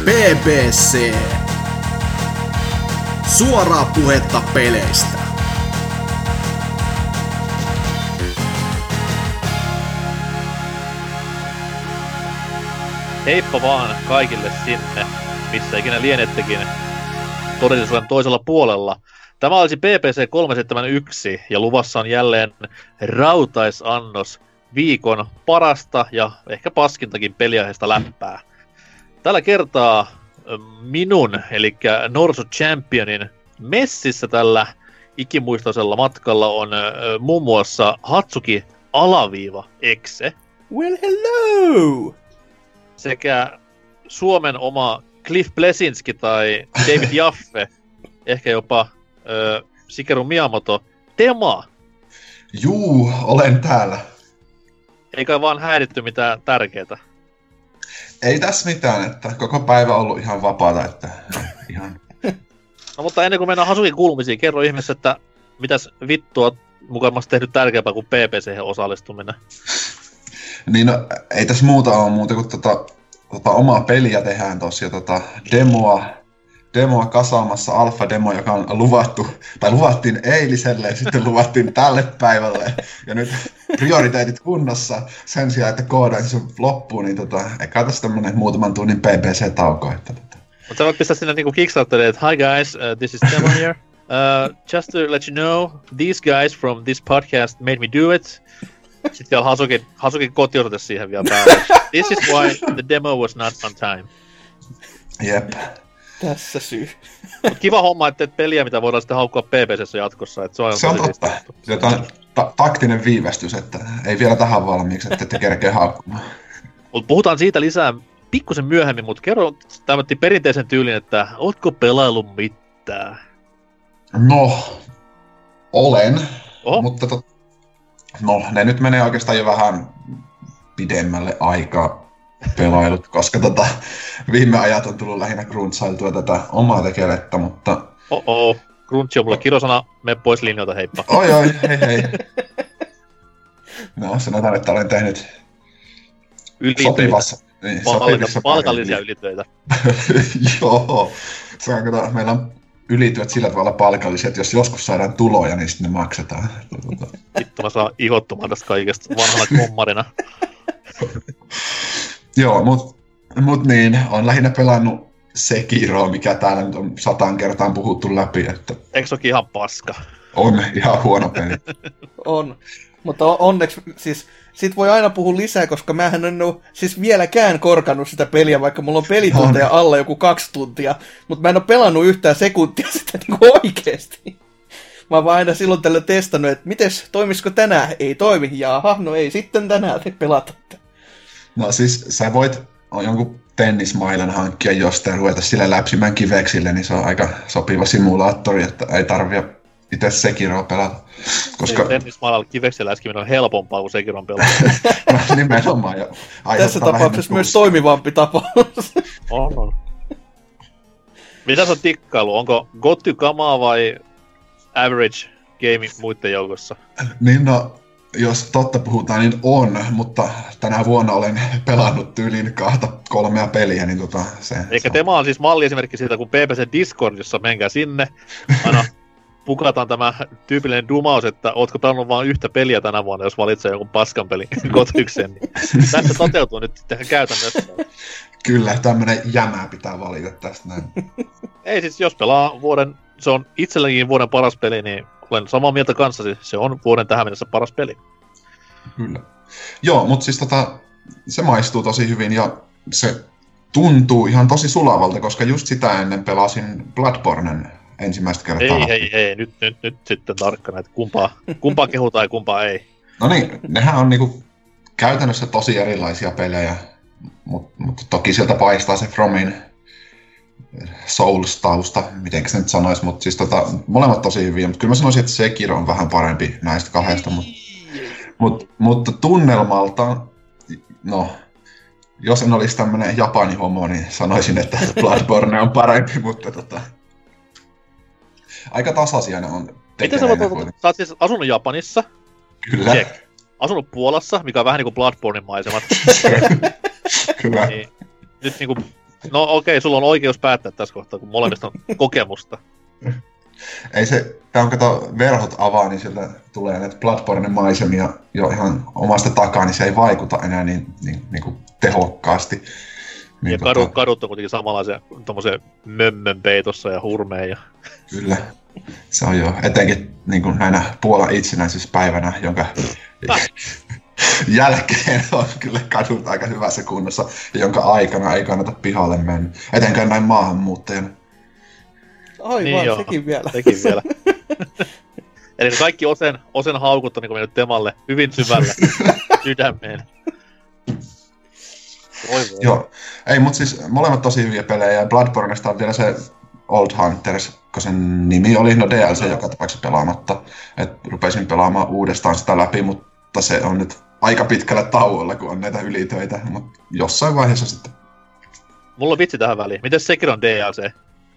BBC. Suoraa puhetta peleistä. Heippa vaan kaikille sinne, missä ikinä lienettekin todellisuuden toisella puolella. Tämä olisi BBC 371 ja luvassa on jälleen rautaisannos viikon parasta ja ehkä paskintakin peliaiheesta läppää. Tällä kertaa minun, eli Norsu Championin messissä tällä ikimuistoisella matkalla on muun muassa Hatsuki _Exe. Well, hello! Sekä Suomen oma Cliff Blesinski tai David Jaffe, ehkä jopa Shigeru Miyamoto. Tema! Juu, olen täällä. Eikä vaan häiritty mitään tärkeää. Ei tässä mitään, että koko päivä on ollut ihan vapaata, että ihan... No mutta ennen kuin mennään Hasukin kuulumisiin, kerro ihmeessä, että mitäs vittua mukavasti tehnyt tärkeämpää kuin PPC:hen osallistuminen? Niin no, ei tässä muuta ole muuta kuin omaa peliä tehdään tossa ja demoa kasaamassa, alfa-demo, joka on luvattiin eiliselle ja sitten luvattiin tälle päivälle. Ja nyt prioriteetit kunnossa sen sijaan, että koodaisi sun loppuun, niin eikä tässä tämmönen muutaman tunnin BBC-tauko. Mutta sä voit pistää sinne niinku Kickstarterille, että hi guys, this is Demo here. Just to let you know, these guys from this podcast made me do it. Sitten vielä Hasukin kotiudote siihen vielä päälle. This is why the demo was not on time. Jep. Tässä syy. Kiva homma, että teet peliä, mitä voidaan sitten haukkua PPC:ssä jatkossa. Että se on totta. Jotain taktinen viivästys, että ei vielä tähän valmiiksi, että ette kerkeä haukkumaan. Mut puhutaan siitä lisää pikkusen myöhemmin, mutta kerro tämmöinen perinteisen tyylin, että ootko pelaillut mitään? No, olen. Oho. Mutta no, ne nyt menee oikeastaan jo vähän pidemmälle aikaa pelailut, koska viime ajat on tullut lähinnä gruntsailtua tätä omaa tekelettä, mutta... Gruntsi on mulle kirosana, mene pois linjoilta, heippa. Oi, hei. No, sanotaan, että olen tehnyt sopivassa... Niin, palkallisia ylitöitä. Joo, se on, kato, meillä on ylityöt sillä tavalla palkallisia, että jos joskus saadaan tuloja, niin sitten ne maksetaan. Vittu, mä saan ihottumaan tästä kaikesta vanhana kommarina. Joo, mut niin, on lähinnä pelannut Sekiroa, mikä täällä nyt on 100 kertaan puhuttu läpi. Että... Eikö se olekin ihan paska? On, ihan huono peli. On, mutta onneksi siis... Siitä voi aina puhua lisää, koska mähän en ole siis vieläkään korkannut sitä peliä, vaikka mulla on pelitunteja alla joku 2 tuntia, mutta mä en ole pelannut yhtään sekuntia sitä niin oikeesti. Mä oon vaan aina silloin tällä testannut, että mites, toimisiko tänään? Ei toimi. Jaha, no ei sitten tänään pelata. No siis sä voit jonkun tennismailan hankkia jostain ja ruveta sillä läpsimään kiveksille, niin se on aika sopiva simulaattori, että ei tarvitse itse Sekiroa pelata. Koska... Tennismailalla kiveksillä äskiminen on helpompaa kuin Sekiron pelata. No, nimenomaan. Ja tässä tapauksessa myös toimivampi tapaus. On. Mitä sä oot tikkailu? Onko Gotty-kamaa vai average game muiden joukossa? Niin no, jos totta puhutaan, niin on, mutta tänä vuonna olen pelannut tyyliin 2-3 peliä, niin Eikä tema on siis malliesimerkki siitä, kun BBC Discord, jossa menkää sinne, aina pukataan tämä tyypillinen dumaus, että ootko pelannut vain yhtä peliä tänä vuonna, jos valitsee jonkun paskan pelin Gotykseen, niin tässä toteutuu nyt sitten käytännössä. Kyllä, tämmönen jämää pitää valita tästä näin. Ei siis, jos pelaa vuoden, se on itselläkin vuoden paras peli, niin olen samaa mieltä kanssasi, se on vuoden tähän mennessä paras peli. Kyllä. Joo, mutta siis se maistuu tosi hyvin ja se tuntuu ihan tosi sulavalta, koska just sitä ennen pelasin Bloodbornen ensimmäistä kertaa. Hei, nyt sitten tarkkana, että kumpaa kehutaan ja kumpaa ei. No niin, nehän on niinku käytännössä tosi erilaisia pelejä, mutta toki sieltä paistaa se Fromin Souls-tausta, mitenkä se nyt sanoisi, mutta siis molemmat tosi hyviä, mutta kyllä mä sanoisin, että Sekiro on vähän parempi näistä kahdesta, mutta tunnelmalta, no, jos en olisi tämmönen Japani-homo, niin sanoisin, että Bloodborne on parempi, mutta aika tasaisia ne on. Miten sä oot siis asunut Japanissa? Kyllä. Check. Asunut Puolassa, mikä on vähän niinku Bloodbornein maisemat. Kyllä. Niin, nyt niinku No okei, sulla on oikeus päättää tässä kohtaa, kun molemmista on kokemusta. Ei se, kun kato verhot avaa, niin sieltä tulee näitä Bloodborne maisemia jo ihan omasta takaa, niin se ei vaikuta enää niin kuin tehokkaasti. Niin ja kadut on kuitenkin samanlaisia tommoseen mömmön peitossa ja hurmeen. Ja... Kyllä, se on jo etenkin niin kuin näinä Puolan itsenäisyyspäivänä, jonka jälkeen on kyllä kadut aika hyvässä kunnossa, ja jonka aikana ei kannata pihalle mennä, etenkään näin maahanmuuttajana. Aivan, niin sekin vielä. Sekin vielä. Eli kaikki osen haukut on niin mennyt Temalle hyvin syvälle sydämeen. Joo, ei, mutta siis molemmat tosi hyviä pelejä, ja Bloodbornesta on vielä se Old Hunters, kun sen nimi oli, no DLC joka tapauksessa pelaamatta. Et rupesin pelaamaan uudestaan sitä läpi, mutta se on nyt aika pitkällä tauolla, kun on näitä ylitöitä, mutta jossain vaiheessa sitten. Mulla on vitsi tähän väliin. Miten Sekiron DLC?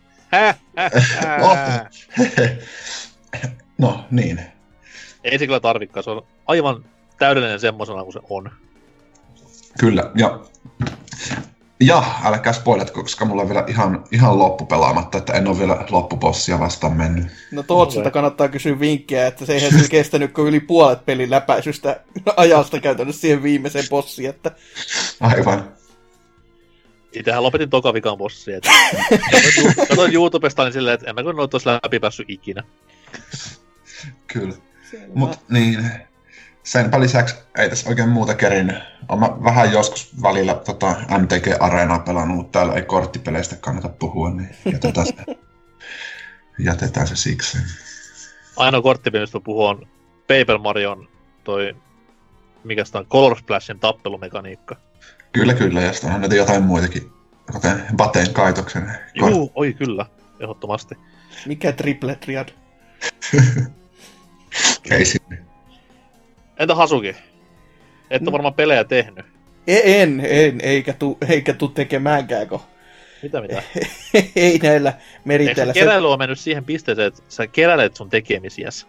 No, niin. Ei se kyllä tarvikaan, se on aivan täydellinen semmosena kuin se on. Kyllä, ja älkää spoilatko, koska mulla on vielä ihan loppupelaamatta, että en ole vielä loppubossia vastaan mennyt. No Tootsilta kannattaa kysyä vinkkiä, että se eihän sillä kestänyt kuin yli puolet pelin läpäisystä ajasta käytännössä siihen viimeiseen bossiin, että... Aivan. Itsehän lopetin toka vikan bossia, että katsoin YouTubesta niin silleen, että en mä kun noita olisi läpi päässyt ikinä. Kyllä. Mut niin... Senpä lisäksi ei tässä oikein muuta kerin. Olen vähän joskus välillä MTG-areenaa pelannut, mutta täällä ei korttipeleistä kannata puhua, niin jätetään se siksi. Ainoa korttipeli, mistä puhua, on Paper Marion toi, mikä sitä on, Color Splashin tappelumekaniikka. Kyllä, ja sitten on näitä jotain muitakin, kuten Bateen kaitoksen. Juu, oi kyllä, ehdottomasti. Mikä triple triad? Ei sinne. Entä Hasuki? Et ole varmaan pelejä tehnyt. En, eikä tuu tekemäänkään, kun... Mitä? Ei näillä meriteillä. Eikö keräily on mennyt siihen pisteeseen, että sä keräilet sun tekemisiäsi?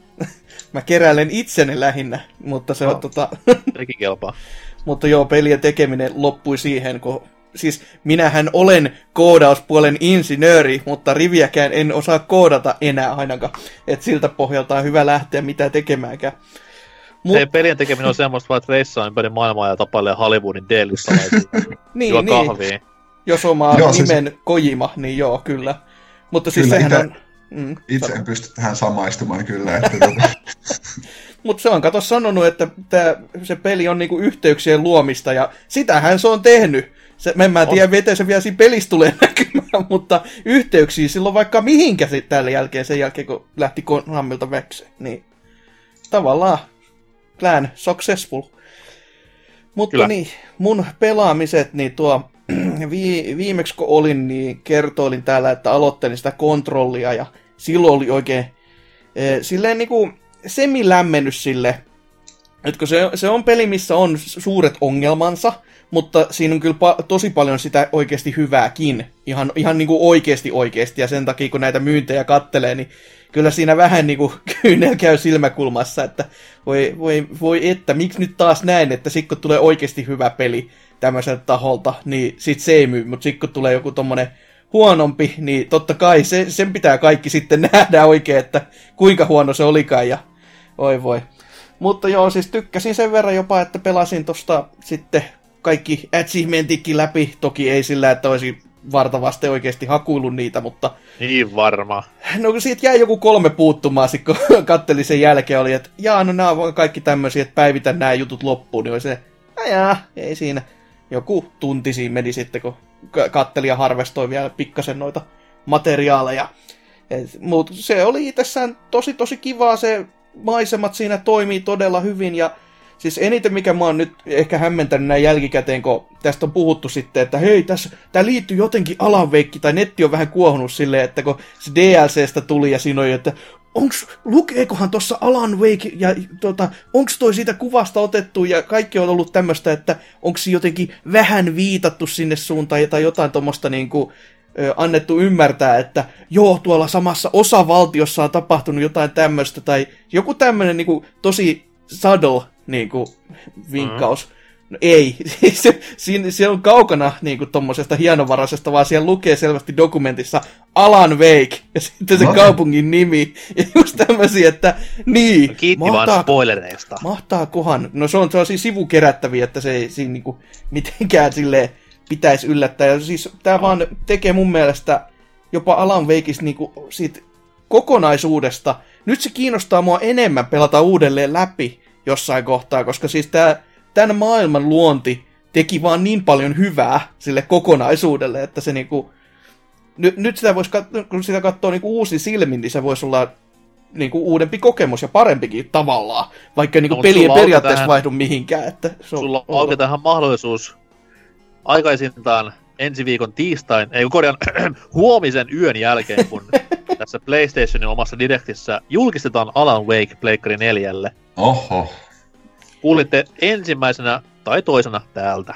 Mä keräilen itseni lähinnä, mutta se on Sekin kelpaa. Mutta joo, pelien tekeminen loppui siihen, kun... Siis minähän olen koodauspuolen insinööri, mutta riviäkään en osaa koodata enää ainakaan. Et siltä pohjalta on hyvä lähteä mitä tekemäänkään. Ei pelien tekeminen on semmoista vaan, että reissaa ympäri maailmaa ja tapailee Hollywoodin D-listalaisia. niin. Kahvia. Jos omaa nimen siis... Kojima, niin joo, kyllä. Mutta siis kyllä, sehän on... Itse en pysty tähän samaistumaan kyllä. Että Mutta se on kato sanonut, että se peli on niinku yhteyksien luomista, ja sitähän se on tehnyt. Mä en tiedä, miten se vielä siinä pelissä tulee näkymään, mutta yhteyksiä silloin vaikka mihinkä sen jälkeen, kun lähti Konamilta väkseen. Niin tavallaan plan successful. Mutta kyllä. Niin, mun pelaamiset, niin viimeksi kun olin, niin kertoilin täällä, että aloittelin sitä kontrollia, ja silloin oli oikein silleen niinku semi-lämmennyt sille, että se on peli, missä on suuret ongelmansa, mutta siinä on kyllä tosi paljon sitä oikeasti hyvääkin, ihan niinku oikeasti, ja sen takia kun näitä myyntejä kattelee, niin kyllä siinä vähän niinku kyynel käy silmäkulmassa, että voi että, miksi nyt taas näin, että sit kun tulee oikeasti hyvä peli tämmöiseltä taholta, niin sit se ei myy, mutta sit kun tulee joku tommonen huonompi, niin totta kai sen pitää kaikki sitten nähdä oikein, että kuinka huono se olikaan, ja voi. Mutta joo, siis tykkäsin sen verran jopa, että pelasin tosta sitten kaikki achievementitkin läpi, toki ei sillä, että olisi vartavasti oikeasti hakuillut niitä, mutta... Niin varma. No kun siitä jäi joku 3 puuttumaan, sit kun kattelin sen jälkeen, oli, että no nämä on kaikki tämmöisiä, että päivitän nämä jutut loppuun, niin oli se, ei siinä. Joku tunti siinä meni sitten, kun katteli ja harvestoi vielä pikkasen noita materiaaleja. Mutta se oli itsessään tosi kivaa, se maisemat siinä toimii todella hyvin, ja siis eniten mikä mä oon nyt ehkä hämmentänyt näin jälkikäteen, kun tästä on puhuttu sitten, että hei, tää liittyy jotenkin Alan Wake, tai netti on vähän kuohunut silleen, että kun se DLCstä tuli ja siinä oli, että lukeekohan tossa Alan Wake, ja onks toi siitä kuvasta otettu, ja kaikki on ollut tämmöstä, että onks jotenkin vähän viitattu sinne suuntaan, tai jotain tommoista niinku annettu ymmärtää, että joo, tuolla samassa osavaltiossa on tapahtunut jotain tämmöstä, tai joku tämmönen niinku tosi subtle niinku vinkkaus. No ei, se on kaukana niinku tommosesta hienovaraisesta, vaan siellä lukee selvästi dokumentissa Alan Wake, ja sitten se kaupungin nimi, ja just tämmösiä, että niin, kiitti vaan spoilereista. Mahtaakohan, no se on sellaisia sivukerättäviä, että se ei siinä niinku mitenkään silleen pitäisi yllättää, ja siis tää vaan tekee mun mielestä jopa Alan Wakeista niinku siitä kokonaisuudesta. Nyt se kiinnostaa mua enemmän pelata uudelleen läpi jossain kohtaa, koska siis tämän maailman luonti teki vaan niin paljon hyvää sille kokonaisuudelle, että se niinku... Nyt sitä voisi kun sitä katsoo niinku uusi silmin, niin se voisi olla niinku uudempi kokemus ja parempikin tavallaan, vaikka niinku peli ei periaatteessa vaihdu mihinkään. Että sulla on auki tähän mahdollisuus aikaisintaan ensi viikon tiistain, huomisen yön jälkeen, kun tässä PlayStationin omassa direktissä julkistetaan Alan Wake Pleikkari 4:lle. Oho. Kuulitte ensimmäisenä tai toisena täältä.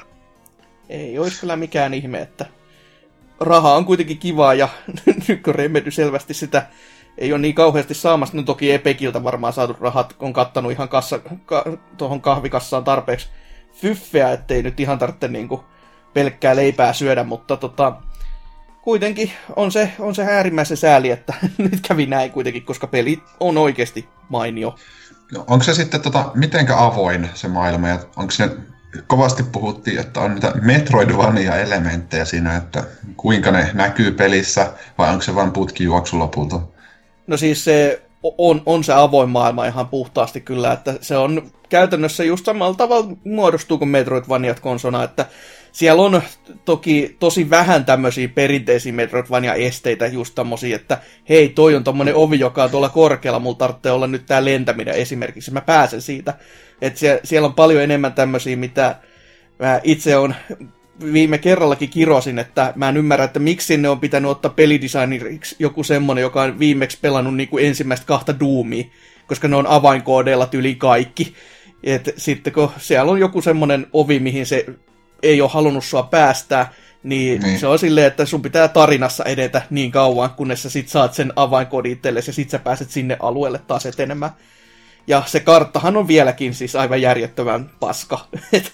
Ei olisi kyllä mikään ihme, että raha on kuitenkin kivaa ja nyt kun Remedy selvästi sitä ei ole niin kauheasti saamassa, no toki Epiciltä varmaan saatu rahat on kattanut ihan tuohon kahvikassaan tarpeeksi fyffeä, ettei nyt ihan tarvitse niinku pelkkää leipää syödä, mutta kuitenkin on se äärimmäisen sääli, että nyt kävi näin kuitenkin, koska peli on oikeasti mainio. Onko se sitten mitenkä avoin se maailma, ja onko se kovasti puhuttiin, että on niitä Metroidvania-elementtejä siinä, että kuinka ne näkyy pelissä, vai onko se vain putkijuoksu lopulta? No siis se on se avoin maailma ihan puhtaasti kyllä, että se on käytännössä just samalla tavalla muodostuu kuin Metroidvaniat konsona, että siellä on toki tosi vähän tämmöisiä perinteisiä Metroidvania-esteitä, just tommosia, että hei, toi on tommonen ovi, joka on tuolla korkealla, mulla tarvitsee olla nyt tää lentäminen esimerkiksi, mä pääsen siitä. Että siellä on paljon enemmän tämmöisiä, mitä mä itse on viime kerrallakin kirosin, että mä en ymmärrä, että miksi ne on pitänyt ottaa pelidesigneriksi joku semmonen, joka on viimeksi pelannut niinku ensimmäistä 2 Doomia, koska ne on avainkoodeilla tyli kaikki. Et sitten kun siellä on joku semmonen ovi, mihin se ei ole halunnut sua päästää, niin se on silleen, että sun pitää tarinassa edetä niin kauan, kunnes sä sit saat sen avainkoodin itsellesi ja sit sä pääset sinne alueelle taas etenemään. Ja se karttahan on vieläkin siis aivan järjettömän paska.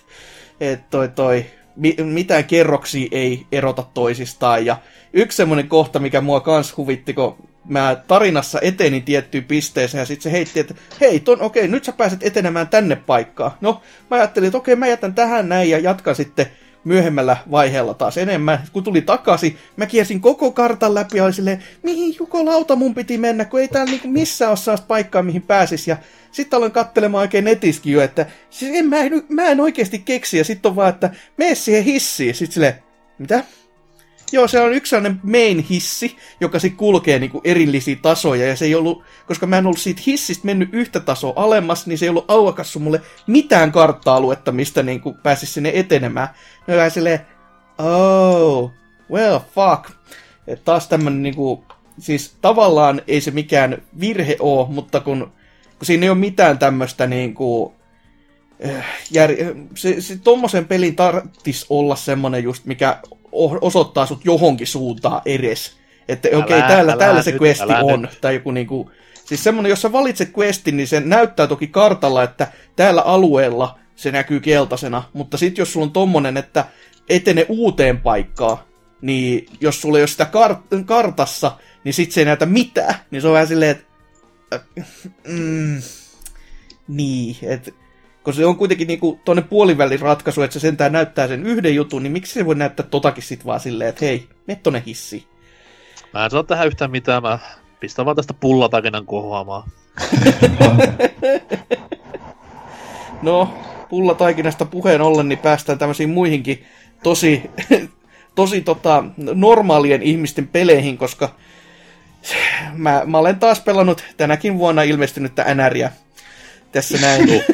Mitään kerroksia ei erota toisistaan. Ja yksi semmonen kohta, mikä mua kans huvitti, kun mä tarinassa etenin tiettyyn pisteeseen ja sitten se heitti, että hei, okei, nyt sä pääset etenemään tänne paikkaan. No, mä ajattelin, että okei, mä jätän tähän näin ja jatkan sitten myöhemmällä vaiheella taas enemmän. Kun tuli takaisin, mä kiersin koko kartan läpi ja oli silleen, mihin jukolauta mun piti mennä, kun ei täällä niinku missään ole sellaista paikkaa, mihin pääsis. Ja sitten aloin katselemaan oikein netiskin jo, että siis mä en oikeasti keksi. Ja sitten on vaan, että mene siihen hissiin. Sitten silleen, mitä? Joo, se on yksi sellainen main hissi, joka sitten kulkee niinku erillisiä tasoja, ja se ei ollut, koska mä en ollut siitä hissistä mennyt yhtä tasoa alemmas, niin se ei ollut auakassu mulle mitään kartta-aluetta, mistä niinku pääsis sinne etenemään. No vähän silleen, oh, well, fuck. Et taas tämmönen niinku, siis tavallaan ei se mikään virhe oo, mutta kun siinä ei ole mitään tämmöstä niinku, se tommosen pelin tarttis olla semmonen just, mikä osoittaa sut johonkin suuntaan edes. Että okei, täällä se questi on. Tai joku niinku, siis semmonen, jos sä valitset questin, niin se näyttää toki kartalla, että täällä alueella se näkyy keltaisena. Mutta sit jos sulla on tommonen, että etene uuteen paikkaan, niin jos sulla ei ole sitä kartassa, niin sit se ei näytä mitään. Niin se on vähän silleen, että niin, että kun se on kuitenkin niinku tuonne puolivälin ratkaisu, että se sentään näyttää sen yhden jutun, niin miksi se voi näyttää totakin sit vaan silleen, että hei, mene tonne hissiin. Mä en sano tähän yhtään mitään, mä pistän vaan tästä pullatakinan kohoamaan. No, pullataikinasta puheen ollen, niin päästään tämmöisiin muihinkin tosi normaalien ihmisten peleihin, koska mä olen taas pelannut tänäkin vuonna ilmestynyttä NRiä. Tässä näin.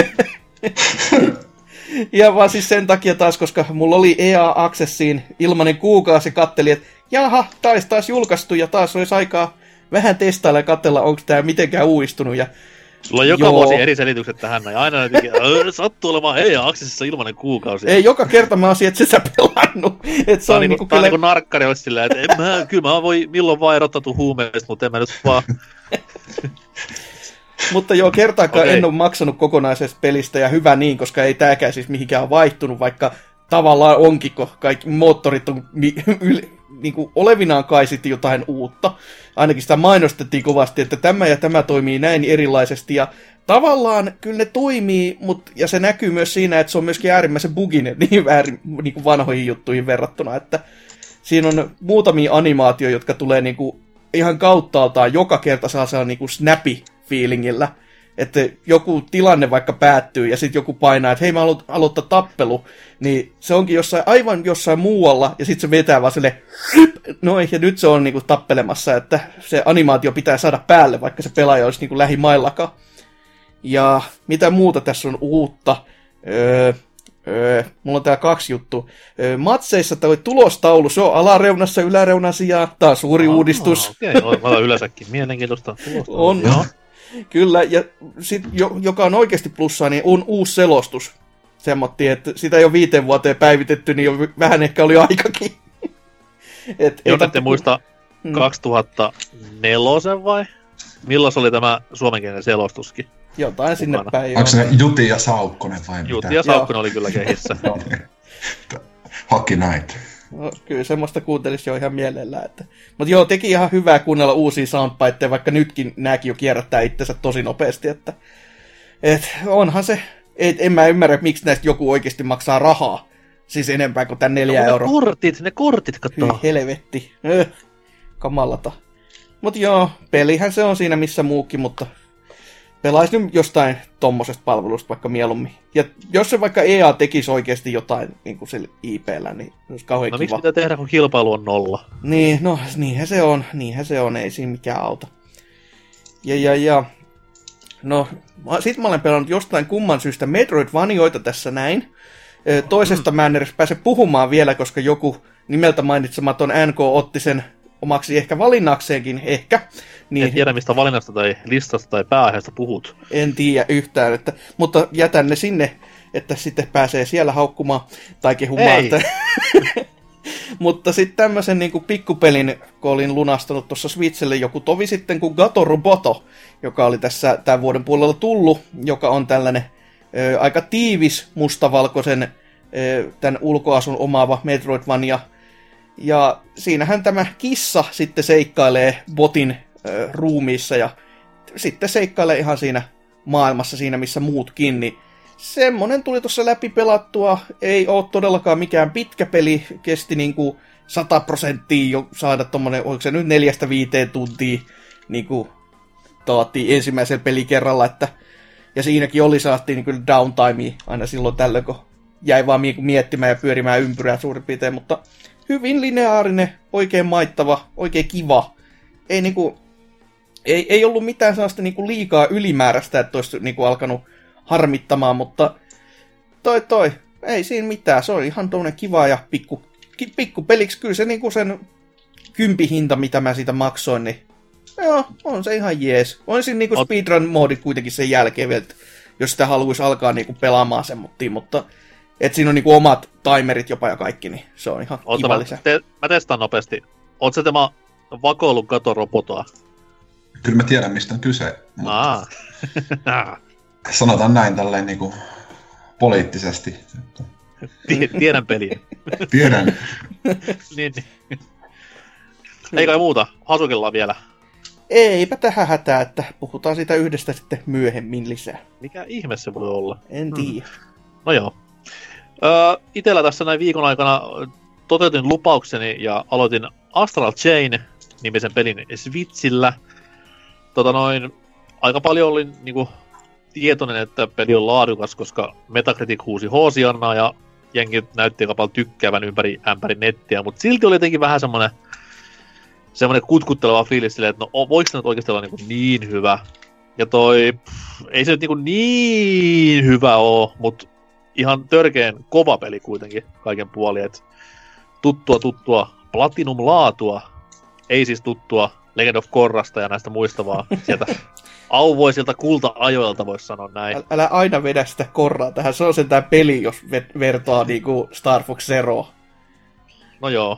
Ja vaan siis sen takia taas, koska mulla oli EA Accessiin ilmanen kuukausi, katteli, että jaha, taas julkaistu ja taas olisi aikaa vähän testailla ja katsella, onko tämä mitenkään uudistunut. Ja sulla on joka vuosi eri selitykset tähän, ja aina jotenkin, sattuu olemaan EA Accessissa ilmanen kuukausi. Ei, joka kerta mä oon että sitä pelannut. Että se on niinku kyllä niinku narkkari olisi silleen, että kyllä mä voi milloin vaan erottautua huumeista, mutta en mä nyt vaan. Mutta joo, kertaakaan Okei. en ole maksanut kokonaisesta pelistä, ja hyvä niin, koska ei tääkään siis mihinkään ole vaihtunut, vaikka tavallaan onkin, kun kaikki moottorit on niinku olevinaan kai sitten jotain uutta. Ainakin sitä mainostettiin kovasti, että tämä ja tämä toimii näin erilaisesti, ja tavallaan kyllä ne toimii, ja se näkyy myös siinä, että se on myöskin äärimmäisen buginen niin niinku vanhoihin juttuihin verrattuna, että siinä on muutamia animaatioita, jotka tulee niinku ihan kauttaaltaan joka kerta saa niinku snappy-feelingillä, että joku tilanne vaikka päättyy ja sitten joku painaa, että hei mä haluan aloittaa tappelu, niin se onkin aivan jossain muualla ja sitten se vetää vaan silleen, noin, ja nyt se on niinku tappelemassa, että se animaatio pitää saada päälle, vaikka se pelaaja olisi niinku lähimaillakaan. Ja mitä muuta tässä on uutta? Mulla on täällä 2 juttua. Matseissa toi tulostaulu, se on alareunassa yläreunan sijaan. Tää on suuri uudistus. Okei, mä olen yleensäkin mielenkiintoista tulostaulua. On. Joo. Kyllä, ja sit, joka on oikeasti plussaa, niin on uusi selostus. Semmottiin, että sitä ei ole 5 vuoteen päivitetty, niin jo vähän ehkä oli aikakin. Jos ette muista 2004 vai? Milloin se oli tämä suomenkielinen selostuskin? Jotain sinne päin. Onko se Juti ja Saukkonen vai mitä? Juti ja Saukkonen oli kyllä kehissä. Haki näitä. No, kyllä semmoista kuuntelisi jo ihan mielellään. Mutta joo, teki ihan hyvää kuunnella uusia soundbiteja, vaikka nytkin nääkin jo kierrättää itsensä tosi nopeasti. Että onhan se, en mä ymmärrä, miksi näistä joku oikeasti maksaa rahaa. Siis enempää kuin tän 4 euroa. Ne kortit, kattoo. Hyi helvetti. Kamalata. Mut joo, pelihän se on siinä missä muukin, mutta pelaisi nyt jostain tommosesta palvelusta vaikka mieluummin. Ja jos se vaikka EA tekisi oikeasti jotain niin kuin sillä IP:llä, niin se olisi kauhean No kiva. miksi pitää tehdä, kun kilpailu on 0? Niin, no niinhän se on, ei siinä mikään auta. Ja. No, sit mä olen pelannut jostain kumman syystä Metroidvanioita tässä näin. Toisesta mä en edes pääse puhumaan vielä, koska joku nimeltä mainitsematon NK otti sen omaksi ehkä valinnakseenkin, ehkä. Niin, En tiedä, mistä valinnasta tai listasta tai pääaiheesta puhut. en tiedä yhtään, mutta jätän ne sinne, että sitten pääsee siellä haukkumaan tai kehumaan. Että mutta sitten tämmöisen niinku pikkupelin, kun olin lunastanut tuossa Switchelle joku tovi sitten, kuin Gato Roboto, joka oli tässä tämän vuoden puolella tullut, joka on tällainen aika tiivis mustavalkoisen tämän ulkoasun omaava Metroidvania. Ja siinähän tämä kissa sitten seikkailee botin ruumiissa ja sitten seikkailee ihan siinä maailmassa, siinä missä muutkin, niin semmonen tuli tuossa läpi pelattua, ei ole todellakaan mikään pitkä peli, kesti niinku 100% jo saada tommonen, oliko se nyt 4-5 tuntia niinku taattiin ensimmäisen pelikerralla, että ja siinäkin saatiin niin kyllä downtimea aina silloin tällöin, kun jäi vaan miettimään ja pyörimään ympyrää suurin piirtein, mutta hyvin lineaarinen, oikein maittava, oikein kiva. Ei ollut mitään sellaista niinku liikaa ylimääräistä, että olisi niinku alkanut harmittamaan, mutta ei siinä mitään. Se on ihan tommonen kiva ja pikku peliksi. Kyllä se niinku sen 10 hinta, mitä mä siitä maksoin, niin joo, on se ihan jees. On siinä niinku speedrun-moodit kuitenkin sen jälkeen vielä, jos sitä haluaisi alkaa niinku pelaamaan semmottiin, mutta että siinä on niinku omat timerit jopa ja kaikki, niin se on ihan kiva lisä. Mä testaan nopeasti. Oot sä tämä vakoilun Gato Robotoa? Kyllä mä tiedän, mistä on kyse. Aa. Sanotaan näin tälleen niinku poliittisesti. Tiedän peliä. Tiedän. niin. Ei kai muuta. Hasukellaan vielä. Eipä tähän hätää, että puhutaan siitä yhdestä sitten myöhemmin lisää. Mikä ihme se voi olla? En tiedä. No joo. Itellä tässä näin viikon aikana toteutin lupaukseni ja aloitin Astral Chain-nimisen pelin Switchillä. Aika paljon olin niinku tietoinen, että peli on laadukas, koska Metacritic huusi hoosiannaa ja jengi näytti aika paljon tykkäävän ympäri ämpäri nettiä, mutta silti oli jotenkin vähän semmonen kutkutteleva fiilis silleen, että no voiko se nyt oikeasti olla niin hyvä. Ja ei se nyt niin hyvä oo, mutta ihan törkeen kova peli kuitenkin kaiken puolin, että tuttua Platinum-laatua, ei siis tuttua Legend of Korrasta ja näistä muista vaan sieltä auvoisilta kulta-ajoilta voisi sanoa näin. Älä aina vedä sitä Korraa tähän, se on sentään peli, jos vertaa niinku Star Fox Zeroa. No joo,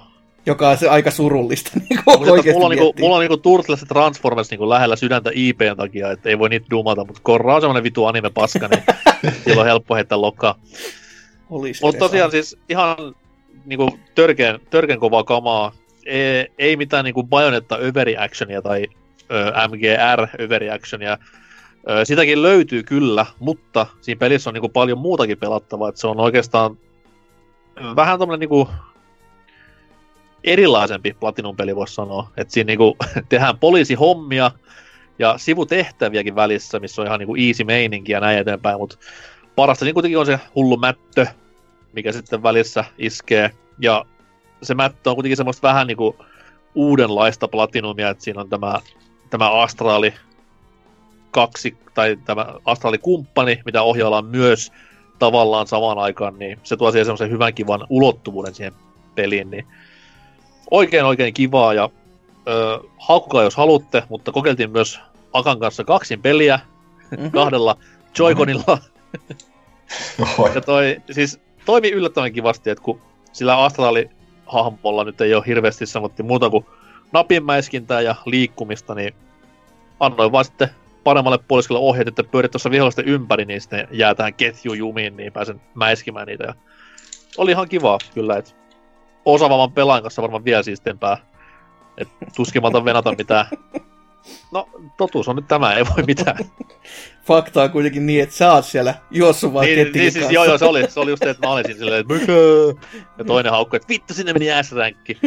joka on se aika surullista. Niin mulla on niinku Turtles ja Transformers niinku lähellä sydäntä IPn takia, että ei voi niitä dumata, mutta Korra on semmonen vitu anime-paska, niin sillä on helppo heittää lokkaa. Mutta tosiaan siis ihan niinku törkeän kovaa kamaa. Ei mitään niinku Bayonetta overreactionia tai MGR overreactionia. Sitäkin löytyy kyllä, mutta siinä pelissä on niinku paljon muutakin pelattavaa, että se on oikeastaan vähän tommonen niinku erilaisempi Platinum-peli, voisi sanoa. Että siinä niinku tehdään poliisihommia ja sivutehtäviäkin välissä, missä on ihan niinku easy meininki ja näin eteenpäin, mutta parasta niin kuitenkin on se hullu mättö, mikä sitten välissä iskee. Ja se mättö on kuitenkin semmoista vähän niinku uudenlaista Platinumia, että siinä on tämä Astraali 2, tai tämä Astraali-kumppani, mitä ohjaillaan myös tavallaan samaan aikaan, niin se tuo siihen semmoisen hyvän kivan ulottuvuuden siihen peliin, niin oikein kivaa, ja haukkukaa jos haluatte, mutta kokeiltiin myös Akan kanssa kaksin peliä, kahdella Joy-Conilla, ja siis toimi yllättävän kivasti, että kun sillä Astraali-hahmolla nyt ei ole hirveästi sanottu muuta kuin napinmäiskintää ja liikkumista, niin annoin vaan sitten paremmalle puoliskolle ohjeet, että pyörit tuossa vihollisten ympäri, niin sitten jää tähän ketjujumiin, niin pääsen mäiskimään niitä. Ja oli ihan kivaa kyllä, että osaavamman pelaajan kanssa varmaan vielä siistempää. Et tuskimalta venata mitään. No, totuus on nyt tämä, ei voi mitään. Fakta on kuitenkin niin, että sä oot siellä juossut vaan kettikin kanssa. Joo, se oli just se, että mä olin siinä silleen, että ja toinen haukkui, että vittu, sinne meni S-ränkki.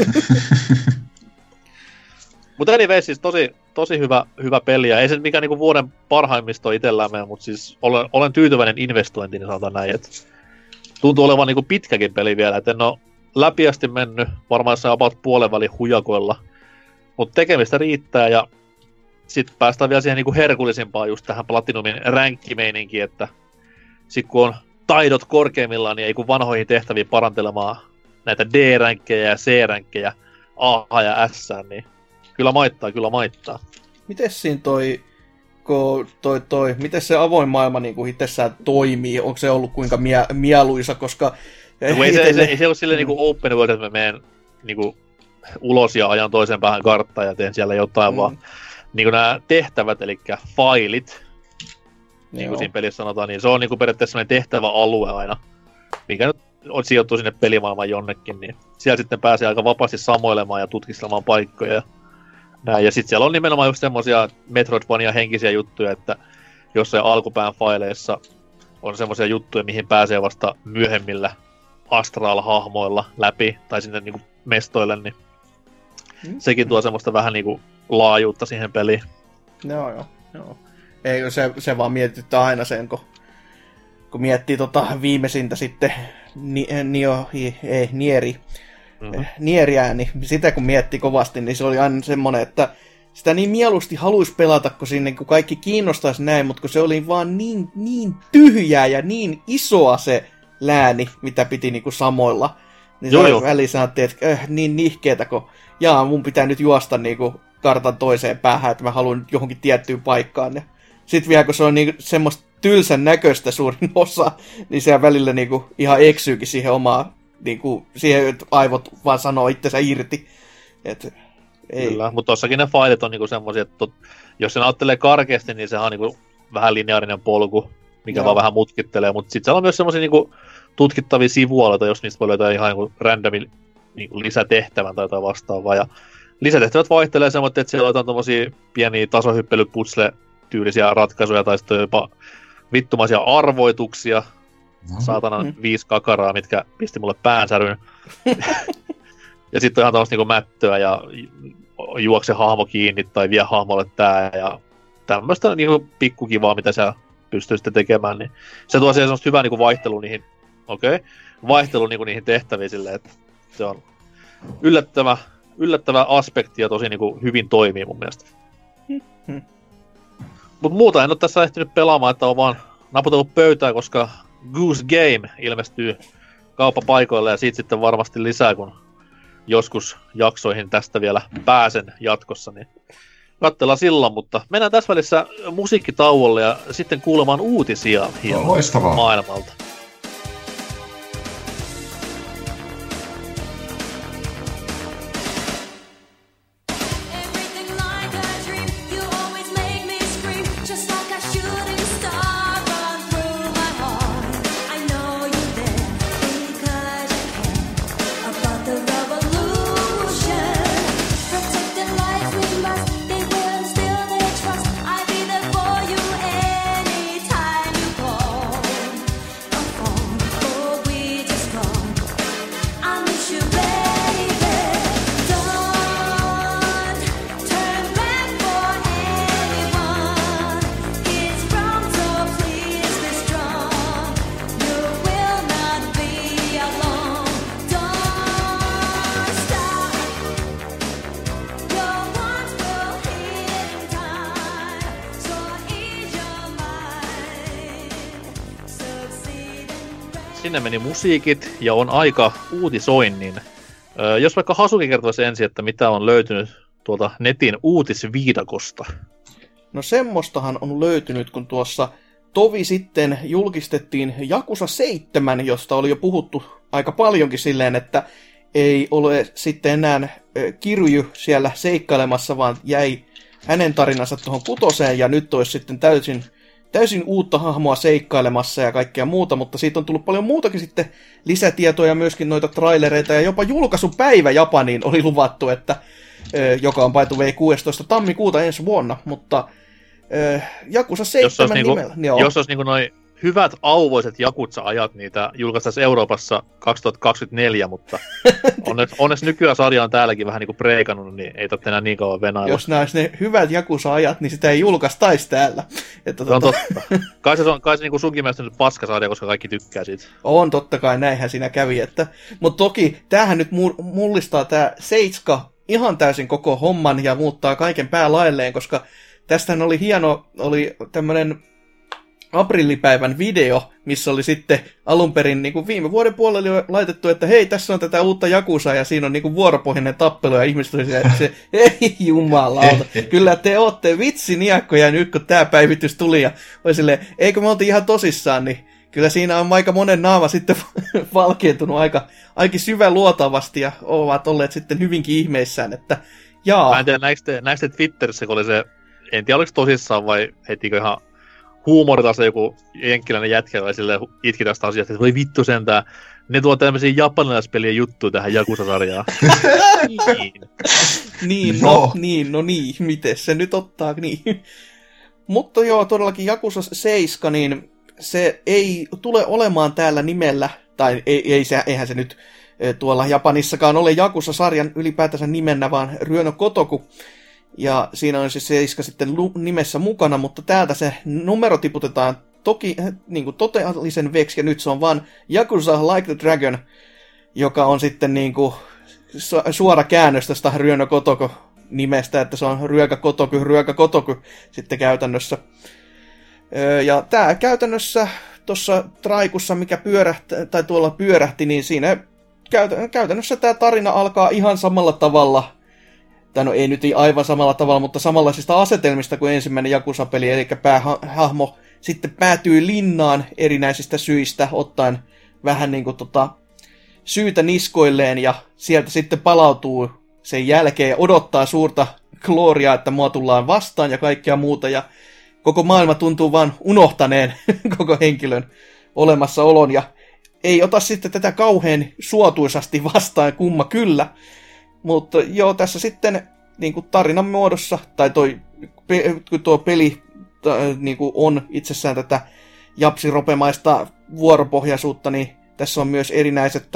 Mutta anyway, siis tosi hyvä peli, ja ei se mikään niinku vuoden parhaimmisto itsellämme, mutta siis olen tyytyväinen investointiin, niin sanotaan näin, että tuntuu olevan niinku pitkäkin peli vielä, että en ole läpiästi mennyt, varmaan jossain about puolenvälin hujakoilla, mutta tekemistä riittää, ja sitten päästään vielä siihen niinku herkullisimpaan just tähän Platinumin ränkki-meininkiin, että sit kun on taidot korkeimmillaan, niin ei kun vanhoihin tehtäviin parantelemaan näitä D-ränkkejä ja C-ränkkejä, A ja S, niin kyllä maittaa. Mites siinä miten se avoin maailma niinku itsessään toimii? Onko se ollut kuinka mieluisa, koska ei se ole silleen niinku open world, että mä menen niinku ulos ja ajan toiseen päähän karttaa ja teen siellä jotain, vaan niinku nämä tehtävät, eli failit, niin kuin siinä pelissä sanotaan, niin se on niinku periaatteessa sellainen tehtäväalue aina, mikä nyt sijoittuu sinne pelimaailmaan jonnekin, niin siellä sitten pääsee aika vapaasti samoilemaan ja tutkistelemaan paikkoja ja näin. Ja sitten siellä on nimenomaan just semmosia Metroidvania-henkisiä juttuja, että jossain alkupään faileissa on semmosia juttuja, mihin pääsee vasta myöhemmillä Astral-hahmoilla läpi, tai sinne niinku mestoille, niin sekin tuo semmoista vähän niinku laajuutta siihen peliin. Joo. Ei, se vaan mietityttää aina sen, kun miettii viimeisintä sitten Nieriä, niin sitä kun miettii kovasti, niin se oli aina semmoinen, että sitä niin mieluusti haluaisi pelata, kun siinä kun kaikki kiinnostaisi näin, mutta kun se oli vaan niin tyhjää ja niin isoa se lääni, mitä piti niinku samoilla, niin se väliin sanottiin, että niin nihkeetä, kun mun pitää nyt juosta niinku kartan toiseen päähän, että mä haluan johonkin tiettyyn paikkaan. Ja sit vielä, kun se on niinku semmoista tylsän näköistä suurin osa, niin se välillä niinku ihan eksyykin siihen omaan, niinku, siihen, että aivot vaan sanoo itsensä irti. Ei. Kyllä, mutta tossakin ne failit on niinku semmosia, että jos sen ajattelee karkeasti, niin sehän on niinku vähän lineaarinen polku, mikä vaan vähän mutkittelee, mutta sit siellä on myös semmosia niinku tutkittavia sivualueita, jos niistä voi löytää ihan niinku randomin niinku lisätehtävän tai jotain vastaavaa. Ja lisätehtävät vaihtelee semmoinen, että siellä on jotain tommosia pieniä tasohyppelyputsle-tyylisiä ratkaisuja tai sitten jopa vittumaisia arvoituksia. Saatanan 5 kakaraa, mitkä pisti mulle päänsäryn. Ja sitten on ihan tämmöistä niinku mättöä ja juokse hahmo kiinni tai vie hahmolle tää ja tämmöistä niinku pikkukivaa, mitä sä pystyy sitten tekemään. Niin se tuo siihen semmoista hyvää niinku vaihtelua niihin, niinku niihin tehtäviin silleen, että se on yllättävä aspekti ja tosi niinku hyvin toimii mun mielestä. Mut muuta en oo tässä ehtinyt pelaamaan, että on vaan naputellut pöytää, koska Goose Game ilmestyy kauppapaikoille ja siitä sitten varmasti lisää, kun joskus jaksoihin tästä vielä pääsen jatkossa, niin katsellaan silloin, mutta mennään tässä välissä musiikkitauolle ja sitten kuulemaan uutisia hieman maailmalta. sinne meni musiikit ja on aika uutisoinnin. Jos vaikka Hasuki kertoisi ensin, että mitä on löytynyt tuolta netin uutisviidakosta. No semmoistahan on löytynyt, kun tuossa tovi sitten julkistettiin Yakuza 7, josta oli jo puhuttu aika paljonkin silleen, että ei ole sitten enää Kiryu siellä seikkailemassa, vaan jäi hänen tarinansa tuohon 6, ja nyt olisi sitten täysin uutta hahmoa seikkailemassa ja kaikkea muuta, mutta siitä on tullut paljon muutakin sitten lisätietoja, myöskin noita trailereita, ja jopa julkaisupäivä Japaniin oli luvattu, että, joka on by the way 16. tammikuuta ensi vuonna, mutta Yakuza 7 nimellä. Jos olisi niinku noin hyvät auvoiset Yakuza-ajat, niitä julkaistaisiin Euroopassa 2024, mutta onneksi nykyään sarja on täälläkin vähän niinku preikannut, niin ei tarvitse enää niin kauan venailla. Jos nämä olisi ne hyvät Yakuza-ajat, niin sitä ei julkaistaisi täällä. Että on totta. Kai se niinku sunkin mielestä nyt paskasarja, koska kaikki tykkää siitä. On totta kai, näinhän siinä kävi. Mutta toki tämähän nyt mullistaa tämä Seitska ihan täysin koko homman ja muuttaa kaiken päälailleen, koska tästähän oli tämmöinen aprillipäivän video, missä oli sitten alun perin niin kuin viime vuoden puolella laitettu, että hei, tässä on tätä uutta Jakuzaa ja siinä on niin kuin vuoropohjainen tappelu ja ihmiset oli se ei jumalauta, kyllä te ootte vitsiniakkoja nyt kun tämä päivitys tuli ja oli silleen, eikö me oltiin ihan tosissaan, niin kyllä siinä on aika monen naama sitten valkeentunut aika syväluotavasti ja ovat olleet sitten hyvinkin ihmeissään, että jaa. Mä en tiedä, näistä Twitterissä, kun oli se, en tiedä oliko tosissaan vai heitikö ihan huumoritaista joku jenkkiläinen jätkä, vai silleen itki tästä asiasta, että voi vittu sentään, ne tuo tämmöisiä japanilaispelien juttuja tähän Yakuza-sarjaan. niin, miten se nyt ottaa, niin. Mutta joo, todellakin Yakuza 7, niin se ei tule olemaan täällä nimellä, tai eihän se nyt tuolla Japanissakaan ole Yakuza-sarjan ylipäätänsä nimenä, vaan Ryöno Kotoku. Ja siinä on siis 7 sitten nimessä mukana, mutta täältä se numero tiputetaan toki niin kuin totaalisen veksi, ja nyt se on vaan Yakuza Like the Dragon, joka on sitten niin kuin suora käännös tästä Ryöno Kotoku nimestä, että se on Ryökä Kotoku sitten käytännössä. Ja tämä käytännössä tuossa traikussa, mikä pyörähti, niin siinä käytännössä tämä tarina alkaa ihan samalla tavalla, tai no ei nyt aivan samalla tavalla, mutta samanlaisista asetelmista kuin ensimmäinen Yakuza-peli, eli päähahmo sitten päätyy linnaan erinäisistä syistä, ottaen vähän niin kuin syytä niskoilleen, ja sieltä sitten palautuu sen jälkeen ja odottaa suurta gloriaa, että mua tullaan vastaan ja kaikkea muuta, ja koko maailma tuntuu vaan unohtaneen koko henkilön olemassaolon, ja ei ota sitten tätä kauhean suotuisasti vastaan, kumma kyllä. Mutta joo, tässä sitten niin kuin tarinan muodossa, tai tuo peli niin kuin on itsessään tätä japsiropemaista vuoropohjaisuutta, niin tässä on myös erinäiset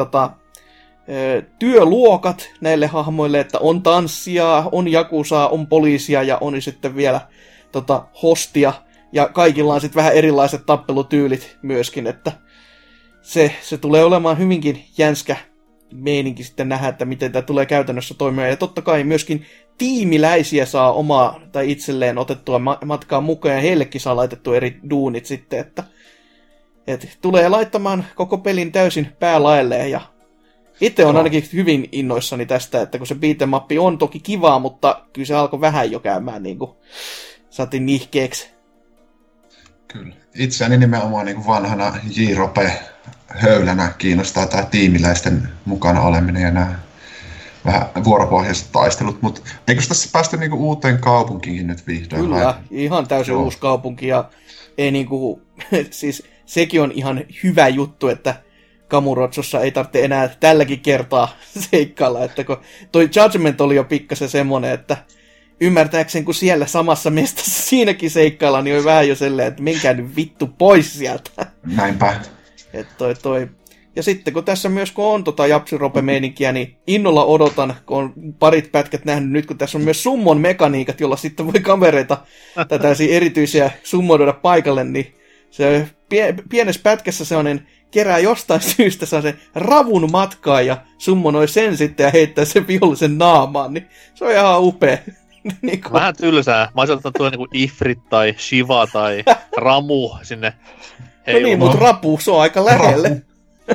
työluokat näille hahmoille, että on tanssia, on jakuzaa, on poliisia ja on sitten vielä hostia, ja kaikilla on sitten vähän erilaiset tappelutyylit myöskin, että se tulee olemaan hyvinkin jänskä meininki sitten nähdä, että miten tämä tulee käytännössä toimia. Ja totta kai myöskin tiimiläisiä saa omaa tai itselleen otettua matkaa mukaan, ja heillekin saa laitettua eri duunit sitten, että tulee laittamaan koko pelin täysin päälaelleen, ja itse on ainakin hyvin innoissani tästä, että kun se beat'em up on toki kivaa, mutta kyllä se alkoi vähän jo käymään niin kuin saatiin nihkeeksi. Kyllä. Itseäni nimenomaan niin kuin vanhana J-Rope-höylänä kiinnostaa tämä tiimiläisten mukana oleminen ja nämä vähän vuoropohjaiset taistelut, mutta eikö tässä päästy niin kuin uuteen kaupunkiin nyt vihdoin? Kyllä, vai? Ihan täysin uusi kaupunki, ja ei niin kuin, siis sekin on ihan hyvä juttu, että Kamurochossa ei tarvitse enää tälläkin kertaa seikkailla, että kun toi Judgment oli jo pikkasen semmoinen, että ymmärtääkseni, kun siellä samassa mestassa siinäkin seikkailla, niin oli vähän jo silleen, että menkää nyt vittu pois sieltä. Näinpä. Toi. Ja sitten kun tässä myös kun on japsirope-meininkiä, niin innolla odotan, kun on parit pätkät nähnyt nyt, kun tässä on myös summon mekaniikat, jolla sitten voi kavereita tai tällaisia erityisiä summodoida paikalle, niin se pienessä pätkässä sellainen kerää jostain syystä saa sen ravun matkaa ja summonoi sen sitten ja heittää sen vihollisen naamaan, niin se on ihan upea. Niin vähän tylsää. Mä olisin ottanut tuolla niinku Ifrit tai Shiva tai Ramu sinne. No niin, mutta Rapu, se on aika lähelle.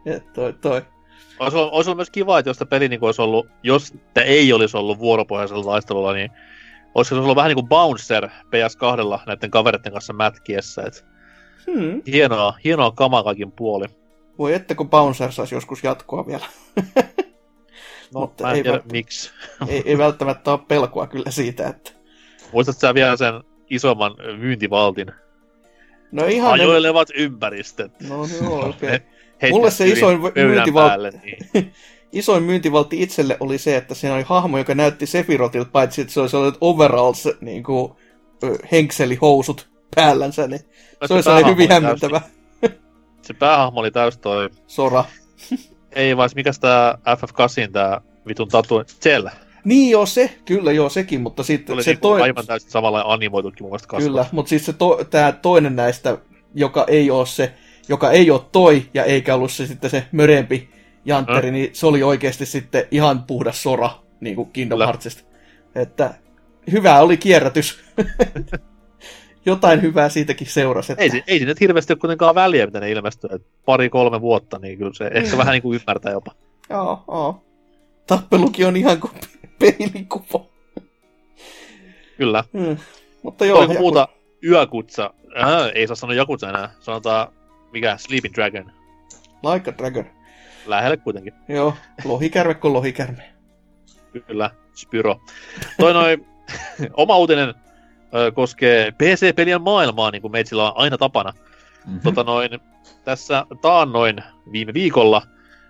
toi. Olisi ollut myös kiva, että jos tämä peli niin olisi ollut, jos tämä ei olisi ollut vuoropohjaisella taistelulla, niin olisiko se ollut vähän niin kuin Bouncer PS2 näiden kavereiden kanssa mätkiessä. Hienoa kamaa kaikin puoli. Voi että kun Bouncer saisi joskus jatkoa vielä. No, mutta mä en tiedä miksi. ei välttämättä ole pelkoa kyllä siitä, että... Muistatko sä vielä sen isomman myyntivaltin? No ihan... Ajoilevat ympäristöt. No joo, okei. Okay. Mulle se isoin myyntivaltti... Niin. Isoin myyntivaltti itselle oli se, että siinä oli hahmo, joka näytti Sephirothilta, paitsi että se olisi ollut overalls, niin kuin henkselihousut päällänsä, niin se olisi hyvin hämmentävä. Se päähahmo oli täys toi... Sora. Ei vaan, mikäs tää FF8 tää vitun tatu... Cell. Niin joo, kyllä joo sekin, mutta sitten oli se niinku aivan täysin samalla animoitukin mun mielestä kasvot. Kyllä, mutta siis se tää toinen näistä, joka ei ole toi, ja eikä ollut se sitten se mörempi jantteri, niin se oli oikeasti sitten ihan puhdas Sora, niin kuin Kingdom Heartsista. Että hyvä oli kierrätys. Jotain hyvää siitäkin seurasi. Että... Ei siinä hirveästi ole kuitenkaan väliä, mitä ne ilmestyy. 2-3 vuotta, niin kyllä se ehkä vähän niin kuin ymmärtää jopa. Joo. Tappelukin on ihan kuin peilikuva. Kyllä. Mutta joo. Onko muuta Yökutsa? Ei saa sanoa Jakutsa enää. Sanotaan, mikä? Sleeping Dragon. Like a Dragon. Lähelle kuitenkin. Joo, lohikärme kuin lohikärme. Kyllä, Spyro. Oma uutinen koskee PC-pelien maailmaa, niin kuin meitsillä on aina tapana. Tässä taannoin viime viikolla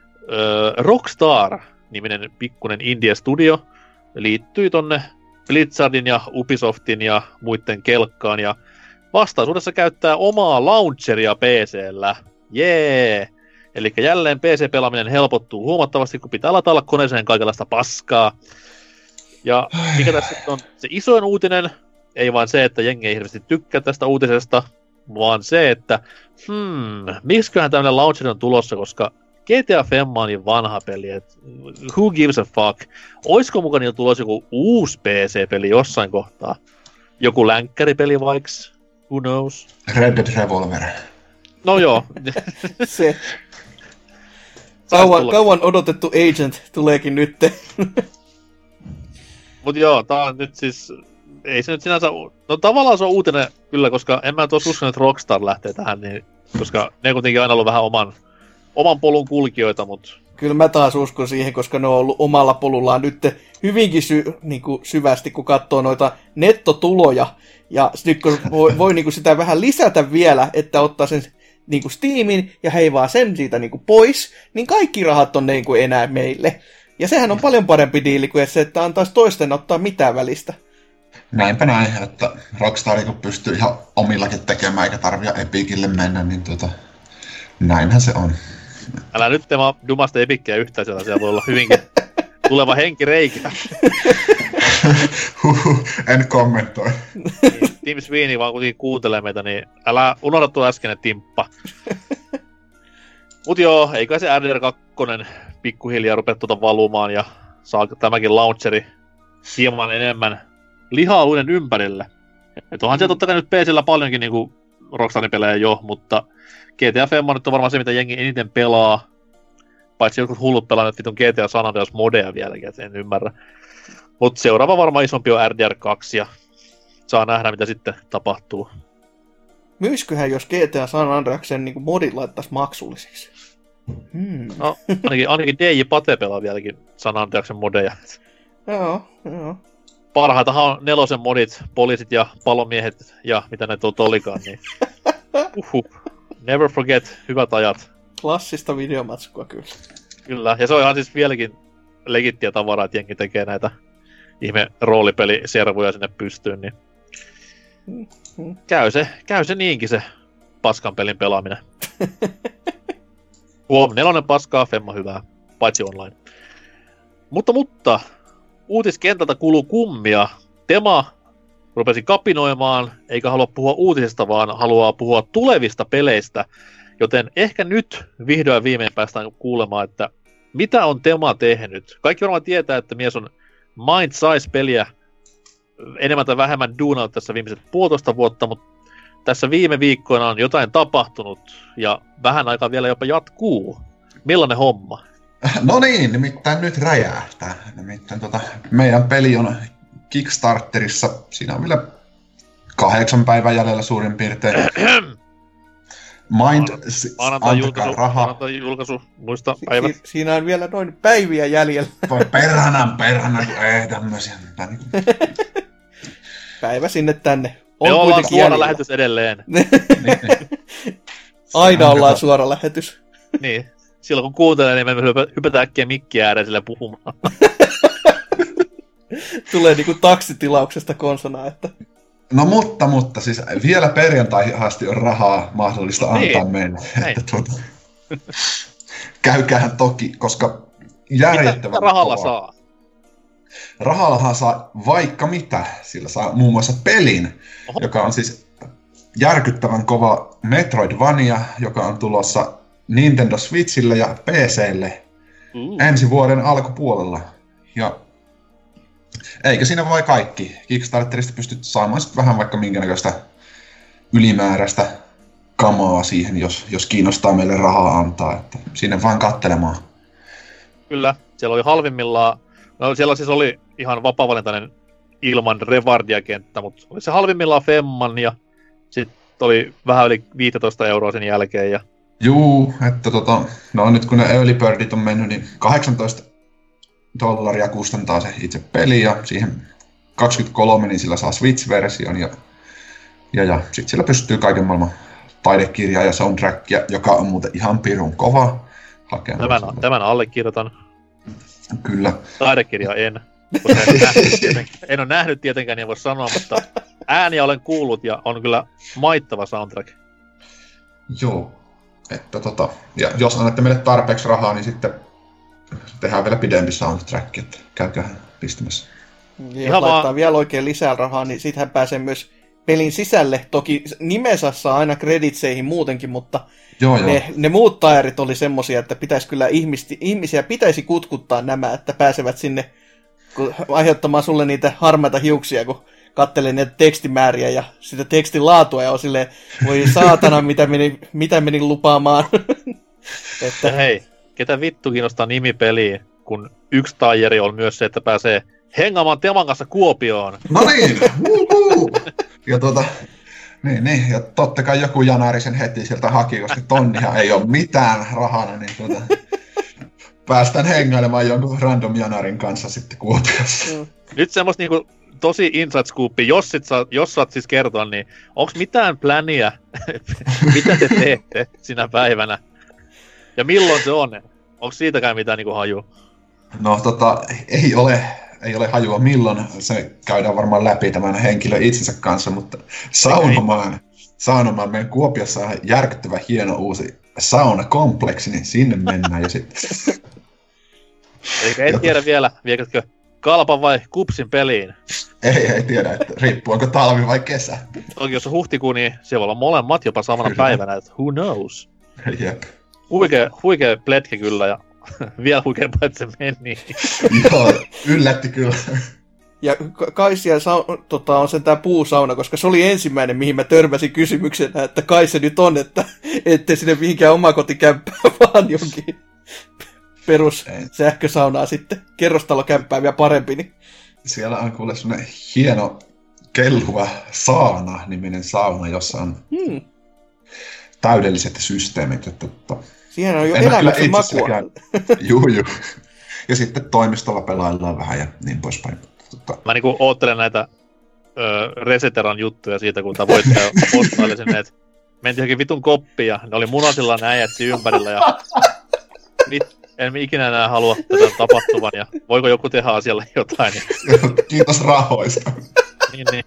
Rockstar-niminen pikkunen indie-studio liittyi tonne Blizzardin ja Ubisoftin ja muiden kelkkaan, ja vastaisuudessa käyttää omaa launcheria PC:llä. Jee! Eli jälleen PC-pelaaminen helpottuu huomattavasti, kun pitää latalla koneeseen kaikenlaista paskaa. Ja mikä tässä on se isoin uutinen, ei vaan se, että jengi ei hirveästi tykkää tästä uutisesta, vaan se, että miksiköhän tämmönen launcher on tulossa, koska GTA Femma on niin vanha peli, että who gives a fuck? Oisko mukaan niillä tulossa joku uusi PC-peli jossain kohtaa? Joku länkkäripeli vaiks? Who knows? Red Dead Revolver. No joo. Se. Kauan odotettu Agent tuleekin nyt. Mut joo, tää on nyt siis... Ei se nyt sinänsä... No tavallaan se on uutinen kyllä, koska en mä tuossa uskonut, että Rockstar lähtee tähän, niin... Koska ne kuitenkin aina ollut vähän oman polun kulkijoita, mut... Kyllä mä taas uskon siihen, koska ne on ollut omalla polullaan nyt hyvinkin syvästi, kun katsoo noita nettotuloja. Ja nyt kun voi niinku sitä vähän lisätä vielä, että ottaa sen niinku Steamin ja heivaa sen siitä niinku pois, niin kaikki rahat on niinku enää meille. Ja sehän on paljon parempi diili kuin se, että antaisi toisten ottaa mitään välistä. Näinpä näin, että Rockstar kun pystyy ihan omillakin tekemään eikä tarvitse Epicille mennä, niin näinhän se on. Älä nyt tema dumasta Epickiä yhtään, siellä voi olla hyvinkin tuleva henkireikä. En kommentoi. Tim Sweeney vaan kuitenkin kuuntelee meitä, niin älä unohda tuo äskeinen timppa. Mut joo, eikä se RDR2 pikkuhiljaa rupea valumaan ja saa tämäkin launcheri hieman enemmän lihaa luiden ympärille. Et onhan siellä totta kai nyt PC:llä paljonkin niinku Rockstarin pelejä jo, mutta GTA Femma nyt on varmaan se, mitä jengi eniten pelaa. Paitsi jotkut hullut pelaa nyt vitun GTA San Andreas modeja vieläkin, et en ymmärrä. Mut seuraava varmaan isompi on RDR2 ja saa nähdä, mitä sitten tapahtuu. Myisköhän, jos GTA San Andreasen niin modit laittaisi maksullisiksi? No, ainakin DJ Pate pelaa vieläkin San Andreasen modeja. Joo. Parhaitahan on 4 modit, poliisit ja palomiehet ja mitä ne olikaan, niin never forget, hyvät ajat. Klassista videomatskua kyllä. Kyllä, ja se on ihan siis vieläkin legittiä tavaraa, että jengi tekee näitä ihme roolipeliservuja sinne pystyyn, niin käy se niinkin se paskan pelin pelaaminen. 4 paskaa, Femma hyvää, paitsi online. Mutta, uutiskentältä kuuluu kummia. Tema rupesi kapinoimaan, eikä halua puhua uutisesta, vaan haluaa puhua tulevista peleistä. Joten ehkä nyt vihdoin viimein päästään kuulemaan, että mitä on Tema tehnyt. Kaikki varmaan tietää, että mies on Mind Size-peliä enemmän tai vähemmän duunannut tässä viimeiset 1,5 vuotta, mutta tässä viime viikkoina on jotain tapahtunut ja vähän aikaa vielä jopa jatkuu. Millainen homma? No niin, nimittäin nyt räjähtää. Nimittäin meidän peli on Kickstarterissa. Siinä on vielä 8 päivää jäljellä suurin piirtein. Antakaa rahaa. Maanantai julkaisu, muista päivät. Siinä on vielä noin päiviä jäljellä. Perhana, kun ei tämmöisiä. Päivä sinne tänne. Me ollaan suora lähetys edelleen. Aina ollaan suora lähetys. Niin. Silloin kun kuuntelee, niin me hypätään äkkiä mikkiä ääreen sille puhumaan. Tulee niinku taksitilauksesta konsona, että... No mutta siis vielä perjantaihin asti on rahaa mahdollista antaa meille. Käykäähän toki, koska järjettävän mitä rahalla saa? Rahallahan saa vaikka mitä. Sillä saa muun muassa pelin, joka on siis järkyttävän kova Metroidvania, joka on tulossa Nintendo Switchille ja PClle ensi vuoden alkupuolella. Ja eikä siinä voi kaikki. Kickstarterista pystyt saamaan sitten vähän vaikka minkä näköistä ylimääräistä kamaa siihen, jos kiinnostaa meille rahaa antaa. Että sinne vaan katselemaan. Kyllä, siellä oli halvimmillaan, no siellä siis oli ihan vapaa-valintainen ilman rewardia-kenttä, mutta oli se halvimmillaan femman ja sitten oli vähän yli 15 € sen jälkeen. Ja... Juu, että no nyt kun ne early birdit on mennyt, niin $18 kustantaa se itse peli ja siihen 23 niin sillä saa Switch-version ja sitten sillä pystyy kaiken maailman taidekirjaa ja soundtrackia, joka on muuten ihan pirun kova hakemaan. Tämän allekirjoitan. Kyllä. Taidekirja en. En ole nähnyt tietenkään, niin voi sanoa, mutta ääniä olen kuullut ja on kyllä maittava soundtrack. Joo. Että ja jos annatte meille tarpeeksi rahaa, niin sitten tehdään vielä pidempi soundtrack, että käykää pistämässä. Ja jos laittaa vielä oikein lisää rahaa, niin sittenhän pääsee myös pelin sisälle. Toki nimensä saa aina kreditseihin muutenkin, mutta ne muut tairit oli semmosia, että pitäisi kyllä ihmisiä pitäisi kutkuttaa nämä, että pääsevät sinne aiheuttamaan sulle niitä harmaita hiuksia, kun kattelee näitä tekstimääriä ja sitä tekstin laatua ja on silleen, voi saatana, mitä menin lupaamaan. Että... Hei, ketä vittu kiinnostaa nimipeliä, kun yksi taijeri on myös se, että pääsee hengaamaan Teman kanssa Kuopioon. No niin, ja niin, ja totta kai joku janari sen heti sieltä haki, koska tonnihan ei ole mitään rahana, niin päästään hengailemaan jonkun random janarin kanssa sitten Kuopiossa. Nyt semmoista niinku tosi inside scoopia, jos saat siis kertoa, niin onko mitään pläniä, mitä te teette sinä päivänä? Ja milloin se on? Onko siitäkään mitään niinku hajua? No ei ole hajua milloin, se käydään varmaan läpi tämän henkilön itsensä kanssa, mutta saunomaan meidän Kuopiossa on järkyttävän hieno uusi saunakompleksi, niin sinne mennään ja sitten... Eli et tiedä vielä, viekätkö Kalpan vai Kupsin peliin? Ei tiedä, että riippuu onko talvi vai kesä. Toki jos on huhtikuu, niin siellä voi olla molemmat jopa samana päivänä, että who knows? Jep. Huikea pletke kyllä ja vielä huikeampaa, että se meni. Joo, yllätti kyllä. Ja kai siellä on sen tää puusauna, koska se oli ensimmäinen, mihin mä törmäsin kysymyksenä, että kai se nyt on, että ettei sinne mihinkään omakotikämppään, vaan jonkin perus sähkösaunaa sitten. Kerrostalokämppää vielä parempi. Niin. Siellä on kuule semmonen hieno kelluva saana-niminen sauna, jossa on täydelliset systeemit. Että, siihen on jo elämyksen makua. Juu. Ja sitten toimistolla pelaillaan vähän ja niin poispäin. Mä niinku oottelen näitä Reseteran juttuja siitä, kun voittaja postaili sinne, että mentiin johonkin vitun koppia, ne oli munasillaan äijätsi ympärillä ja en ikinä enää halua tätä tapahtuvan ja voiko joku tehdä asialle jotain. Niin... Kiitos rahoista. niin.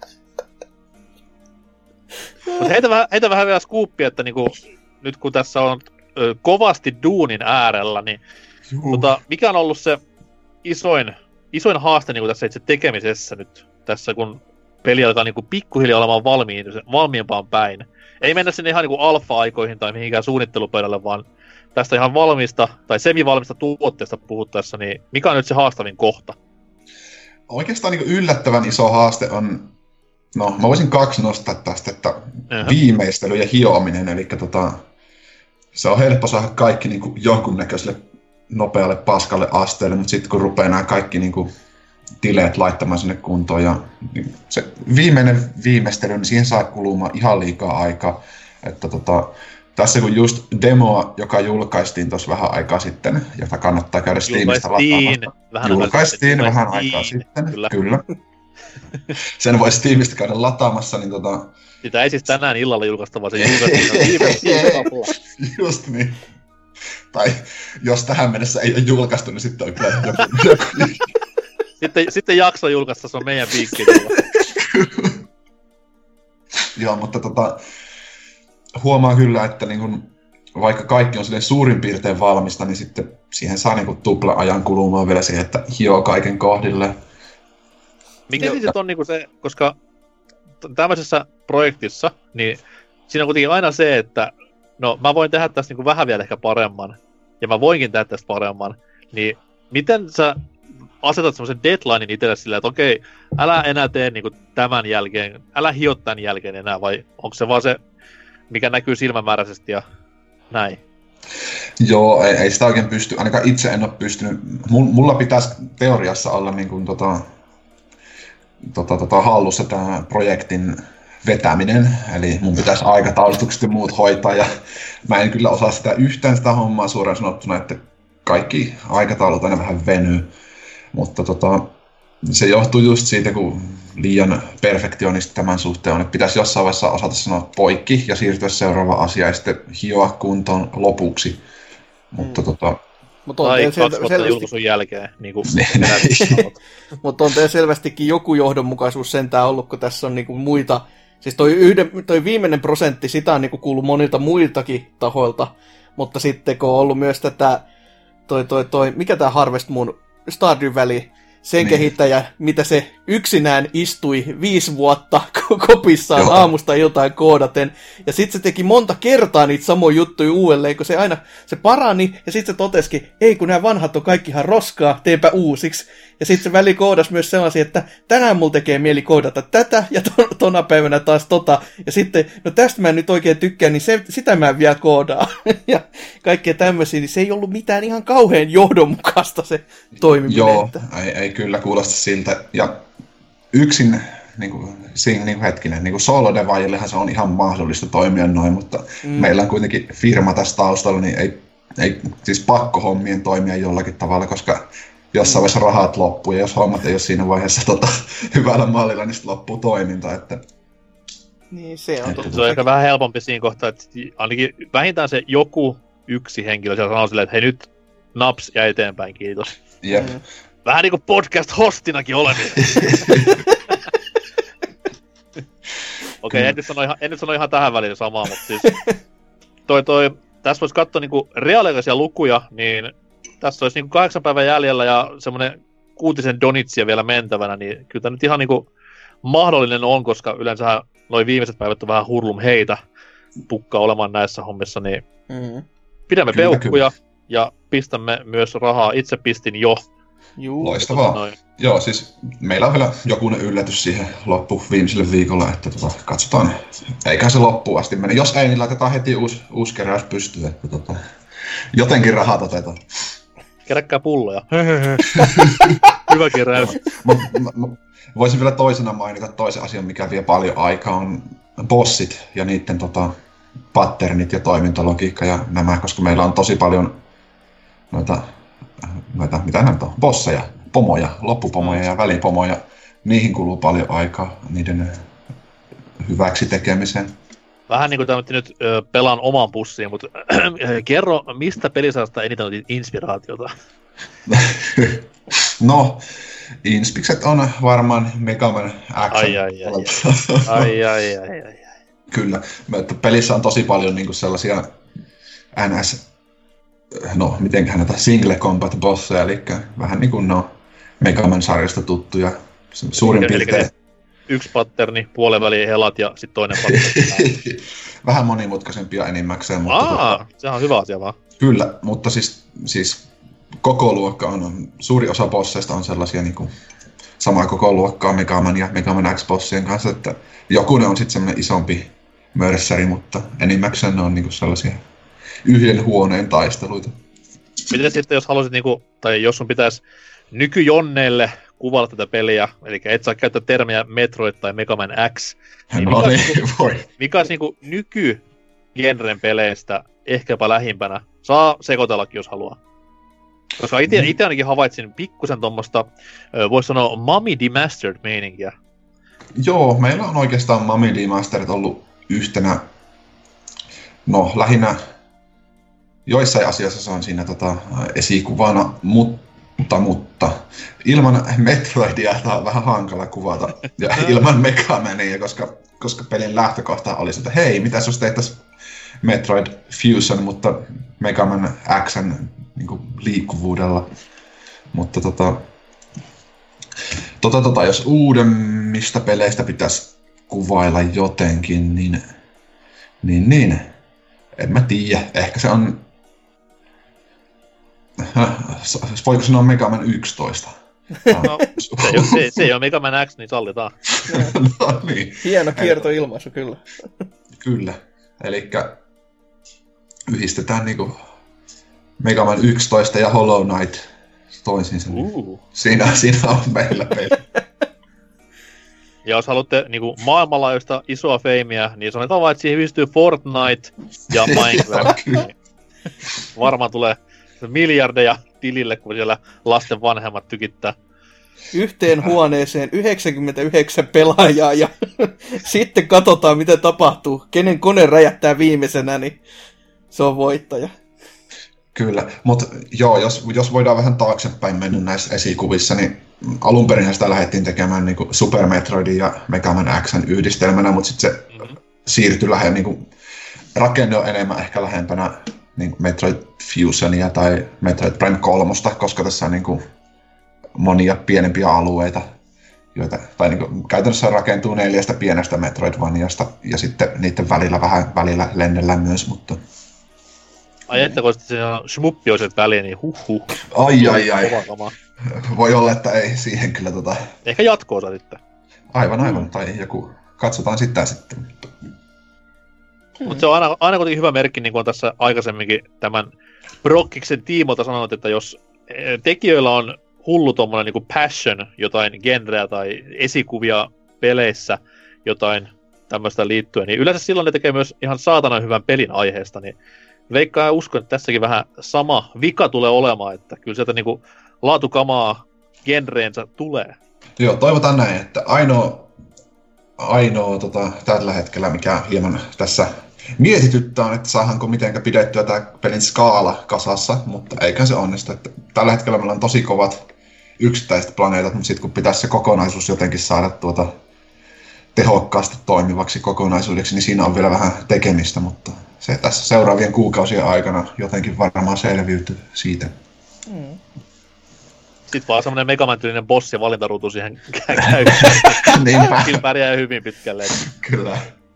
Mut heitä vähän vielä skuuppia, että niinku, nyt kun tässä on kovasti duunin äärellä, niin mikä on ollut se isoin haaste niin tässä itse tekemisessä nyt, tässä kun peli alkaa niin pikkuhiljaa olemaan valmiimpaan päin. Ei mennä sinne ihan niin alfa-aikoihin tai mihinkään suunnittelupöydälle, vaan tästä ihan valmista tai semivalmista tuotteesta puhuttaessa, niin mikä on nyt se haastavin kohta? Oikeastaan niin yllättävän iso haaste on, no mä voisin 2 nostaa tästä, että viimeistely ja hioaminen, eli se on helppo saada kaikki niin kuin jonkunnäköiselle nopealle paskalle asteelle, mutta sitten kun rupeaa nämä kaikki niin kuin tileet laittamaan sinne kuntoon ja niin se viimeinen viimeistely, niin siihen saa kulumaan ihan liikaa aikaa. Että tässä kun just demoa, joka julkaistiin tuossa vähän aikaa sitten, jota kannattaa käydä Steamista lataamassa. Julkaistiin vähän aikaa sitten, kyllä. Sen voi Steamista käydä lataamassa, niin Sitä ei siis tänään illalla julkaista, vaan se julkaistiin. Just niin. Tai jos tähän mennessä ei ole julkaistu, niin sitten on kyllä joku. Sitten jakso julkaista, se on meidän piikki. Joo, mutta huomaa kyllä, että niin kun, vaikka kaikki on suurin piirtein valmista, niin sitten siihen saa niin kun tupla ajan kulumaan vielä siihen, että hioo kaiken kohdille. Mikä siis on niin se, koska tämmöisessä projektissa, niin siinä on kuitenkin aina se, että no mä voin tehdä tästä niin vähän vielä ehkä paremman, ja mä voinkin tehdä tästä paremman, niin miten sä asetat semmoisen deadlinein itselle silleen, että okei, älä enää tee niin tämän jälkeen, älä hio tämän jälkeen enää, vai onko se vaan se, mikä näkyy silmämääräisesti ja näin? Joo, ei sitä oikein pysty, ainakaan itse en ole pystynyt. Mulla pitäisi teoriassa olla niin kuin hallussa tämä projektin vetäminen, eli mun pitäisi aikataulutukset ja muut hoitaa, ja mä en kyllä osaa sitä hommaa suoraan sanottuna, että kaikki aikataulut aina vähän venyy, mutta se johtuu just siitä, kun liian perfektionisti tämän suhteen on, että pitäisi jossain vaiheessa osata sanoa poikki ja siirtyä seuraavaan asiaan ja sitten hioa kuntoon lopuksi, mutta tai 2 vuotta julkaisun jälkeen, niin kuin Mutta on teillä selvästikin joku johdonmukaisuus sentään ollut, kun tässä on niinku muita. Siis toi viimeinen prosentti, sitä on niinku kuullut monilta muiltakin tahoilta, mutta sitten kun on ollut myös tätä, mikä tää Harvest Moon, Stardew Valley, sen kehittäjä, mitä se yksinään istui 5 vuotta kopissaan aamusta iltaan koodaten, ja sitten se teki monta kertaa niitä samoja juttuja uudelleen, kun se aina se parani, ja sitten se totesikin, ei kun nämä vanhat on kaikki ihan roskaa, teenpä uusiksi. Ja sitten se väli koodasi myös sellaisia, että tänään mulla tekee mieli koodata tätä, ja tona päivänä taas ja sitten, no tästä mä en nyt oikein tykkään, niin sitä mä en vielä koodaa. Ja kaikkea tämmöisiä, niin se ei ollut mitään ihan kauhean johdonmukaista se toimiminen. Joo, ei kyllä kuulosta siltä. Ja yksin, solo-devaajillehan se on ihan mahdollista toimia noin, mutta meillä on kuitenkin firma tässä taustalla, niin ei siis pakko hommien toimia jollakin tavalla, koska jossain vaiheessa rahat loppuu, ja jos hommat ei ole siinä vaiheessa hyvällä mallilla, niin sitten loppuu toiminta. Että niin, se on se on ehkä vähän helpompi siinä kohtaa, että ainakin vähintään se joku yksi henkilö siellä sanoo silleen, että hei nyt naps ja eteenpäin, kiitos. Jep. Vähän niinku podcast-hostinakin oleminen. Okei, en nyt sano ihan tähän väliin samaa, mutta siis tässä voisi katsoa niinku reaaliaikaisia lukuja, niin tässä olisi niinku 8 päivän jäljellä ja semmoinen 6 donitsia vielä mentävänä, niin kyllä tämä nyt ihan niinku mahdollinen on, koska yleensä noin viimeiset päivät on vähän hurlum heitä pukkaa olemaan näissä hommissa, niin pidämme peukkuja ja pistämme myös rahaa. Itse pistin jo. Loistavaa. Joo, siis meillä on vielä jokunen yllätys siihen viimeiselle viikolla, että katsotaan. Eiköhän se loppuun asti mene. Jos ei, niin laitetaan heti uusi keräys pystyyn, että jotenkin rahat otetaan. Keräkkää pulloja. Hyvä keräys. Voisin vielä toisena mainita toisen asian, mikä vie paljon aikaa, on bossit ja niiden patternit ja toimintalogiikka ja nämä, koska meillä on tosi paljon noita mitä näitä on, bosseja, pomoja, loppupomoja ja välipomoja. Niihin kuluu paljon aikaa niiden hyväksi tekemiseen. Vähän niin kuin tämä nyt pelaan oman pussiin, mutta kerro, mistä pelisarjasta eniten otit inspiraatiota? No, inspikset on varmaan Mega Man X. Ai. Kyllä, pelissä on tosi paljon niinku sellaisia NS, no mitenköhän näitä single combat bosseja, eli vähän niin kuin Mega Man-sarjasta tuttuja, suurin piirtein. Yksi patterni, puolenväliin helat ja sitten toinen patterni. Vähän monimutkaisempia enimmäkseen. Mutta sehän on hyvä asia vaan. Kyllä, mutta siis koko luokka on, suuri osa bosseista on sellaisia niin kuin samaa koko luokkaa Mega Man ja Mega Man X-bossien kanssa, että joku ne on sitten semmoinen isompi mörsäri, mutta enimmäkseen ne on niin kuin sellaisia yhden huoneen taisteluita. Miten sitten, jos haluaisit, niinku, tai jos sun pitäisi nykyjonneille kuvailla tätä peliä, eli et saa käyttää termiä Metroid tai Mega Man X, niin no mikä olisi niinku nykygenren peleistä ehkä jopa lähimpänä? Saa sekoitellakin, jos haluaa. Koska itse ainakin havaitsin pikkusen tuommoista, voisi sanoa Mummy Demastered-meininkiä. Joo, meillä on oikeastaan Mummy Demastered ollut yhtenä, no lähinnä joissain asiassa se on siinä esikuvana, mutta ilman Metroidia tämä on vähän hankala kuvata ja ilman Mega Mania, koska pelin lähtökohta oli, että hei, mitäs jos tehtäisiin Metroid Fusion, mutta Mega Man X:n niin liikkuvuudella. Mutta jos uudemmista peleistä pitäisi kuvailla jotenkin, niin en mä tiedä. Ehkä se on, voiko sanoa Mega Man 11? No, se ei ole Mega Man X, niin sallitaan. No niin. Hieno kiertoilmaisu, kyllä. Kyllä. Elikkä yhdistetään niinku Mega Man 11 ja Hollow Knight toisiinsa. Siinä on meillä peli. Ja jos haluatte niinku maailmanlaajuista isoa feimiä, niin sanotaan vaan, että siihen yhdistyy Fortnite ja Minecraft. Niin varmaan tulee miljardeja tilille, kun siellä lasten vanhemmat tykittää. Yhteen huoneeseen 99 pelaajaa ja sitten katsotaan, mitä tapahtuu. Kenen kone räjähtää viimeisenä, niin se on voittaja. Kyllä, mutta joo, jos voidaan vähän taaksepäin mennä näissä esikuvissa, niin alun perin sitä lähdettiin tekemään niin kuin Super Metroidin ja Mega Man X:n yhdistelmänä, mutta sitten se siirtyi niin rakenne on enemmän ehkä lähempänä niin Metroid Fusionia tai Metroid Prime 3, koska tässä on niin kuin monia pienempiä alueita, joita, tai niin kuin, käytännössä rakentuu 4 pienestä Metroidvaniasta, ja sitten niiden välillä lennellään myös, mutta ai että kun se shmuppi olisi väliin, niin huhhuh. Ai. Voi olla, että ei siihen kyllä Ehkä jatko-osa sitten. Aivan, tai joku, katsotaan sitten. Mutta se on aina kuitenkin hyvä merkki, niin kuin on tässä aikaisemminkin tämän Brokkiksen tiimolta sanonut, että jos tekijöillä on hullu tommonen niin kuin passion, jotain genreä tai esikuvia peleissä, jotain tämmöistä liittyen, niin yleensä silloin ne tekee myös ihan saatanan hyvän pelin aiheesta, niin veikkaan ja uskon, että tässäkin vähän sama vika tulee olemaan, että kyllä sieltä niinku laatukamaa genreensä tulee. Joo, toivotaan näin, että ainoa tällä hetkellä, mikä hieman tässä mietityttää on, että saadaanko mitenkä pidettyä tämä pelin skaala kasassa, mutta eikä se onnistu. Että tällä hetkellä meillä on tosi kovat yksittäiset planeetat, mutta sitten kun pitäisi se kokonaisuus jotenkin saada tehokkaasti toimivaksi kokonaisuudeksi, niin siinä on vielä vähän tekemistä, mutta se tässä seuraavien kuukausien aikana jotenkin varmaan selviytyy siitä. Sitten vaan semmonen Mega Man-tyylinen boss ja valintaruutu siihen käy. Kyllä pärjää hyvin pitkälle. Kyllä.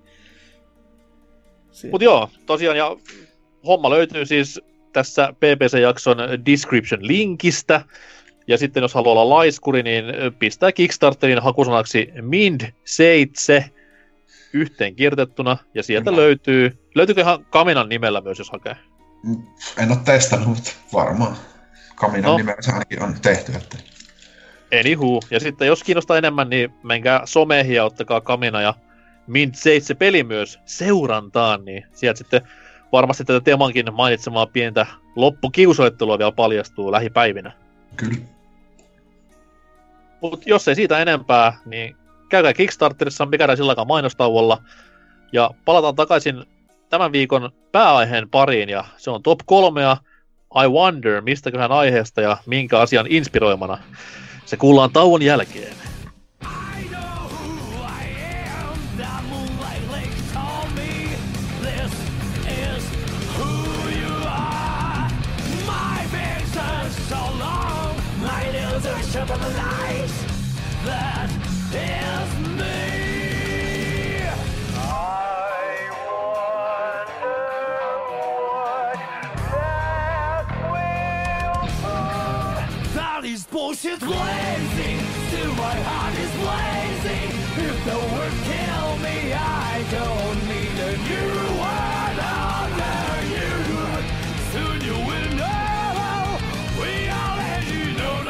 Mut joo, tosiaan, ja homma löytyy siis tässä PPC-jakson description-linkistä. Ja sitten jos haluaa olla laiskuri, niin pistää Kickstarterin hakusanaksi Mind7 yhteen kirjoitettuna. Ja sieltä löytyykö ihan Kaminan nimellä myös, jos hakee? En ole testannut, mutta varmaan Kaminan nimellä se ainakin on tehty. Että Anywho. Ja sitten jos kiinnostaa enemmän, niin menkää someihin ja ottakaa Kamina ja Mind7 peli myös seurantaan. Niin sieltä sitten varmasti tätä Teemankin mainitsemaa pientä loppukiusoittelua vielä paljastuu lähipäivinä. Kyllä. Mut jos ei siitä enempää, niin käykää Kickstarterissa, mikä silläkaan mainostauolla. Ja palataan takaisin tämän viikon pääaiheen pariin, ja se on top 3 ja I Wonder, mistäköhän aiheesta ja minkä asian inspiroimana. Se kuullaan tauon jälkeen. Bullshit's blazing, still my heart is blazing. If the words kill me, I don't need a new one under you.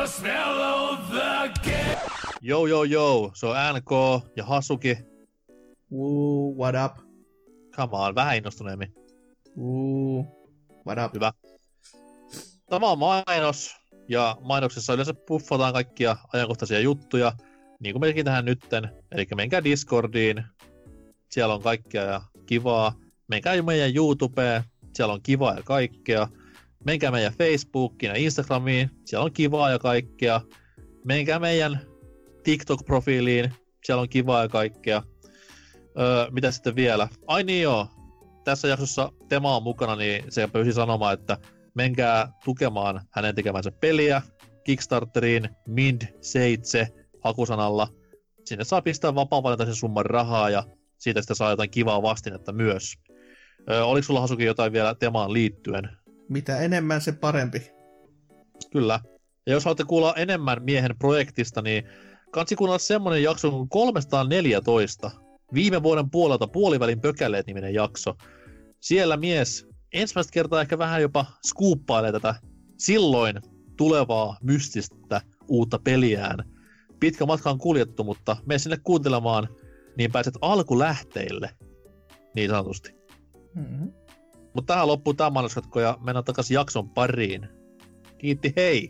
the smell of the game. Joo, se on NK ja Hasuki. What up? Come on, vähän innostuneemmin. What up? Hyvä. Tämä on mainos, ja mainoksessa yleensä puffataan kaikkia ajankohtaisia juttuja, niin kuin mekin tähän nytten. Eli menkää Discordiin, siellä on kaikkea ja kivaa. Menkää meidän YouTubeen, siellä on kivaa ja kaikkea. Menkää meidän Facebookiin ja Instagramiin, siellä on kivaa ja kaikkea. Menkää meidän TikTok-profiiliin, siellä on kivaa ja kaikkea. Mitä sitten vielä? Ai niin joo, tässä jaksossa Tema on mukana, niin se pyysi sanomaan, että menkää tukemaan hänen tekemänsä peliä Kickstarteriin Mind7 hakusanalla. Sinne saa pistää vapaan-valintaisen summan rahaa ja siitä sitten saa jotain kivaa vastinetta myös. Oliko sulla Hasuki jotain vielä Temaan liittyen? Mitä enemmän, se parempi. Kyllä. Ja jos haluatte kuulla enemmän miehen projektista, niin kansi kuunnella semmonen jakso kuin 314. Viime vuoden puolelta Puolivälin pökäleet -niminen jakso. Siellä mies ensimmäistä kertaa ehkä vähän jopa skuuppailee tätä silloin tulevaa mystistä uutta peliään. Pitkä matka on kuljettu, mutta mene sinne kuuntelemaan, niin pääset alkulähteille, niin sanotusti. Mm-hmm. Mutta tähän loppuu tämä mainoskatko ja mennään takaisin jakson pariin. Kiitti, hei!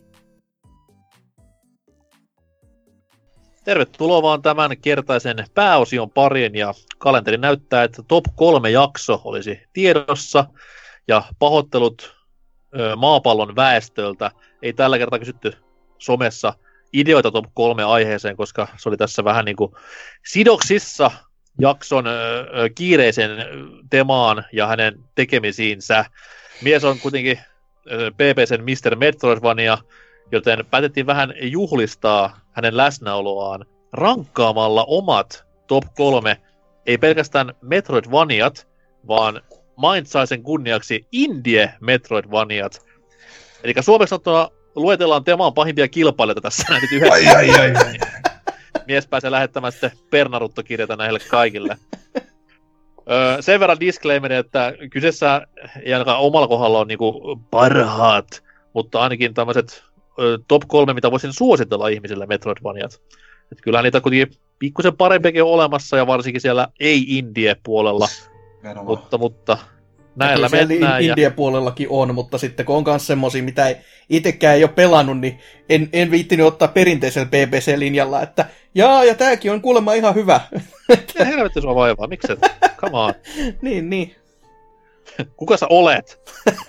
Tervetuloa vaan tämän kertaisen pääosion pariin ja kalenteri näyttää, että top 3 jakso olisi tiedossa ja pahoittelut maapallon väestöltä. Ei tällä kertaa kysytty somessa ideoita top 3 aiheeseen, koska se oli tässä vähän niin kuin sidoksissa jakson kiireisen Temaan ja hänen tekemisiinsä. Mies on kuitenkin PPCn Mr. Metroidvania, joten päätettiin vähän juhlistaa hänen läsnäoloaan rankkaamalla omat top 3, ei pelkästään Metroidvaniat, vaan Mind sai sen kunniaksi Indie Metroidvaniat. Eli suomeksi sanottuna luetellaan Temaan pahimpia kilpailijoita tässä nyt yhdessä. Ai. Mies pääsee lähettämään sitten Pernarutto-kirjata näille kaikille. Sen verran disclaimer, että kyseessä ei ainakaan omalla kohdalla on niinku parhaat, mutta ainakin tämmöiset top 3, mitä voisin suositella ihmisille Metroidvaniat. Et kyllähän niitä kuitenkin pikkusen parempiakin on olemassa, ja varsinkin siellä ei-indie-puolella. Mutta näillä mennään. Indie-puolellakin on, mutta sitten kun on myös semmosia, mitä ei itsekään ei ole pelannut, niin en viittinyt ottaa perinteisellä BBC-linjalla, että ja tääkin on kuulemma ihan hyvä. Mitä helvetti sua vaivaa? Mikset? Come on. Niin. Kuka sä olet?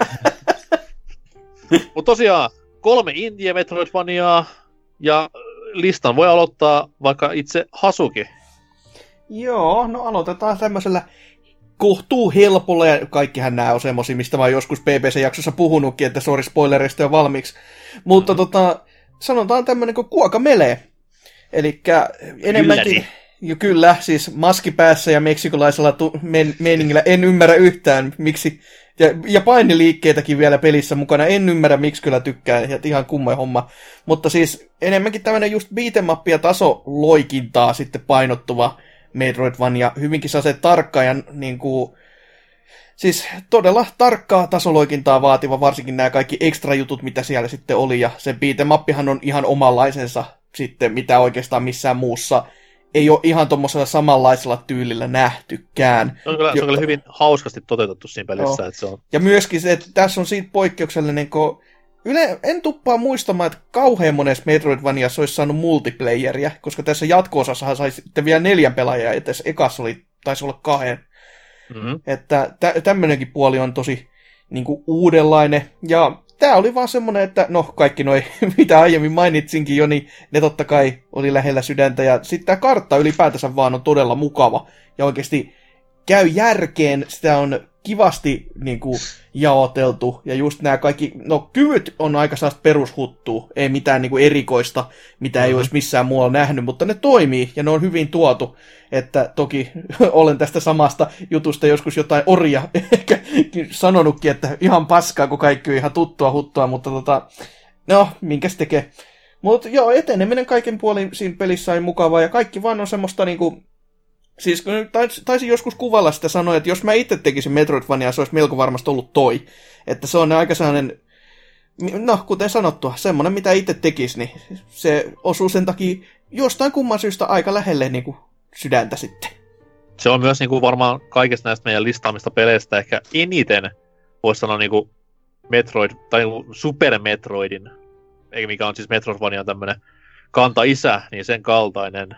Mutta tosiaan, 3 Indie Metroidvaniaa, ja listan voi aloittaa vaikka itse Hasuki. Joo, no aloitetaan tämmöisellä kohtuu helpolla, ja kaikkihan nämä on semmosia, mistä mä oon joskus BBC-jaksossa puhunutkin, että sori spoilereista jo valmiiksi. Mutta sanotaan tämmönen kuin Guacamelee. Elikkä enemmänkin... Kyllä, siis maski päässä ja meksikolaisella meiningillä en ymmärrä yhtään, miksi... Ja painiliikkeitäkin vielä pelissä mukana, en ymmärrä, miksi kyllä tykkää, ja ihan kumma homma. Mutta siis enemmänkin tämmönen just beat'em-up ja tasoloikintaa sitten painottuva Metroidvania, hyvinkin saa se tarkka ja niinku... Siis todella tarkkaa tasoloikintaa vaativa, varsinkin nämä kaikki ekstra jutut, mitä siellä sitten oli, ja se beat'em-uppihan on ihan omanlaisensa sitten, mitä oikeastaan missään muussa ei ole ihan tommosella samanlaisella tyylillä nähtykään. Se on kyllä hyvin hauskasti toteutettu siinä pelissä. Että se on... Ja myöskin se, että tässä on siitä poikkeuksellinen, kun en tuppaa muistamaan, että kauhean monessa Metroidvaniassa olisi saanut multiplayeria, koska tässä jatko-osassahan sai sitten vielä 4 pelaajaa, ja tässä ekassa taisi olla 2. Mm-hmm. Että tämmönenkin puoli on tosi niin kuin uudenlainen, ja tää oli vaan semmonen, että no kaikki noi, mitä aiemmin mainitsinkin jo, niin ne totta kai oli lähellä sydäntä, ja sitten tää kartta ylipäätänsä vaan on todella mukava, ja oikeasti käy järkeen, sitä on kivasti niin kuin jaoteltu, ja just nämä kaikki, no kyvyt on aika saasta perushuttua, ei mitään niin kuin erikoista, mitä ei olisi missään muualla nähnyt, mutta ne toimii, ja ne on hyvin tuotu, että toki olen tästä samasta jutusta joskus jotain orja ehkä sanonutkin, että ihan paskaa, kun kaikki on ihan tuttua huttua, mutta no, minkäs tekee. Mutta joo, eteneminen kaiken puolin siinä pelissä on mukavaa, ja kaikki vaan on semmoista niinku... Siis kun taisin joskus kuvalla sitä sanoa, että jos mä itse tekisin Metroidvania, se olisi melko varmasti ollut toi. Että se on aika sellainen No, kuten sanottua, semmoinen mitä itse tekisi, niin se osuu sen takia jostain kumman syystä aika lähelle niin kuin sydäntä sitten. Se on myös niin kuin varmaan kaikista näistä meidän listaamista peleistä ehkä eniten, voisi sanoa niin kuin Metroid, tai Super Metroidin, eikä mikä on siis Metroidvania tämmönen kanta-isä, niin sen kaltainen.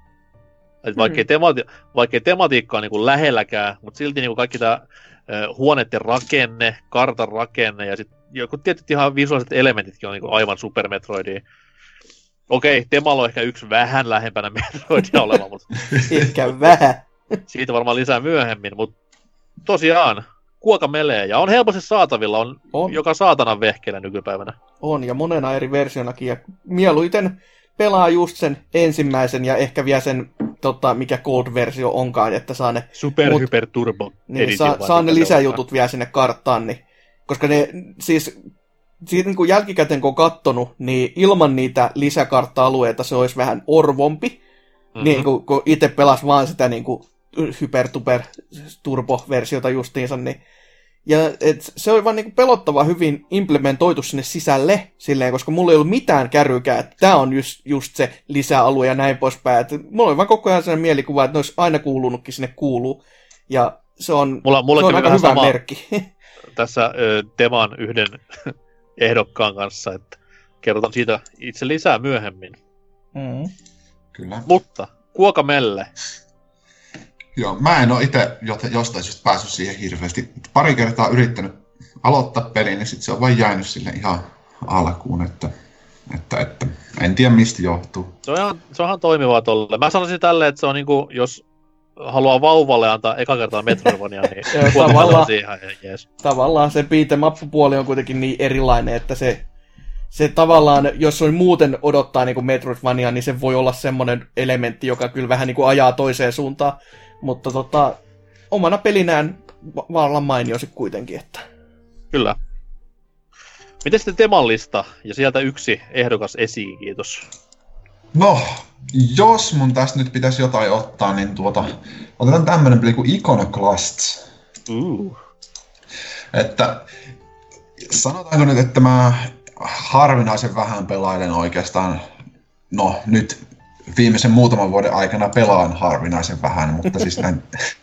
Vaikkei tematiikka on niin kuin lähelläkään, mutta silti niin kuin kaikki tämä huoneiden rakenne, kartan rakenne ja sitten joku tietyt ihan visuaaliset elementitkin on niin kuin aivan Super Metroidia. Okei, temalla on ehkä yksi vähän lähempänä Metroidia oleva, mutta Ehkä vähän. siitä varmaan lisää myöhemmin, mutta tosiaan Guacamelee, ja on helposti saatavilla, on joka saatanan vehkeellä nykypäivänä. On, ja monena eri versionakin, ja mieluiten pelaa just sen ensimmäisen, ja ehkä vielä sen, mikä Gold-versio onkaan, että saa ne... Super Hyper Turbo niin, saa ne lisäjutut vielä sinne karttaan, niin, koska ne, siis, siitä niin jälkikäteen kun on kattonut, niin ilman niitä lisäkartta-alueita se olisi vähän orvompi, niin kun itse pelas vaan sitä niin kuin Hyper-Turbo-versiota justiinsa, niin ja se on vaan niinku pelottava hyvin implementoitu sinne sisälle, silleen, koska mulla ei ollut mitään kärrykää, että tää on just se lisäalue ja näin poispäin. Et mulla oli vaan koko ajan sellainen mielikuva, että ne olisi aina kuulunutkin sinne kuuluu. Ja se on, mulla se on aika hyvä merkki. Tässä Teman yhden ehdokkaan kanssa, että kerrotaan siitä itse lisää myöhemmin. Kyllä. Mutta Guacamele. Joo, mä en ole itse jostain syystä päässyt siihen hirveästi. Pari kertaa yrittänyt aloittaa pelin, niin sit se on vain jäänyt sille ihan alkuun, että en tiedä mistä johtuu. Se on ihan toimivaa tolle. Mä sanoisin tälleen, että se on niinku, jos haluaa vauvalle antaa eka kertaa Metroidvania, niin Guacamele on siihen jees. Tavallaan se beat'em up-puoli on kuitenkin niin erilainen, että se tavallaan, jos on muuten odottaa niin kuin Metroidvania, niin se voi olla semmoinen elementti, joka kyllä vähän niin kuin ajaa toiseen suuntaan. Mutta omana pelinään vallan mainiosi kuitenkin, että... Kyllä. Miten sitten Temallista? Ja sieltä yksi ehdokas esiin, kiitos. No, jos mun tästä nyt pitäisi jotain ottaa, niin otetaan tämmönen peli kuin Iconoclasts. Että sanotaanko nyt, että mä harvinaisen vähän pelailen oikeastaan, no nyt viimeisen muutaman vuoden aikana pelaan harvinaisen vähän, mutta siis näin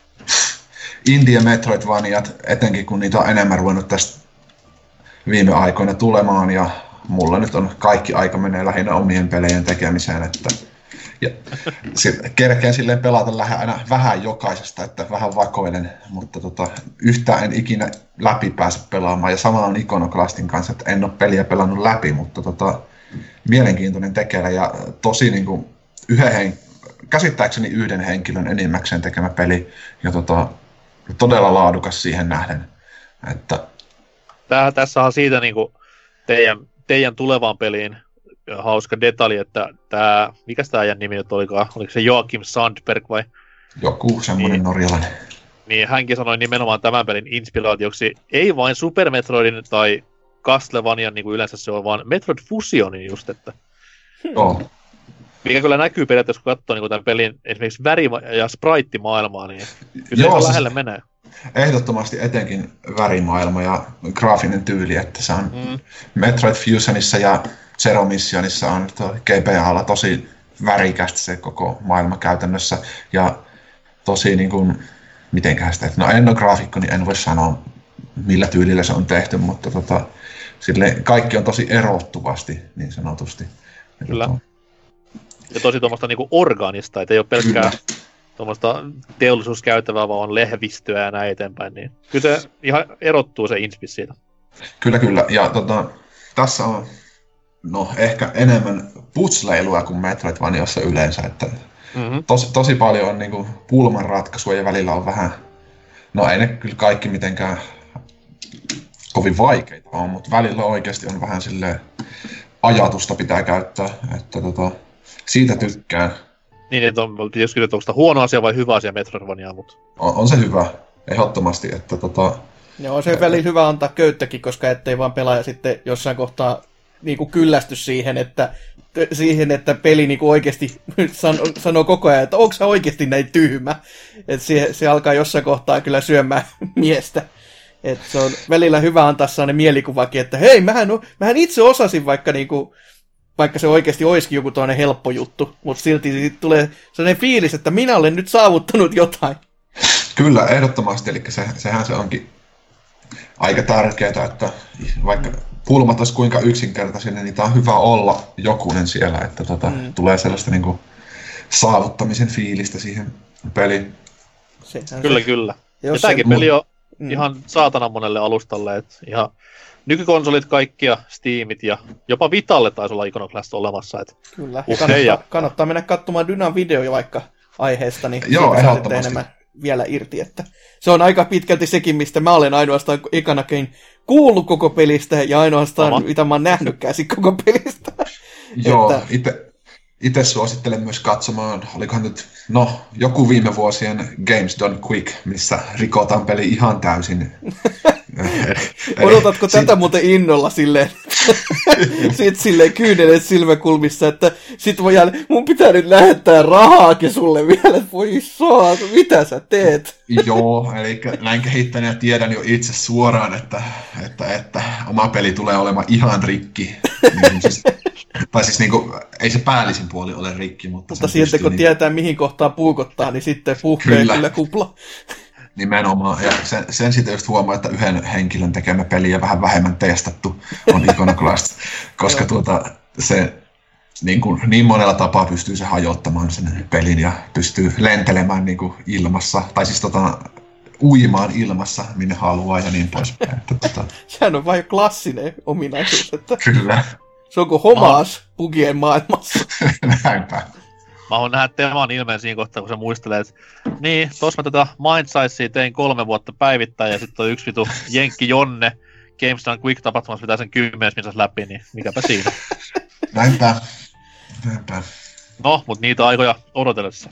Indie Metroidvaniat, etenkin kun niitä on enemmän ruvennut tästä viime aikoina tulemaan, ja mulla nyt on kaikki aika menee lähinnä omien pelejen tekemiseen, että ja kerkeen silleen pelata aina vähän jokaisesta, että vähän vakoilen, mutta yhtään en ikinä läpi pääse pelaamaan, ja sama on Iconoclastin kanssa, että en ole peliä pelannut läpi, mutta mielenkiintoinen tekijä ja tosi niinku käsittääkseni yhden henkilön enimmäkseen tekemä peli, ja todella laadukas siihen nähden. Että... Tässä on siitä niinku teidän tulevaan peliin hauska detalji, että mikäs tämä ajan nimi nyt olikaan? Oliko se Joakim Sandberg vai? Joku semmoinen norjalainen. Niin hänkin sanoi nimenomaan tämän pelin inspiraatioksi, ei vain Super Metroidin tai Castlevanian, niin kuin yleensä se on, vaan Metroid Fusionin just, että... Joo. Mikä kyllä näkyy periaatteessa, kun katsoo niin tämän pelin esimerkiksi väri- ja sprite-maailmaa, niin kyllä se lähelle menee. Ehdottomasti etenkin värimaailma ja graafinen tyyli, että se on Metroid Fusionissa ja Zero Missionissa on GBA:lla tosi värikästä se koko maailma käytännössä, ja tosi niin kuin, mitenköhän sitä, no en ole graafikko, niin en voi sanoa millä tyylillä se on tehty, mutta sille kaikki on tosi erottuvasti niin sanotusti. Kyllä. Ja tosi tuommoista niinku orgaanista, että ei ole pelkkää tuommoista teollisuuskäytävää, vaan on lehvistöä ja näin eteenpäin, niin kyllä se ihan erottuu se inspis siitä. Kyllä, ja tässä on ehkä enemmän putsleilua kuin Metroidvaniassa yleensä, että tosi paljon on niinku pulman ratkaisua ja välillä on vähän, no ei ne kyllä kaikki mitenkään kovin vaikeita on, mutta välillä oikeasti on vähän silleen ajatusta pitää käyttää, että siitä tykkään. Niin, että jos kyllä onko huono asia vai hyvä asia Metroidvaniaa, mutta... On se hyvä, ehdottomasti, että Joo, se välillä hyvä antaa köyttäkin, koska ettei vaan pelaaja sitten jossain kohtaa niinku kyllästy siihen, että peli niinku oikeasti sanoo koko ajan, että onko sä oikeasti näin tyhmä. Että se alkaa jossain kohtaa kyllä syömään miestä. Että se on välillä hyvä antaa sellainen mielikuvakin, että hei, mähän itse osasin vaikka se oikeasti olisikin joku toinen helppo juttu, mutta silti siitä tulee sellainen fiilis, että minä olen nyt saavuttanut jotain. Kyllä, ehdottomasti, eli sehän se onkin aika tärkeää, että vaikka pulmat olisi kuinka yksinkertaisia, niin niitä on hyvä olla jokunen siellä, että tulee sellaista niin kuin saavuttamisen fiilistä siihen peliin. Kyllä. Ja tämäkin peli on ihan saatana monelle alustalle, että ihan nykykonsolit kaikki ja Steamit ja jopa Vitalle taisi olla Iconoclast olemassa. Että kyllä, kannattaa mennä katsomaan Dynan videoja vaikka aiheesta, niin joo, siitä saatte enemmän vielä irti. Että se on aika pitkälti sekin, mistä mä olen ainoastaan ekanakin kuullut koko pelistä ja ainoastaan mitä mä oon nähnytkään koko pelistä. Joo, itse suosittelen myös katsomaan, olikohan nyt, joku viime vuosien Games Done Quick, missä rikotaan peli ihan täysin. Odotatko tätä muuten innolla silleen, sit silleen kyynelet silmäkulmissa, että sit voi jäädä, mun pitää nyt lähettää rahaakin sulle vielä, että voi saa, mitä sä teet? Joo, eli näin kehittäjänä tiedän jo itse suoraan, että oma peli tulee olemaan ihan rikki. Niin kuin, ei se päällisin puoli ole rikki, mutta sieltä kun tietää mihin kohtaan puukottaa, niin sitten puhkee kyllä kupla. Nimenomaan, ja sen sitten just huomaa, että yhden henkilön tekemä peli ja vähän vähemmän testattu on Iconoclast, koska se niin monella tapaa pystyy se hajottamaan sen pelin ja pystyy lentelemään niin kuin ilmassa, tai siis uimaan ilmassa, minne haluaa ja niin poispäin. Sehän on vain klassinen ominaisuus, että kyllä. Se on kuin homaas bugien maailmassa. Näinpä. Mä oon nähdä Teeman ilmeen siinä kohtaa, kun se muistelee, että niin, tuossa mä tätä Mindsizea tein 3 vuotta päivittäin, ja sitten on yksi vitu Jenkki Jonne Games Done Quick -tapahtumassa pitää sen 10 minuutissa läpi, niin mikäpä siinä. Näinpä. No, mutta niitä aikoja odotellessa.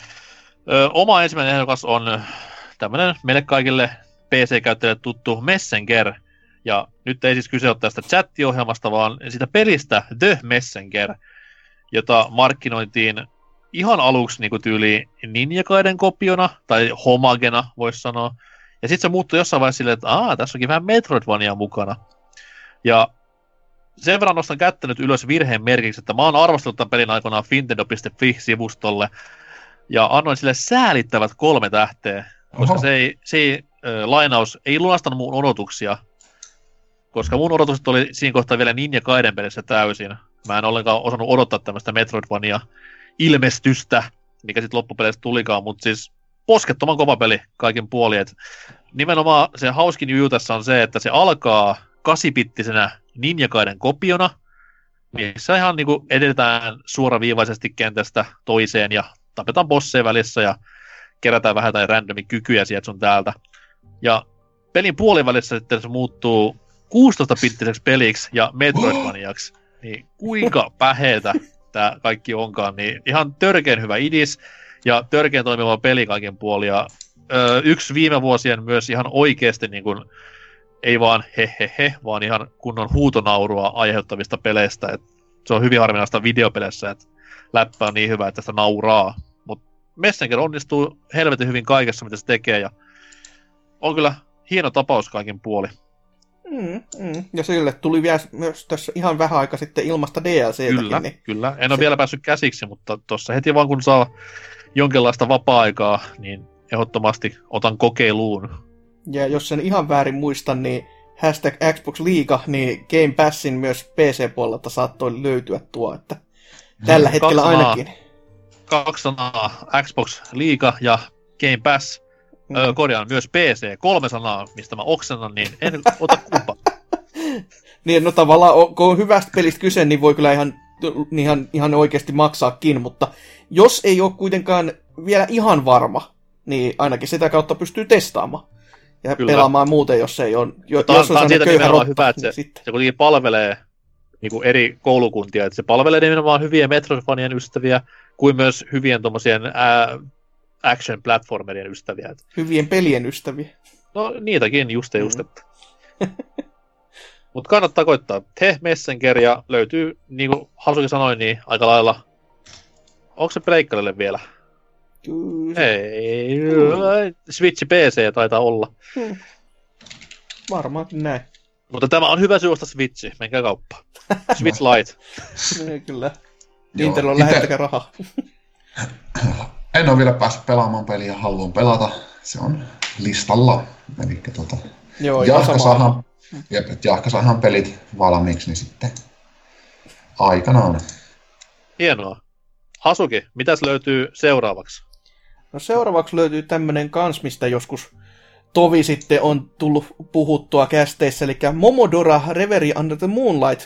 Oma ensimmäinen ehdokas on tämmönen meille kaikille PC-käyttäjille tuttu Messenger. Ja nyt ei siis kyse ole tästä chattiohjelmasta, vaan sitä pelistä The Messenger, jota markkinoitiin ihan aluksi niin kuin tyyliin Ninja Gaiden kopiona, tai homagena voisi sanoa. Ja sitten se muuttui jossain vaiheessa silleen, että tässä onkin vähän Metroidvania mukana. Ja sen verran nostan kättä nyt ylös virheen merkiksi, että mä oon arvostellut tämän pelin aikoinaan Fintendo.fi-sivustolle, ja annoin sille säälittävät 3 tähteä, koska se lainaus ei lunastanut mun odotuksia, koska mun odotukset oli siinä kohtaa vielä Ninja Gaiden pelissä täysin. Mä en ollenkaan osannut odottaa tämmöistä Metroidvania-ilmestystä, mikä sitten loppupeleissä tulikaan, mutta siis poskettoman kova peli kaikin puolin. Et nimenomaan se hauskin juju tässä on se, että se alkaa 8-bittisenä Ninja Gaiden kopiona, missä ihan niinku edetään suoraviivaisesti kentästä toiseen ja tapetaan bosseja välissä ja kerätään vähän tai randomin kykyjä sieltä sun täältä. Ja pelin puolivälissä sitten se muuttuu 16-bittiseksi peliksi ja Metroidvaniaksi. Niin kuinka päheetä tää kaikki onkaan, niin ihan törkeän hyvä idis ja törkeän toimiva peli kaiken puolin. Ja yksi viime vuosien myös ihan oikeasti niin kuin, ei vaan vaan ihan kunnon huutonaurua aiheuttavista peleistä. Et se on hyvin harvinaista videopeleissä, että läppä on niin hyvä, että sitä nauraa. Mutta Messenger onnistuu helvetin hyvin kaikessa, mitä se tekee, ja on kyllä hieno tapaus kaikin puoli. Ja sille tuli vielä myös tässä ihan vähän aika sitten ilmasta DLC:täkin. Kyllä. En ole vielä päässyt käsiksi, mutta tuossa heti vaan kun saa jonkinlaista vapaa-aikaa, niin ehdottomasti otan kokeiluun. Ja jos sen ihan väärin muistan, niin #Xbox Liiga, niin Game Passin myös PC-puolelta saattoi löytyä tuo, että tällä hetkellä ainakin. 2 sanaa, Xbox Liiga ja Game Pass. Korjaan myös PC, 3 sanaa, mistä mä oksennan, niin en ota kumpaa. Niin, no tavallaan, kun on hyvästä pelistä kyse, niin voi kyllä ihan oikeasti maksaakin, mutta jos ei ole kuitenkaan vielä ihan varma, niin ainakin sitä kautta pystyy testaamaan. Ja kyllä pelaamaan muuten, jos ei ole. Jos on siitä köyhä rotta, hyvä, että niin se kuitenkin palvelee niin kuin eri koulukuntia, että se palvelee nimenomaan hyvien Metroidvanien ystäviä, kuin myös hyvien tommosien action-platformerien ystäviä. Hyvien pelien ystäviä. No niitäkin, just. Mutta kannattaa koittaa. The Messenger, ja löytyy, niin kuin Hasuki sanoi, niin aika lailla. Onko se pleikkarille vielä? Ei. Switch PC taitaa olla. varmaankin näin. Mutta tämä on hyvä syy ostaa Switchi, menkää kauppaan. Switch Lite. Kyllä. Joo. Nintendo lähettäkää rahaa. En ole vielä päässyt pelaamaan peliä, haluan pelata. Se on listalla. Eli Joo, ihan sama. Jahka saadaan pelit valmiiksi, niin sitten aikanaan. Hienoa. Hasuki, mitäs löytyy seuraavaksi? No seuraavaksi löytyy tämmönen kans, mistä joskus tovi sitten on tullut puhuttua kästeissä, eli Momodora Reverie Under the Moonlight,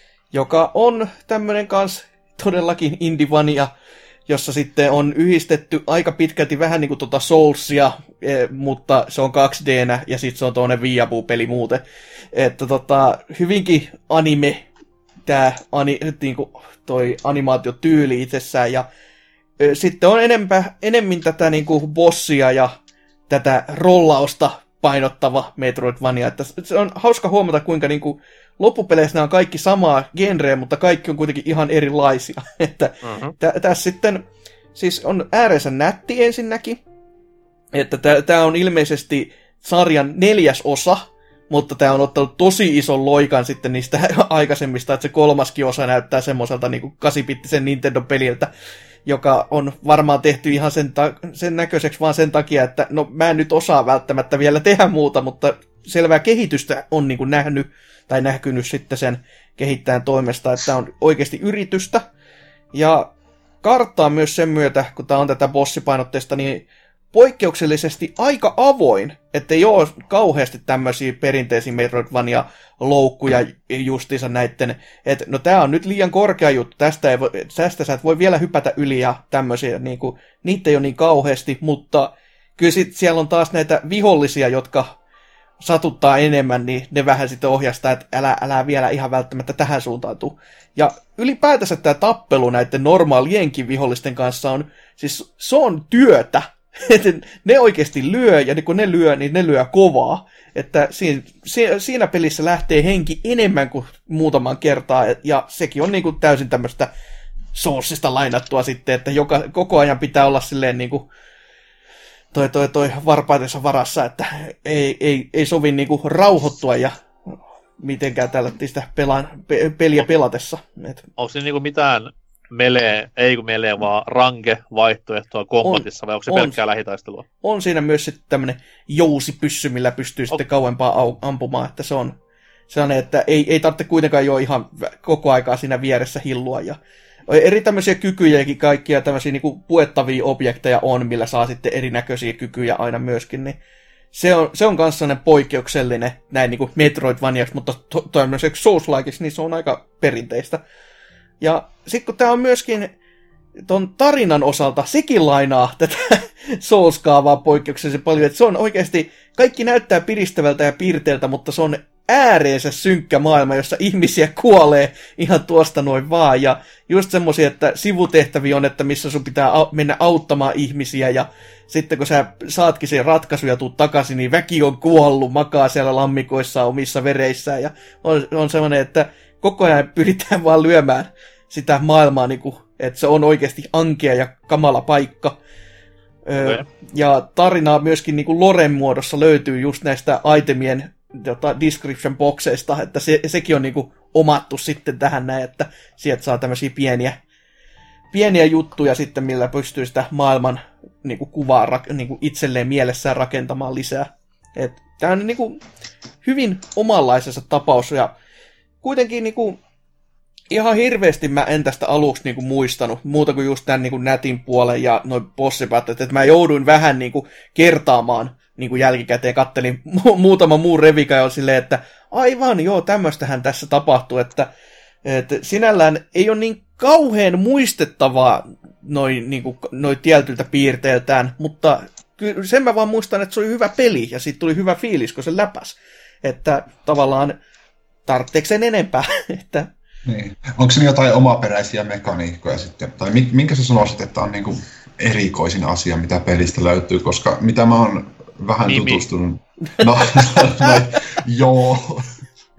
joka on tämmönen kans todellakin Indievania, jossa sitten on yhdistetty aika pitkälti vähän niin kuin Soulsia, mutta se on 2D:nä ja sitten se on tuonne Viabu-peli muuten. Että hyvinkin anime tää niinku toi animaatiotyyli itsessään ja sitten on enemmän tätä niinku bossia ja tätä rollausta painottava Metroidvania. Että se on hauska huomata, kuinka niinku loppupeleissä nämä on kaikki samaa genreä, mutta kaikki on kuitenkin ihan erilaisia. Että tässä sitten siis on ääreensä nätti ensinnäkin. Että tämä on ilmeisesti sarjan 4. osa, mutta tämä on ottanut tosi ison loikan sitten niistä aikaisemmista, että se 3. osa näyttää semmoiselta niinku 8-bittisen Nintendo-peliltä, joka on varmaan tehty ihan sen näköiseksi vaan sen takia, että no mä en nyt osaa välttämättä vielä tehdä muuta, mutta selvää kehitystä on niinku näkynyt sitten sen kehittäjän toimesta, että on oikeasti yritystä. Ja kartta myös sen myötä, kun tämä on tätä bossipainotteista, niin poikkeuksellisesti aika avoin, ettei ole kauheasti tämmöisiä perinteisiä Metroidvania-loukkuja justiinsa näitten, että no tää on nyt liian korkea juttu, tästä sä et voi vielä hypätä yli ja tämmöisiä, niinku, niitä ei ole niin kauheasti, mutta kyllä sit siellä on taas näitä vihollisia, jotka satuttaa enemmän, niin ne vähän sitten ohjastaa, että älä vielä ihan välttämättä tähän suuntaan tuu. Ja ylipäätänsä tämä tappelu näiden normaalienkin vihollisten kanssa on, siis se on työtä. Ne oikeasti lyö, ja kun ne lyö, niin ne lyö kovaa. Että siinä pelissä lähtee henki enemmän kuin muutaman kertaa, ja sekin on niinku täysin tämmöistä Soulsista lainattua sitten, että koko ajan pitää olla silleen niinku toi varpaitensa varassa, että ei sovi niinku rauhoittua ja mitenkään tällaista peliä pelatessa. Onko siinä niinku mitään melee, vaan ranke-vaihtoehtoa kombatissa, vai onko se pelkkää lähitaistelua? On siinä myös sitten tämmöinen jousipyssy, millä pystyy sitten kauempaa ampumaan, että se on sellainen, että ei tarvitse kuitenkaan jo ihan koko aikaa siinä vieressä hillua. Ja eri tämmöisiä kykyjäkin kaikkia tämmöisiä niinku puettavia objekteja on, millä saa sitten erinäköisiä kykyjä aina myöskin, niin se on myös sellainen poikkeuksellinen näin niinku Metroidvaniaksi, mutta tämmöiseksi Souls-likeiksi, niin se on aika perinteistä. Ja sitten kun tämä on myöskin ton tarinan osalta, sekin lainaa tätä Souls-kaavaa poikkeuksellisen paljon, että se on oikeasti, kaikki näyttää piristävältä ja piirteeltä, mutta se on ääreensä synkkä maailma, jossa ihmisiä kuolee ihan tuosta noin vaan, ja just semmosia, että sivutehtäviä on, että missä sun pitää mennä auttamaan ihmisiä, ja sitten kun sä saatkin sen ratkaisun ja tuut takaisin, niin väki on kuollut, makaa siellä lammikoissa omissa vereissään, ja on semmoinen, että koko ajan pyritään vaan lyömään sitä maailmaa, niin kuin, että se on oikeasti ankea ja kamala paikka. Okay. Ja tarinaa myöskin niin kuin Loren muodossa löytyy just näistä itemien description boxeista, että sekin on niin kuin omattu sitten tähän näin, että sieltä saa tämmöisiä pieniä juttuja sitten, millä pystyy sitä maailman niin kuin kuvaa niin kuin itselleen mielessään rakentamaan lisää. Tämä on niin kuin hyvin omanlaisensa tapaus, ja kuitenkin niinku ihan hirveästi mä en tästä aluksi niinku muistanut, muuta kuin just tämän niinku nätin puolen ja noin bossipättet, että mä jouduin vähän niinku kertaamaan niinku jälkikäteen, kattelin muutama muu revika ja oli silleen, että aivan joo, tämmöistähän tässä tapahtuu, että sinällään ei ole niin kauhean muistettavaa noin tietyltä piirteeltään, mutta kyllä sen mä vaan muistan, että se oli hyvä peli ja siitä tuli hyvä fiilis, kun se läpäs, että tavallaan tarvitseeko sen enempää? Että niin. Onko siinä jotain omaperäisiä mekaniikkoja sitten? Tai minkä sä sanoisit, että on niinku erikoisin asia, mitä pelistä löytyy? Koska mitä mä oon vähän tutustunut... No, joo.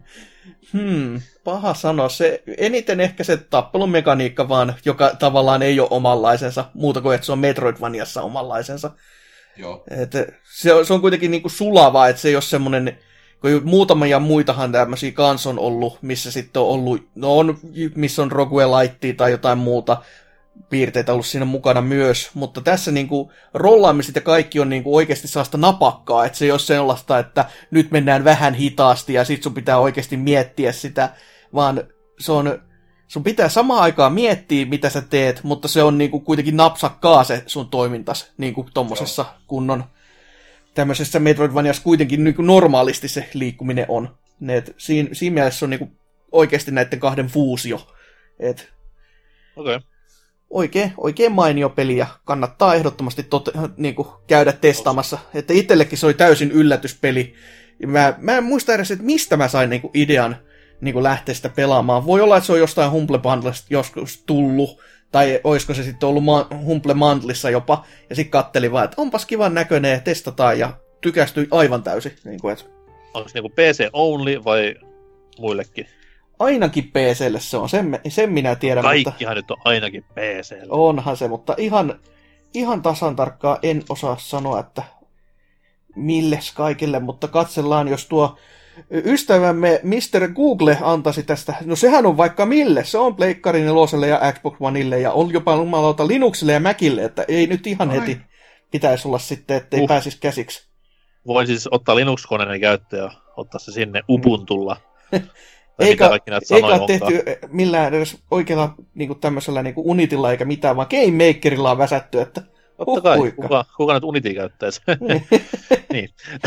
Paha sanoa. Eniten ehkä se tappelun mekaniikka vaan, joka tavallaan ei ole omanlaisensa, muuta kuin että se on Metroidvaniassa omanlaisensa. Joo. Se on kuitenkin niinku sulavaa, että se ei ole semmoinen kun muutamia muitahan tämmöisiä kans on ollut, missä sitten on ollut, missä on roguelite tai jotain muuta piirteitä ollut siinä mukana myös, mutta tässä niinku rollaamiset ja kaikki on niinku oikeasti sellaista napakkaa, että se ei ole sellaista, että nyt mennään vähän hitaasti ja sit sun pitää oikeasti miettiä sitä, vaan sun pitää samaan aikaan miettiä, mitä sä teet, mutta se on niinku kuitenkin napsakkaa se sun toimintas, niinku tommosessa kunnon tämmöisessä Metroidvaniassa kuitenkin niinku normaalisti se liikkuminen on. Siinä mielessä se on niinku oikeasti näiden kahden fuusio. Okei. Oikein mainio peli ja kannattaa ehdottomasti niinku käydä testaamassa. Että itsellekin se oli täysin yllätyspeli. Mä en muista edes, että mistä mä sain niinku idean niinku lähteä sitä pelaamaan. Voi olla, että se on jostain Humble Bundlesta joskus tullut, tai olisiko se sitten ollut Humble Bundlessa jopa, ja sitten kattelin vaan, että onpas kivan näköinen ja testataan, ja tykästyi aivan täysin. Niinku, onko se niinku PC only vai muillekin? Ainakin PC:lle se on, sen minä tiedän. Kaikkihan nyt on ainakin PC:lle. Onhan se, mutta ihan tasan tarkkaan en osaa sanoa, että milles kaikille, mutta katsellaan, jos tuo ystävämme Mr. Google antaisi tästä, no sehän on vaikka mille, se on Pleikkari 4 ja Xbox Oneille ja on jopa jumalauta Linuxille ja Macille, että ei nyt ihan heti pitäisi olla sitten, ettei pääsisi käsiksi. Voin siis ottaa Linux-koneen käyttöön ja ottaa se sinne Ubuntulla. Eikä ole tehty millään edes oikealla niin tämmöisellä niin Unitilla eikä mitään, vaan Game Makerilla on väsätty, että totta kai, kuka nyt Unitia käyttäisi? Niin.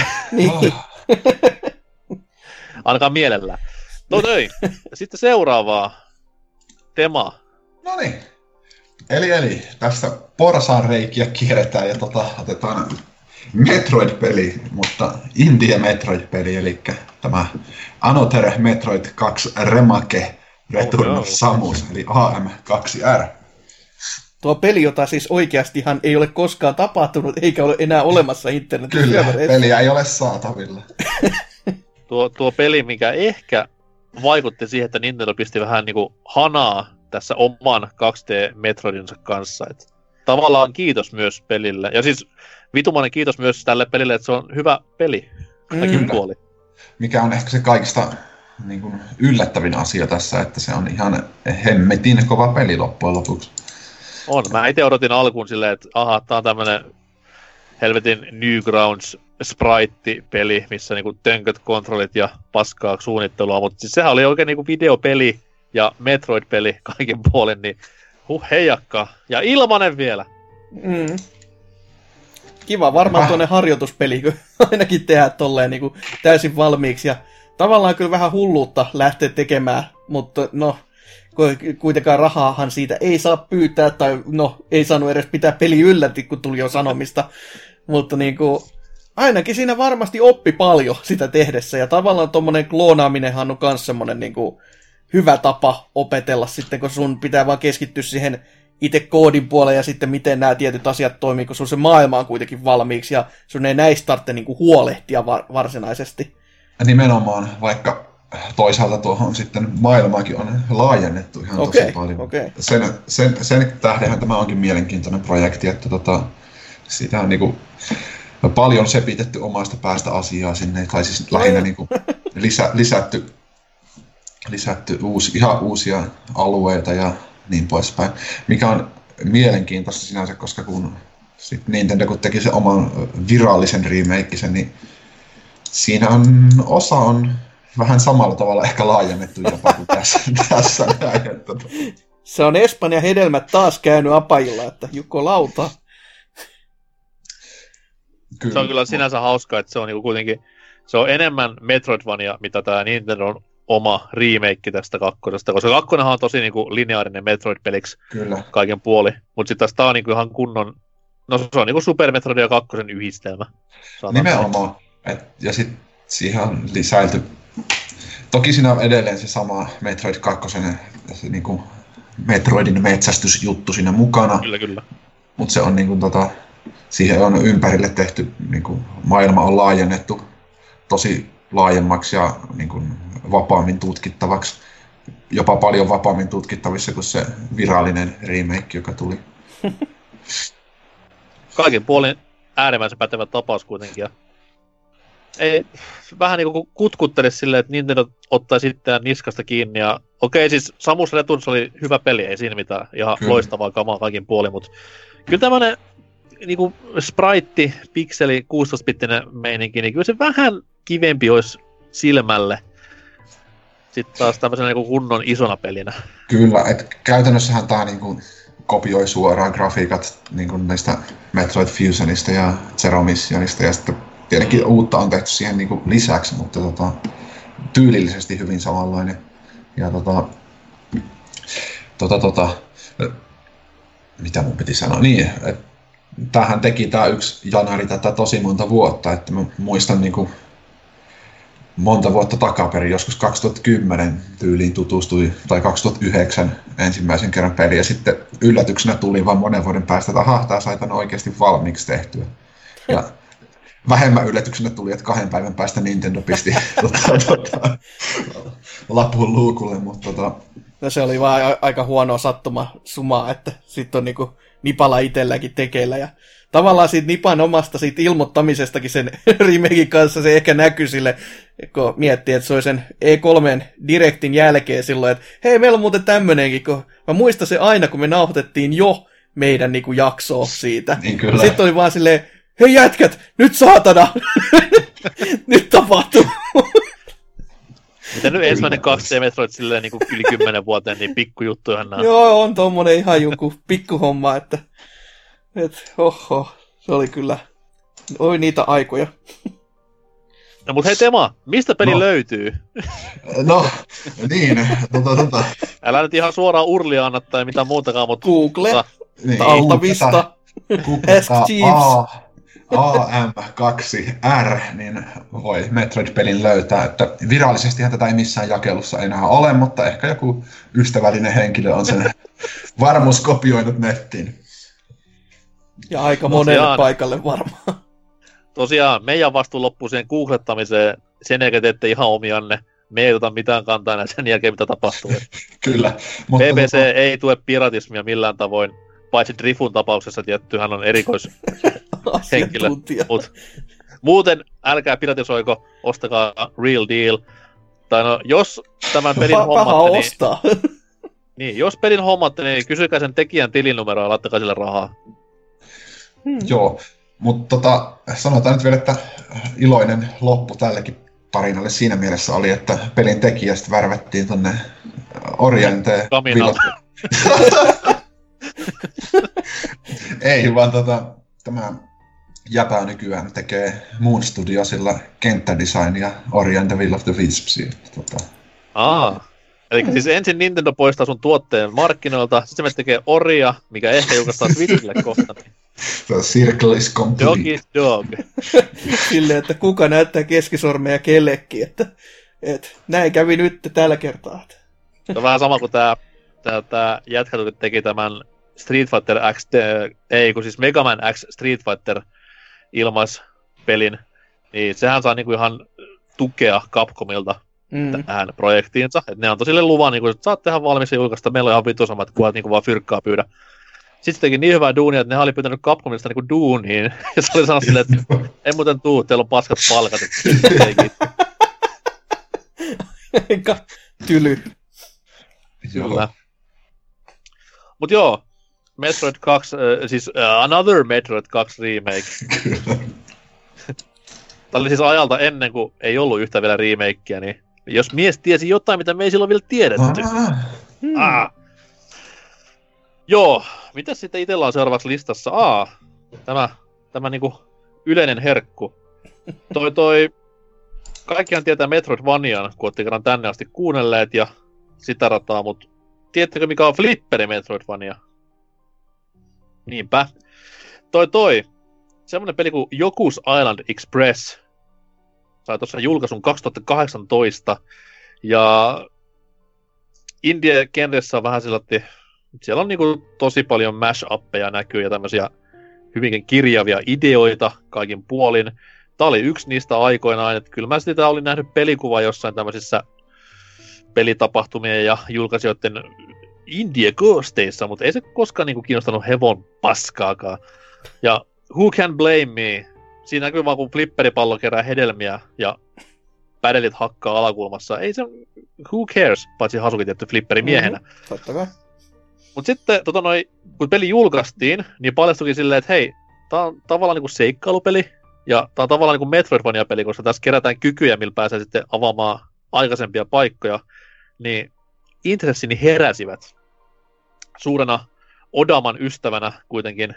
Ainakaan mielellään. No niin, sitten seuraavaa. Tema. No niin. Eli tässä porsan reikiä kierretään ja otetaan Metroid-peli, mutta Indie Metroid-peli, eli tämä Another Metroid 2 Remake Return of Samus, eli AM2R. Tuo peli, jota siis oikeastihan ei ole koskaan tapahtunut, eikä ole enää olemassa internetissä. Kyllä, peliä ei ole saatavilla. Tuo peli, mikä ehkä vaikutti siihen, että Nintendo pisti vähän niinku hanaa tässä oman 2D-Metroidinsa kanssa. Et tavallaan kiitos myös pelille. Ja siis vitumainen kiitos myös tälle pelille, että se on hyvä peli kaikin puoli. Mikä on ehkä se kaikista niin kuin yllättävin asia tässä, että se on ihan hemmetin kova peli loppujen lopuksi. On. Mä itse odotin alkuun silleen, että tää on tämmönen helvetin Newgrounds sprite-peli, missä niinku tönköt kontrollit ja paskaa suunnittelua, mutta siis sehän oli oikein niinku videopeli ja Metroid-peli kaiken puolen, niin heijakka. Ja ilmanen vielä. Kiva, varmaan tuonne harjoituspeli, kun ainakin tehdään tolleen niinku täysin valmiiksi. Ja tavallaan kyllä vähän hulluutta lähteä tekemään, mutta no, kuitenkaan rahaahan siitä ei saa pyytää, tai no, ei saanut edes pitää peli yllätti, kun tuli jo sanomista. Mutta niinku, ainakin siinä varmasti oppi paljon sitä tehdessä, ja tavallaan tommonen kloonaaminenhan on myös semmonen niinku hyvä tapa opetella sitten, kun sun pitää vaan keskittyä siihen itse koodin puoleen ja sitten miten nämä tietyt asiat toimii, kun sun se maailma on kuitenkin valmiiksi ja sun ei näistä tarvitse niinku huolehtia varsinaisesti. Nimenomaan, vaikka toisaalta tuohon sitten maailmaakin on laajennettu ihan tosi paljon. Okay. Sen tähdenhän tämä onkin mielenkiintoinen projekti, että siitä on niinku paljon sepitetty omasta päästä asiaa sinne, tai siis lähinnä niinku lisätty ihan uusia alueita ja niin poispäin, mikä on mielenkiintoista sinänsä, koska kun Nintendo kun teki sen oman virallisen remakesen, niin siinä osa on vähän samalla tavalla ehkä laajennettu jopa kuin tässä näin. Se on Espanjan hedelmät taas käynyt apajilla, että Jukko lauta. Kyllä, se on kyllä sinänsä hauskaa, että se on niinku kuitenkin se on enemmän Metroidvania, mitä tämä Nintendo oma remake tästä kakkosesta, koska kakkonenhan on tosi niinku lineaarinen Metroid-peliksi kaiken puoli, mutta sitten taas tää on niinku ihan kunnon, no se on niinku Super Metroid ja kakkosen yhdistelmä. Nimenomaan, ja sitten siihen on lisäilty, toki siinä on edelleen se sama Metroid 2, se niinku Metroidin metsästysjuttu siinä mukana. Kyllä. Mutta se on niinku siihen on ympärille tehty, niinku maailma on laajennettu tosi laajemmaksi ja niinku vapaammin tutkittavaksi. Jopa paljon vapaammin tutkittavissa kuin se virallinen remake, joka tuli. Kaikin puolin äärimmäisen pätevä tapaus kuitenkin. Ja ei, vähän niinku kutkuttelisi silleen, että Nintendo ottaisi itseään niskasta kiinni. Ja okei, siis Samus Returns oli hyvä peli, ei siinä mitään. Ihan loistavaa kamaa kaikin puolin, mutta kyllä tämmönen niinku sprite, pikseli, 16-bittinen meininki, niin kyllä se vähän kivempi olisi silmälle. Sitten taas tämmöisenä niinku kunnon isona pelinä. Kyllä, että käytännössähän tää niinku kopioi suoraan grafiikat niinku näistä Metroid Fusionista ja Zero Missionista ja sitten tietenkin uutta on tehty siihen niinku lisäksi, mutta tyylillisesti hyvin samanlainen. Ja mitä mun piti sanoa? Niin, että tämähän teki tää yksi janari tätä tosi monta vuotta, että mä muistan niinku monta vuotta takaperin, joskus 2010 tyyliin tutustui, tai 2009 ensimmäisen kerran peli, ja sitten yllätyksenä tuli vaan monen vuoden päästä, että tää sai tän oikeasti valmiiksi tehtyä. Ja vähemmän yllätyksenä tuli, että 2 päivän päästä Nintendo pisti lapun luukulle, mutta No se oli vaan aika huonoa sumaa, että sitten on niinku Nipala itselläkin tekeillä. Ja tavallaan siitä Nipan omasta siitä ilmoittamisestakin sen remakein kanssa se ehkä näkyi sille, kun miettii, että se oli sen E3 Directin jälkeen silloin, että hei, meillä on muuten tämmönenkin, kun mä muistan se aina, kun me nauhoitettiin jo meidän niinku jaksoa siitä. Niin kyllä. Sitten oli vaan silleen, hei jätkät, nyt saatana! Nyt tapahtuu! Miten nyt ensimmäinen 2D-Metroid silleen niin kuin yli 10 vuoteen, niin pikkujuttujahan nää. Joo, on tommonen ihan joku pikkuhomma, että oho, se oli kyllä, oli niitä aikoja. No mut hei Tema, mistä peli löytyy? No, niin, Älä nyt ihan suoraan urlia anna tai mitään muutakaan, mutta... Google, niin, Altavista, Ask Jeeves. AM2R, niin voi Metroid-pelin löytää, että virallisestihan tätä ei missään jakelussa enää ole, mutta ehkä joku ystävällinen henkilö on sen varmuus kopioinut nettiin. Ja aika monelle paikalle varmaan. Tosiaan, meidän vastuu loppuu siihen googlettamiseen, sen jälkeen teette ihan omianne. Me ei ota mitään kantaa enää sen jälkeen, mitä tapahtuu. Kyllä. Mutta BBC ei tue piratismia millään tavoin, paitsi Drifun tapauksessa tietty, hän on erikoishenkilö. Mut muuten älkää piratisoiko, ostakaa Real Deal. Tai no, jos tämän pelin hommatte, ostaa. Niin, jos pelin hommatte, niin kysykää sen tekijän tilinumeroa ja laittakaa sille rahaa. Joo, mutta sanotaan nyt vielä, että iloinen loppu tällekin tarinalle siinä mielessä oli, että pelin tekijästä värvättiin tonne Oriente. Ei, vaan tämä jäpä nykyään tekee Moon Studiosilla kenttädesignia Oriente Will of the Wispsia. Eli siis ensin Nintendo poistaa sun tuotteen markkinoilta, sitten se tekee Oria, mikä ehkä julkaistaan Switchille kohta. The circle is complete. Dog is dog. Silleen, että kuka näyttää keskisormeja kellekin, että näin kävi nyt tällä kertaa. Se on vähän sama kuin tää jätkä teki tämän Street Fighter X, siis Mega Man X Street Fighter ilmaispelin, niin sehän saa niinku ihan tukea Capcomilta tähän projektiinsa. Et ne antoi sille luvan, niinku, että saat tehdä valmis ja julkaista, meillä on ihan vitusamat, että kunhan niinku vaan fyrkkaa pyydä. Sitten se teki niin hyvää duunia, että ne oli pyytänyt Capcomista niinku duuniin, ja se oli sanonut silleen, että ei muuten tuu, teillä on paskat palkat, että Eikä tyly. Kyllä. Mut joo, Metroid 2, siis Another Metroid 2 Remake. Tämä oli siis ajalta ennen kuin ei ollut yhtä vielä remakeä, niin jos mies tiesi jotain, mitä me ei silloin vielä tiedetty. Joo, mitäs sitten itsellä on seuraavaksi listassa? Tämä niinku yleinen herkku. Kaikkihan tietää Metroidvanian, kun olette kerran tänne asti kuunnelleet ja sitä rataa, mutta tiedättekö mikä on Flipperi Metroidvania? Niinpä. Semmonen peli kuin Yoku's Island Express sai tuossa julkaisun 2018. Ja indie-genressä on vähän siellä on niinku tosi paljon mash-uppeja näkyy ja tämmösiä hyvinkin kirjavia ideoita kaikin puolin. Tää oli yksi niistä aikoinaan, että kyllä mä sitä olin nähnyt pelikuva jossain tämmöisissä pelitapahtumien ja julkaisijoiden indie-koosteissa, mutta ei se koskaan niinku kiinnostanut hevon paskaakaan. Ja Who Can Blame Me? siinä näkyy vaan kun flipperipallo kerää hedelmiä ja pädelit hakkaa alakulmassa. Ei se, who cares, paitsi Hasuki tietty flipperimiehenä. Totta kai. Mut sitten kun peli julkaistiin, niin paljastuikin silleen, että hei, tää on tavallaan niinku seikkailupeli, ja tää on tavallaan niinku Metroidvania-peli, koska tässä kerätään kykyjä, millä pääsee sitten avaamaan aikaisempia paikkoja, niin intressini heräsivät. Suurena Odaman ystävänä kuitenkin.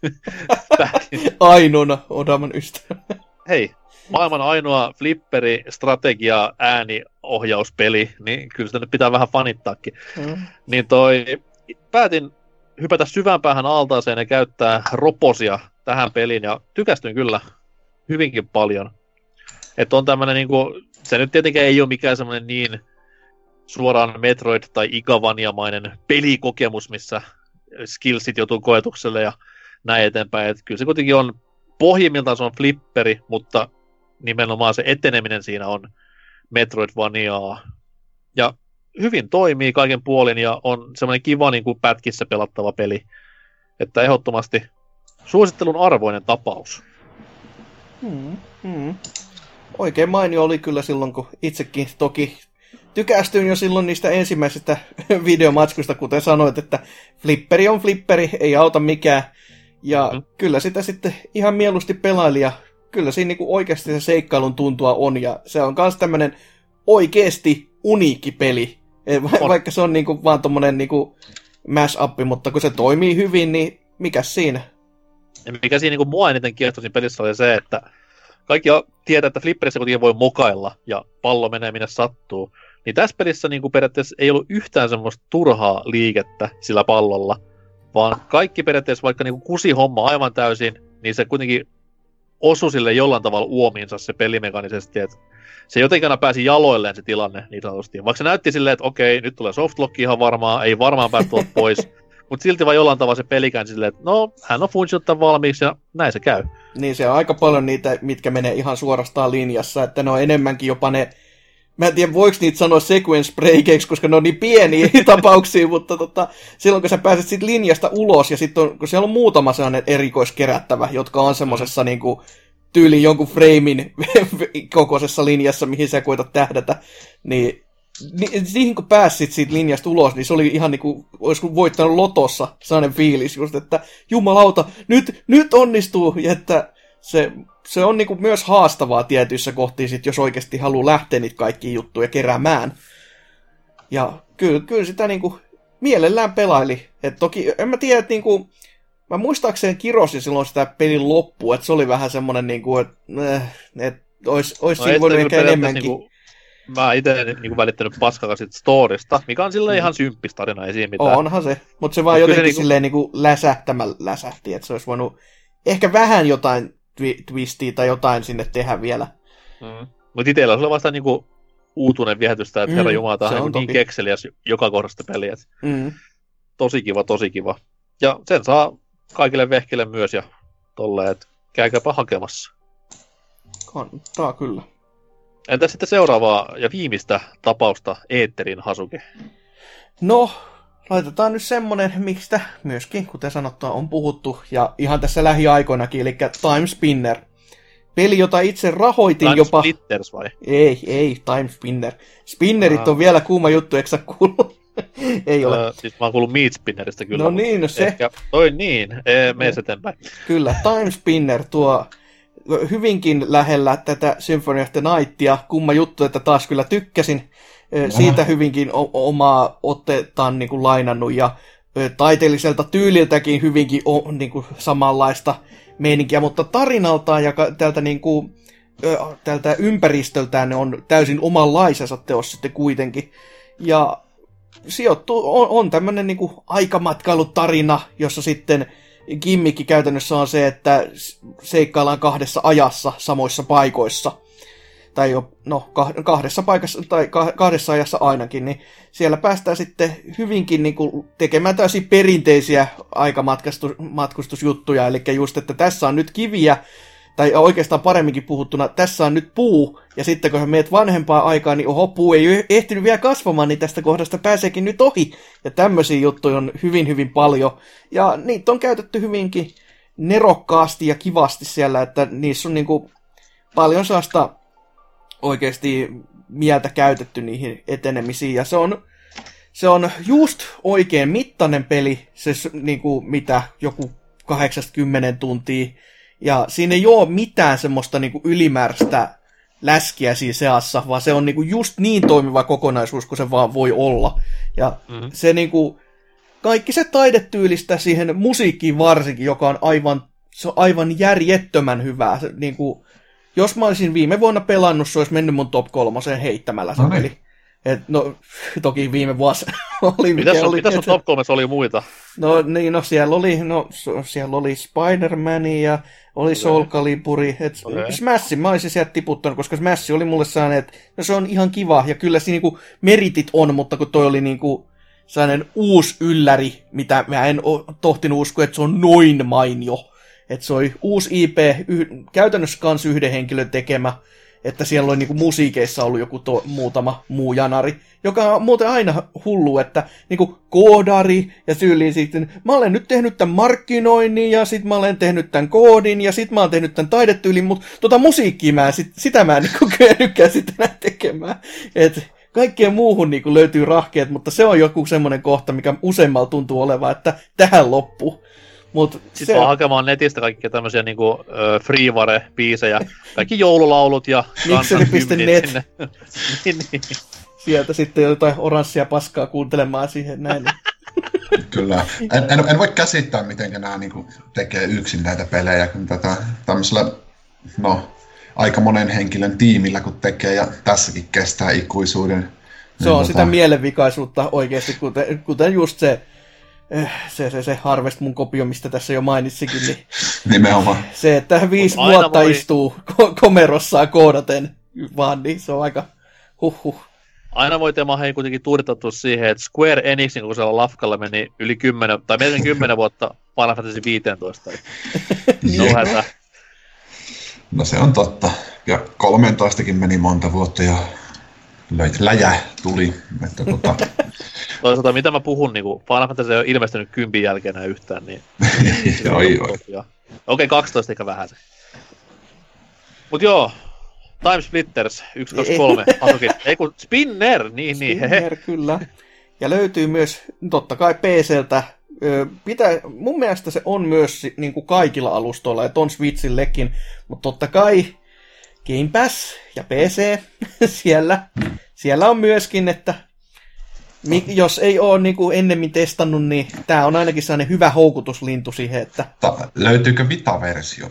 Ainoana Odaman ystävänä. Hei, maailman ainoa flipperi, strategia, ääniohjauspeli, niin kyllä sitä nyt pitää vähän fanittaakin. Niin päätin hypätä syvään päähän altaaseen ja käyttää roposia tähän peliin, ja tykästyin kyllä hyvinkin paljon. Että on tämmönen niinku, se nyt tietenkään ei ole mikään semmonen niin suoraan Metroid- tai Igavania-mainen pelikokemus, missä skillsit joutuu koetukselle ja näin eteenpäin. Et kyllä se kuitenkin on, pohjimmiltaan se on flipperi, mutta nimenomaan se eteneminen siinä on Metroidvaniaa. Ja hyvin toimii kaiken puolin ja on semmoinen kiva niin kuin pätkissä pelattava peli. Että ehdottomasti suosittelun arvoinen tapaus. Oikein mainio oli kyllä silloin, kun itsekin toki tykästyin jo silloin niistä ensimmäisistä videomatskuista, kuten sanoit, että flipperi on flipperi, ei auta mikään. Ja kyllä sitä sitten ihan mieluusti pelaili ja kyllä siinä niinku oikeasti se seikkailun tuntua on. Ja se on myös tämmöinen oikeasti uniikki peli. Vaikka se on niinku vaan tommonen niinku mash-up, mutta kun se toimii hyvin, niin mikäs siinä? Ja mikä siinä niinku mua eniten kiehtoi siinä pelissä oli se, että kaikki tietää, että flipperissä kuitenkin voi mokailla ja pallo menee minne sattuu. Niin tässä pelissä niin periaatteessa ei ollut yhtään semmoista turhaa liikettä sillä pallolla, vaan kaikki periaatteessa vaikka niin kusi homma aivan täysin, niin se kuitenkin osui sille jollain tavalla uomiinsa se pelimekanisesti, että se jotenkin aina pääsi jaloilleen se tilanne niin sanotusti. Vaikka se näytti silleen, että okei, nyt tulee softlock ihan varmaan, ei varmaan päästä tuolta pois, mutta silti vaan jollain tavalla se pelikään silleen, että no, hän on funtsiottaa valmiiksi ja näin se käy. Niin se on aika paljon niitä, mitkä menee ihan suorastaan linjassa, että ne on enemmänkin jopa ne, mä en tiedä voiko niitä sanoa sequence breakeiksi, koska ne on niin pieniä tapauksia, mutta silloin kun sä pääset siitä linjasta ulos ja sitten kun siellä on muutama sellainen erikoiskerättävä, jotka on semmosessa niinku tyyli jonkun framein kokoisessa linjassa, mihin sä koetat tähdätä, niin siihen kun pääsit siitä linjasta ulos, niin se oli ihan niinku, olisiko voittanut lotossa sellainen fiilis just, että jumalauta, nyt onnistuu, ja että se on niinku myös haastavaa tietyissä kohtiin, sit, jos oikeasti haluaa lähteä niitä kaikkia juttuja keräämään. Ja kyllä sitä niinku mielellään pelaili. Et toki, en mä tiedä, että niinku, mä muistaakseni kirosin silloin sitä pelin loppua, että se oli vähän semmonen niinku, että ois siinä voinut ehkä enemmänkin. Niinku, mä itse niinku välittänyt paskakaan sit storista, mikä on silleen ihan symppis tarina, ei siinä mitään. Onhan se, mutta se vaan jotenkin niinku silleen niinku läsähtämällä läsähti, että se olisi voinut ehkä vähän jotain twistiä tai jotain sinne tehdä vielä. Mutta itsellä se oli vasta niinku uutuinen viehätystä, että herra jumala, tämä on niin kekseliäs joka kohdasta peliä. Tosi kiva, tosi kiva. Ja sen saa kaikille vehkille myös ja tolleen, että käykääpä hakemassa. Kannattaa kyllä. Entä sitten seuraavaa ja viimeistä tapausta eetterin, Hasuki? No, laitetaan nyt semmonen, mistä myöskin, kuten sanottua, on puhuttu, ja ihan tässä lähiaikoinakin, eli Time Spinner. Peli, jota itse rahoitin Time jopa... Splitters vai? Ei, Time Spinner. Spinnerit on vielä kuuma juttu, eikö sä kuullut? Ei ole. Siis mä oon kuullut Meat Spinneristä kyllä. No niin, no se. Ehkä, mene eteenpäin. Kyllä, Time Spinner tuo hyvinkin lähellä tätä Symphony of the Nightia. Kumma juttu, että taas kyllä tykkäsin. Siitä hyvinkin omaa ottetaan niin kuin lainannut ja taiteelliselta tyyliltäkin hyvinkin niin kuin samanlaista meininkiä, mutta tarinaltaan ja tältä, niin kuin, tältä ympäristöltään ne on täysin omanlaisensa teos sitten kuitenkin. Ja sijoittuu, on tämmöinen niin kuin aikamatkailutarina, jossa sitten gimmikki käytännössä on se, että seikkaillaan kahdessa ajassa samoissa paikoissa. Tai kahdessa paikassa, tai kahdessa ajassa ainakin, niin siellä päästään sitten hyvinkin niin kuin tekemään täysin perinteisiä aikamatkustusjuttuja, eli just, että tässä on nyt kiviä, tai oikeastaan paremminkin puhuttuna, tässä on nyt puu, ja sitten kun meet vanhempaa aikaa, niin puu ei ehtinyt vielä kasvamaan, niin tästä kohdasta pääseekin nyt ohi, ja tämmöisiä juttuja on hyvin, hyvin paljon, ja niitä on käytetty hyvinkin nerokkaasti ja kivasti siellä, että niissä on niinku paljon sellaista oikeasti mieltä käytetty niihin etenemisiin, ja se on just oikein mittainen peli, se niinku mitä joku 80 tuntia, ja siinä ei ole mitään semmoista niinku ylimääräistä läskiä siinä seassa, vaan se on niinku just niin toimiva kokonaisuus kuin se vaan voi olla. Ja se niinku, kaikki se taidetyylistä siihen musiikkiin varsinkin, joka on aivan järjettömän hyvää. Se, niinku, jos mä olisin viime vuonna pelannut, se olisi mennyt mun top 3 heittämällä se peli. No, toki viime vuosi oli. Mitäs sun top 3 oli muita? Siellä oli Spider-Man ja oli Soul Caliburi. Smash mä olisin sieltä tiputtanut, koska Smash oli mulle sellainen, että no, se on ihan kiva. Ja kyllä siinä niinku meritit on, mutta kun toi oli niinku sellainen uusi ylläri, mitä mä en tohtinut uskoa, että se on noin mainio. Että se oli uusi IP, käytännössä kans yhden henkilön tekemä. Että siellä oli niinku musiikeissa ollut joku muutama muu janari, joka on muuten aina hullu, että niinku koodari ja tyyliin sitten, mä olen nyt tehnyt tämän markkinoinnin ja sit mä olen tehnyt tämän koodin ja sit mä olen tehnyt tämän taidetyylin, mutta musiikkia sitä mä en niinku kyennytkään sitten tekemään. Et kaikkeen muuhun niinku löytyy rahkeet, mutta se on joku semmoinen kohta, mikä useimmalla tuntuu olevan, että tähän loppuu. Sitten vaan hakemaan netistä kaikkia tämmöisiä niinku freeware-biisejä, kaikki joululaulut ja Mixeri.net. niin. Sieltä sitten jotain oranssia paskaa kuuntelemaan siihen näin. Kyllä. En voi käsittää, miten nämä niinku tekee yksin näitä pelejä, kun tätä tämmöisellä, aika monen henkilön tiimillä kun tekee, ja tässäkin kestää ikuisuuden. Se on sitä mielenvikaisuutta oikeasti, kuten just se Harvest Moon kopio, mistä tässä jo mainitsikin, niin nimenomaan. Se, että 5 vuotta istuu komerossaan koodaten vaan, niin se on aika Aina voi teema kuitenkin tuuditettu siihen, että Square Enixin kokoisella lafkalla meni yli 10, tai melkein 10 vuotta Final Fantasy 15. No se on totta. Ja 13kin meni monta vuotta ja läjä tuli. Toisaalta mitä mä puhun, niin Final Fantasy ei ole ilmestynyt 10 jälkeen yhtään, niin... Okei, 12 eikä vähän se. Mut joo, Time Splitters 1, 2, 3. Ei kun Spinner, niin. Spinner, kyllä. Ja löytyy myös, totta kai PC:ltä. Mun mielestä se on myös niin kuin kaikilla alustoilla, että on Switchillekin, mutta totta kai Game Pass ja PC siellä on myöskin, että jos ei ole niin kuin ennemmin testannut, niin tämä on ainakin sellainen hyvä houkutuslintu siihen, että... Löytyykö Vita-versio?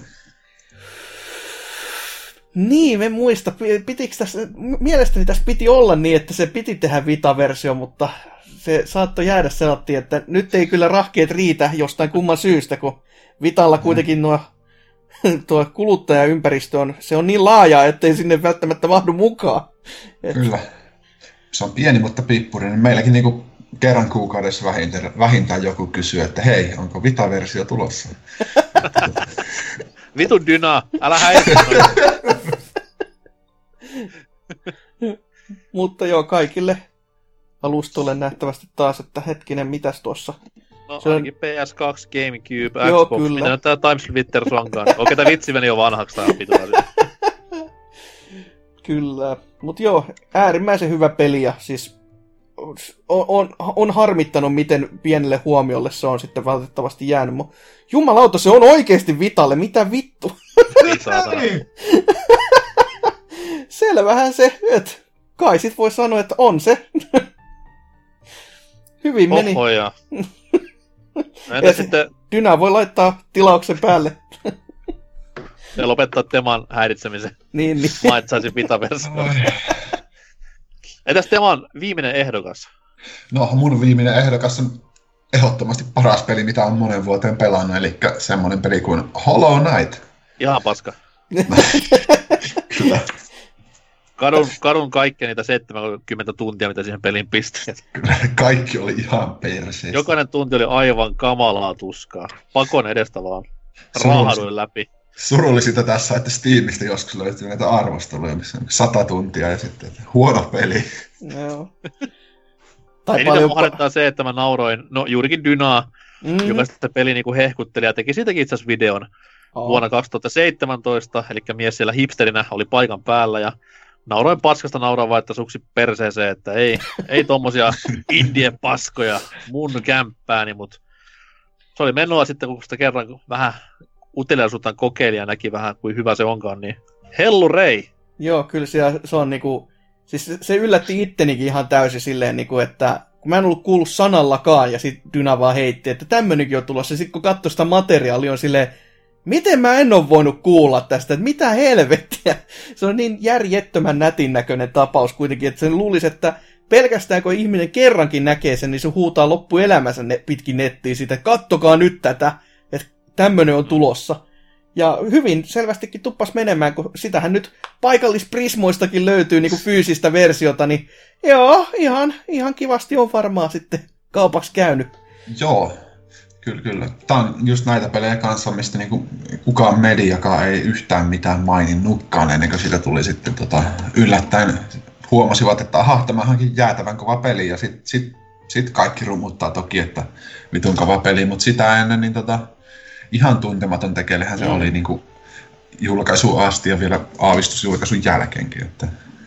Niin, en muista. Mielestäni tässä piti olla niin, että se piti tehdä Vita-versio, mutta se saattoi jäädä sellainen, että nyt ei kyllä rahkeet riitä jostain kumman syystä, kun Vitalla kuitenkin tuo kuluttajaympäristö se on niin laaja, ettei sinne välttämättä mahdu mukaan. Kyllä. Se on pieni, mutta pippuri. Niin meilläkin niinku kerran kuukaudessa vähintään joku kysyy, että hei, onko Vita-versio tulossa? Vitun Dyna, älä häiritä. Mutta joo, kaikille alustoille nähtävästi taas, että hetkinen, mitäs tuossa? No ainakin PS2, GameCube, joo, Xbox, kyllä. mitä nyt tää Time Splitters onkaan. Okei, tää vitsi meni jo vanhaksi tää pituus. Kyllä, mutta joo, äärimmäisen hyvä peli ja siis on harmittanut, miten pienelle huomiolle se on sitten valitettavasti jäänyt. Jumalauta, se on oikeasti Vitalle, mitä vittu? Selvähän se, että kai sit voi sanoa, että on se. Hyvin meni. Ohoja. Entä sitten... Dyna voi laittaa tilauksen päälle. Ja lopettaa Teman häiritsemisen. Niin. Maitsaisin Vita-versio. Entäs Teman viimeinen ehdokas? No, mun viimeinen ehdokas on ehdottomasti paras peli, mitä on monen vuoteen pelannut, eli semmonen peli kuin Hollow Knight. Ihan paska. Kyllä. Kadun kaikkia niitä 70 tuntia, mitä siihen peliin pistin. Kyllä, kaikki oli ihan perseessä. Jokainen tunti oli aivan kamalaa tuskaa. Pakon edestä vaan. Raahaduin läpi. Surullisinta tässä, että Steamista joskus löytyy näitä arvosteluja, missä on 100 tuntia ja sitten huono peli. Joo. Tai eniten paljon... mua harmittaa se, että mä nauroin, no juurikin Dynaa, joka sitä peli niinku hehkutteli ja teki siitäkin itse asiassa videon vuonna 2017, eli mies siellä hipsterinä oli paikan päällä ja nauroin paskasta nauraa että suksi perseeseen, että ei tommosia indien paskoja mun kämppääni, mutta se oli menoa sitten, kun sitä kerran vähän uteliaisuuttaan kokeili ja näki vähän, kuin hyvä se onkaan, niin hellurei! Joo, kyllä se on niinku... Siis se yllätti ittenikin ihan täysin silleen, niinku, että kun mä en ollut kuullut sanallakaan, ja sit Dyna vaan heitti, että tämmönenkin on tulossa. Ja sit kun katsoi sitä materiaalia, on silleen, miten mä en ole voinut kuulla tästä, että mitä helvettiä. Se on niin järjettömän nätin näköinen tapaus kuitenkin, että sen luulisi, että pelkästään kun ihminen kerrankin näkee sen, niin se huutaa loppuelämänsä pitkin nettiin siitä, että kattokaa nyt tätä, että tämmönen on tulossa. Ja hyvin selvästikin tuppas menemään, kun sitähän nyt paikallisprismoistakin löytyy niin kuin fyysistä versiota, niin joo, ihan kivasti on varmaan sitten kaupaksi käynyt. Joo, kyllä. Tämä on just näitä pelejä kanssa, mistä niinku kukaan mediakaan ei yhtään mitään maininnutkaan ennen kuin siitä tuli sitten yllättäen huomasivat, että aha, tämä onkin jäätävän kova peli, ja sit kaikki rumuttaa toki, että vitun kova peli, mutta sitä ennen niin ihan tuntematon tekelehän se oli niinku julkaisuun asti ja vielä aavistusjulkaisun jälkeenkin. Että...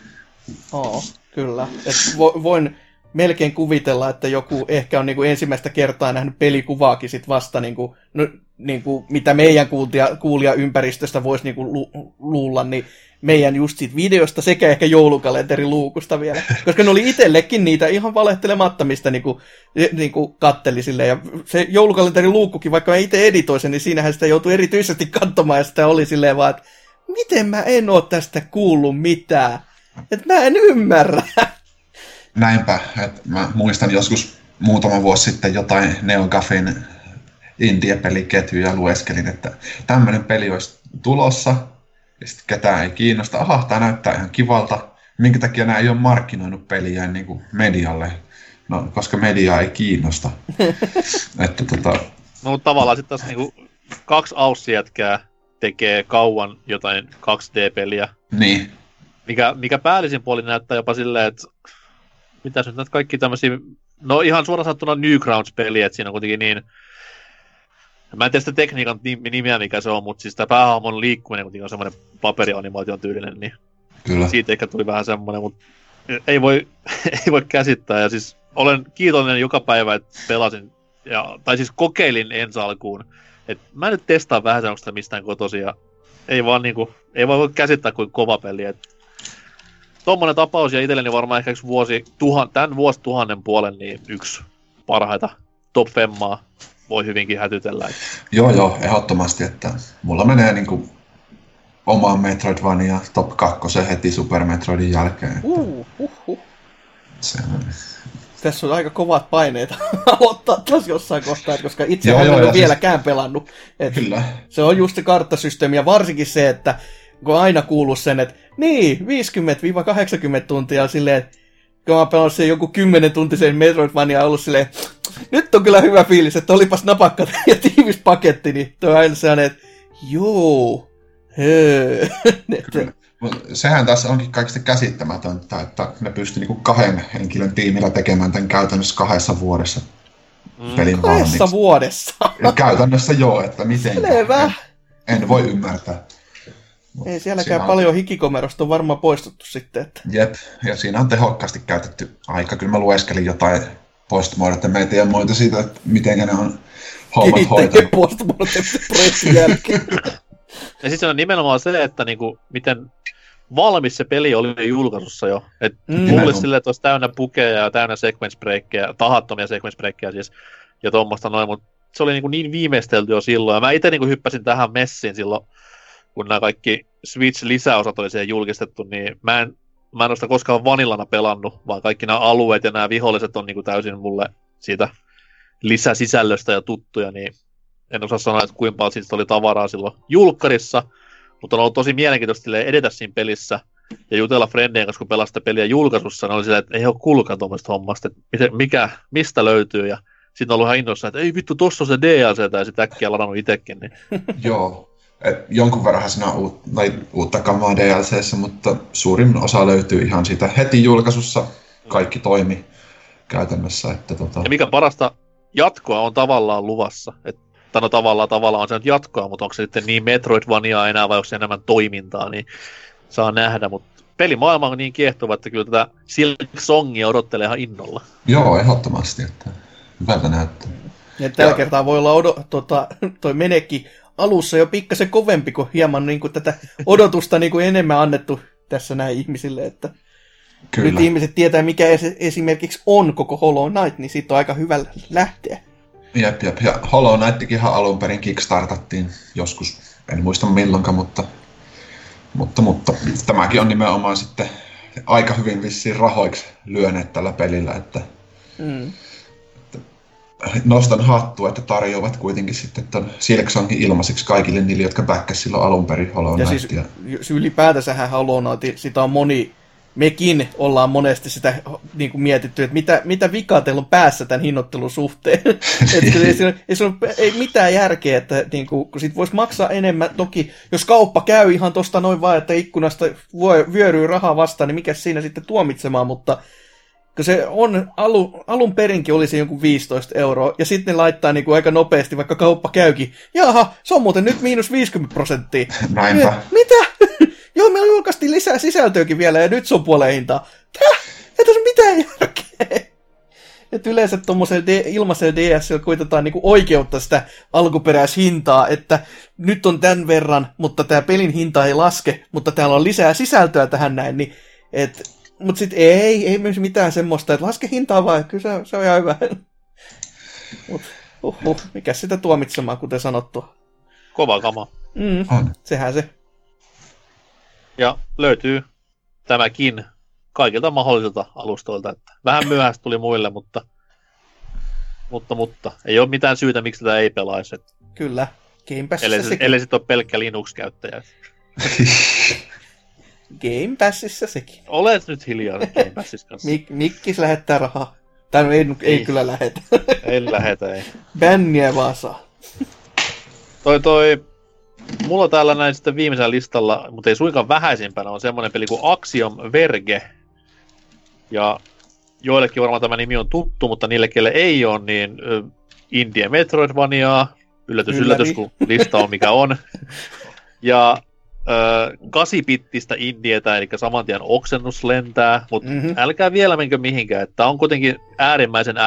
Kyllä. Voin melkein kuvitella, että joku ehkä on niinku ensimmäistä kertaa nähnyt pelikuvaakin sit vasta, niinku, mitä meidän kuulijaympäristöstä voisi niinku luulla, niin meidän just siitä videosta sekä ehkä joulukalenterin luukusta vielä. Koska ne oli itsellekin niitä ihan valehtelematta, mistä niinku katteli silleen. Ja se joulukalenterin luukkukin, vaikka mä itse editoin sen, niin siinähän sitä joutui erityisesti katsomaan, ja sitä oli silleen vaan, että miten mä en oo tästä kuullut mitään. Että mä en ymmärrä. Näinpä, että mä muistan joskus muutama vuosi sitten jotain NeoGAFin indie-peliketjuja lueskelin, että tämmönen peli olisi tulossa, ja sitten ketään ei kiinnosta. Aha, tää näyttää ihan kivalta. Minkä takia nämä ei ole markkinoinut peliä niin kuin medialle? No, koska media ei kiinnosta. Että, No, mutta tavallaan sitten tässä niinku 2 aussijätkää tekee kauan jotain 2D-peliä. Niin. Mikä päällisin puoli näyttää jopa silleen, että mitäs nyt näitä kaikki tämmöisiä, no ihan suoraan sanottuna Newgrounds-peliä, että siinä on kuitenkin niin, mä en tiedä sitä tekniikan nimeä mikä se on, mutta siis tämä päähahmon liikkuminen kuitenkin on semmoinen paperianimaation tyylinen, niin kyllä. Siitä ehkä tuli vähän semmoinen, mutta ei voi käsittää, ja siis olen kiitollinen joka päivä, että pelasin, tai siis kokeilin ensi alkuun, että mä nyt testaan vähän se, onko sitä mistään kotoisin, ja ei vaan voi käsittää kuin kova peli, että tommonen tapaus, ja itselleni varmaan ehkä tämän vuosituhannen puolen niin yksi parhaita top femmaa voi hyvinkin hätytellä. Joo, ehdottomasti, että mulla menee niinku omaan Metroidvania top 2 heti Super Metroidin jälkeen. Tässä on aika kovat paineet aloittaa taas jossain kohtaa, koska itse en ole vieläkään pelannut. Kyllä. Se on just se karttasysteemi, ja varsinkin se, että kun on aina kuullut sen, että niin, 50-80 tuntia silleen, kun mä oon pelannut sen joku 10-tuntisen Metroidvania ollut silleen, nyt on kyllä hyvä fiilis, että olipas napakka ja tiivis paketti, niin toi on aina sellainen, että joo, sehän tässä onkin kaikista käsittämätöntä, että ne pystyy niinku 2 henkilön tiimillä tekemään tämän käytännössä 2 vuodessa pelin 2 vuodessa? Käytännössä joo, että miten. Selvä. En voi ymmärtää. Ei sielläkään paljon hikikomerosta on varmaan poistettu sitten. Että... Jep, ja siinä on tehokkaasti käytetty aika. Kyllä mä lueskelin jotain postmortemeita ja muita siitä, että miten ne on hommat hoitanut. Postmortem-projektin jälkeen. Ja sitten on nimenomaan se, että niinku, miten valmis se peli oli julkaisussa jo. Että mulle silleen, että olisi täynnä bugeja ja täynnä sequence breakkejä, tahattomia sequence breakkejä siis, ja tuommoista noin, mutta se oli niin viimeistelty jo silloin. Ja mä itse niin hyppäsin tähän messiin silloin, kun nämä kaikki Switch-lisäosat oli siihen julkistettu, niin mä en ole sitä koskaan vanillana pelannut, vaan kaikki nämä alueet ja nämä viholliset on niin täysin mulle siitä lisäsisällöstä ja tuttuja, niin en osaa sanoa, että kuinka paljon siitä oli tavaraa silloin julkkarissa, mutta on ollut tosi mielenkiintoista edetä siinä pelissä ja jutella frendien kanssa, kun pelasi sitä peliä julkaisussa, niin oli silleen, että ei ole kuulkaan tuommoista hommasta, että mistä löytyy, ja sitten on ollut ihan innoissaan, että ei vittu, tossa on se DLC, ja sitten äkkiä ladannut itsekin. Niin. Joo, jonkun verran siinä on uutta kamaa DLC:ssä, mutta suurin osa löytyy ihan siitä heti julkaisussa, kaikki toimi. käytännössä. Että Ja mikä parasta, jatkoa on tavallaan luvassa. No tavallaan on se nyt jatkoa, mutta onko se sitten niin Metroidvaniaa enää vai onko se enemmän toimintaa, niin saa nähdä. Mutta pelimaailma on niin kiehtova, että kyllä tätä Silksongia odottelee ihan innolla. Joo, ehdottomasti, että hyvältä näyttää. Ja tällä kertaa voi olla toi menekki alussa jo pikkasen kovempi, kun hieman niin kuin tätä odotusta niin kuin enemmän annettu tässä näin ihmisille, että Kyllä. nyt ihmiset tietää, mikä esimerkiksi on koko Hollow Knight, niin siitä on aika hyvä lähteä. Jep. Ja Hollow Knightikin ihan alun perin kickstartattiin joskus, en muista milloinkaan, mutta tämäkin on nimenomaan sitten aika hyvin vissiin rahoiksi lyöneet tällä pelillä, että nostan hattua, että tarjoavat kuitenkin sitten ton Silksongin ilmaiseksi kaikille niille, jotka backkasivat silloin alun perin Hollow Knightia. Ja siis ylipäätänsähän Hollow Knight, sitä on mekin ollaan monesti sitä niin kuin mietitty, että mitä vikaa teillä on päässä tämän hinnoittelun suhteen. ei mitään järkeä, että niin kuin, kun sit voisi maksaa enemmän. Toki, jos kauppa käy ihan tosta noin vaan, että ikkunasta vyöryy rahaa vastaan, niin mikä siinä sitten tuomitsemaan, mutta kun se on alun perinkin oli se jonkun 15 €, ja sitten ne laittaa niin kuin aika nopeasti, vaikka kauppa käykin. Jaha, se on muuten nyt -50%. Näinpä. Mitä? Joo, me julkaistiin lisää sisältöäkin vielä, ja nyt se on puoleen hintaa. Täh? Ei tässä mitään järkeä. Että yleensä tuommoisella ilmaisella DS:llä koitetaan niinku oikeuttaa sitä alkuperäishintaa, että nyt on tämän verran, mutta tämä pelin hinta ei laske, mutta täällä on lisää sisältöä tähän näin, niin mutta sitten ei myös mitään semmoista, että laske hintaa vaan, kyllä se on ihan hyvä. Mutta mikä sitä tuomitsemaan, kuten sanottua. Kova kama. Sehän se. Ja löytyy tämäkin kaikilta mahdollisilta alustoilta. Että vähän myöhäistä tuli muille, mutta ei ole mitään syytä, miksi tätä ei pelaisi. Kyllä, Game Passissa sekin. Ellei sitten ole pelkkä Linux-käyttäjä. Game Passissa sekin. Olet nyt hiljaa Game Passissa kanssa. Mikkis lähettää rahaa. Tai no ei kyllä lähetä. Ei lähetä, ei. Bänniä vaan saa. Mulla täällä näin sitten viimeisellä listalla, mutta ei suinkaan vähäisimpänä, on semmoinen peli kuin Axiom Verge. Ja joillekin varmaan tämä nimi on tuttu, mutta niille, kelle ei ole, niin Indie Metroidvaniaa. Yllätys, kun lista on mikä on. Ja 8-bittistä indietä, eli saman tien oksennus lentää, mutta älkää vielä menkö mihinkään. Että on kuitenkin äärimmäisen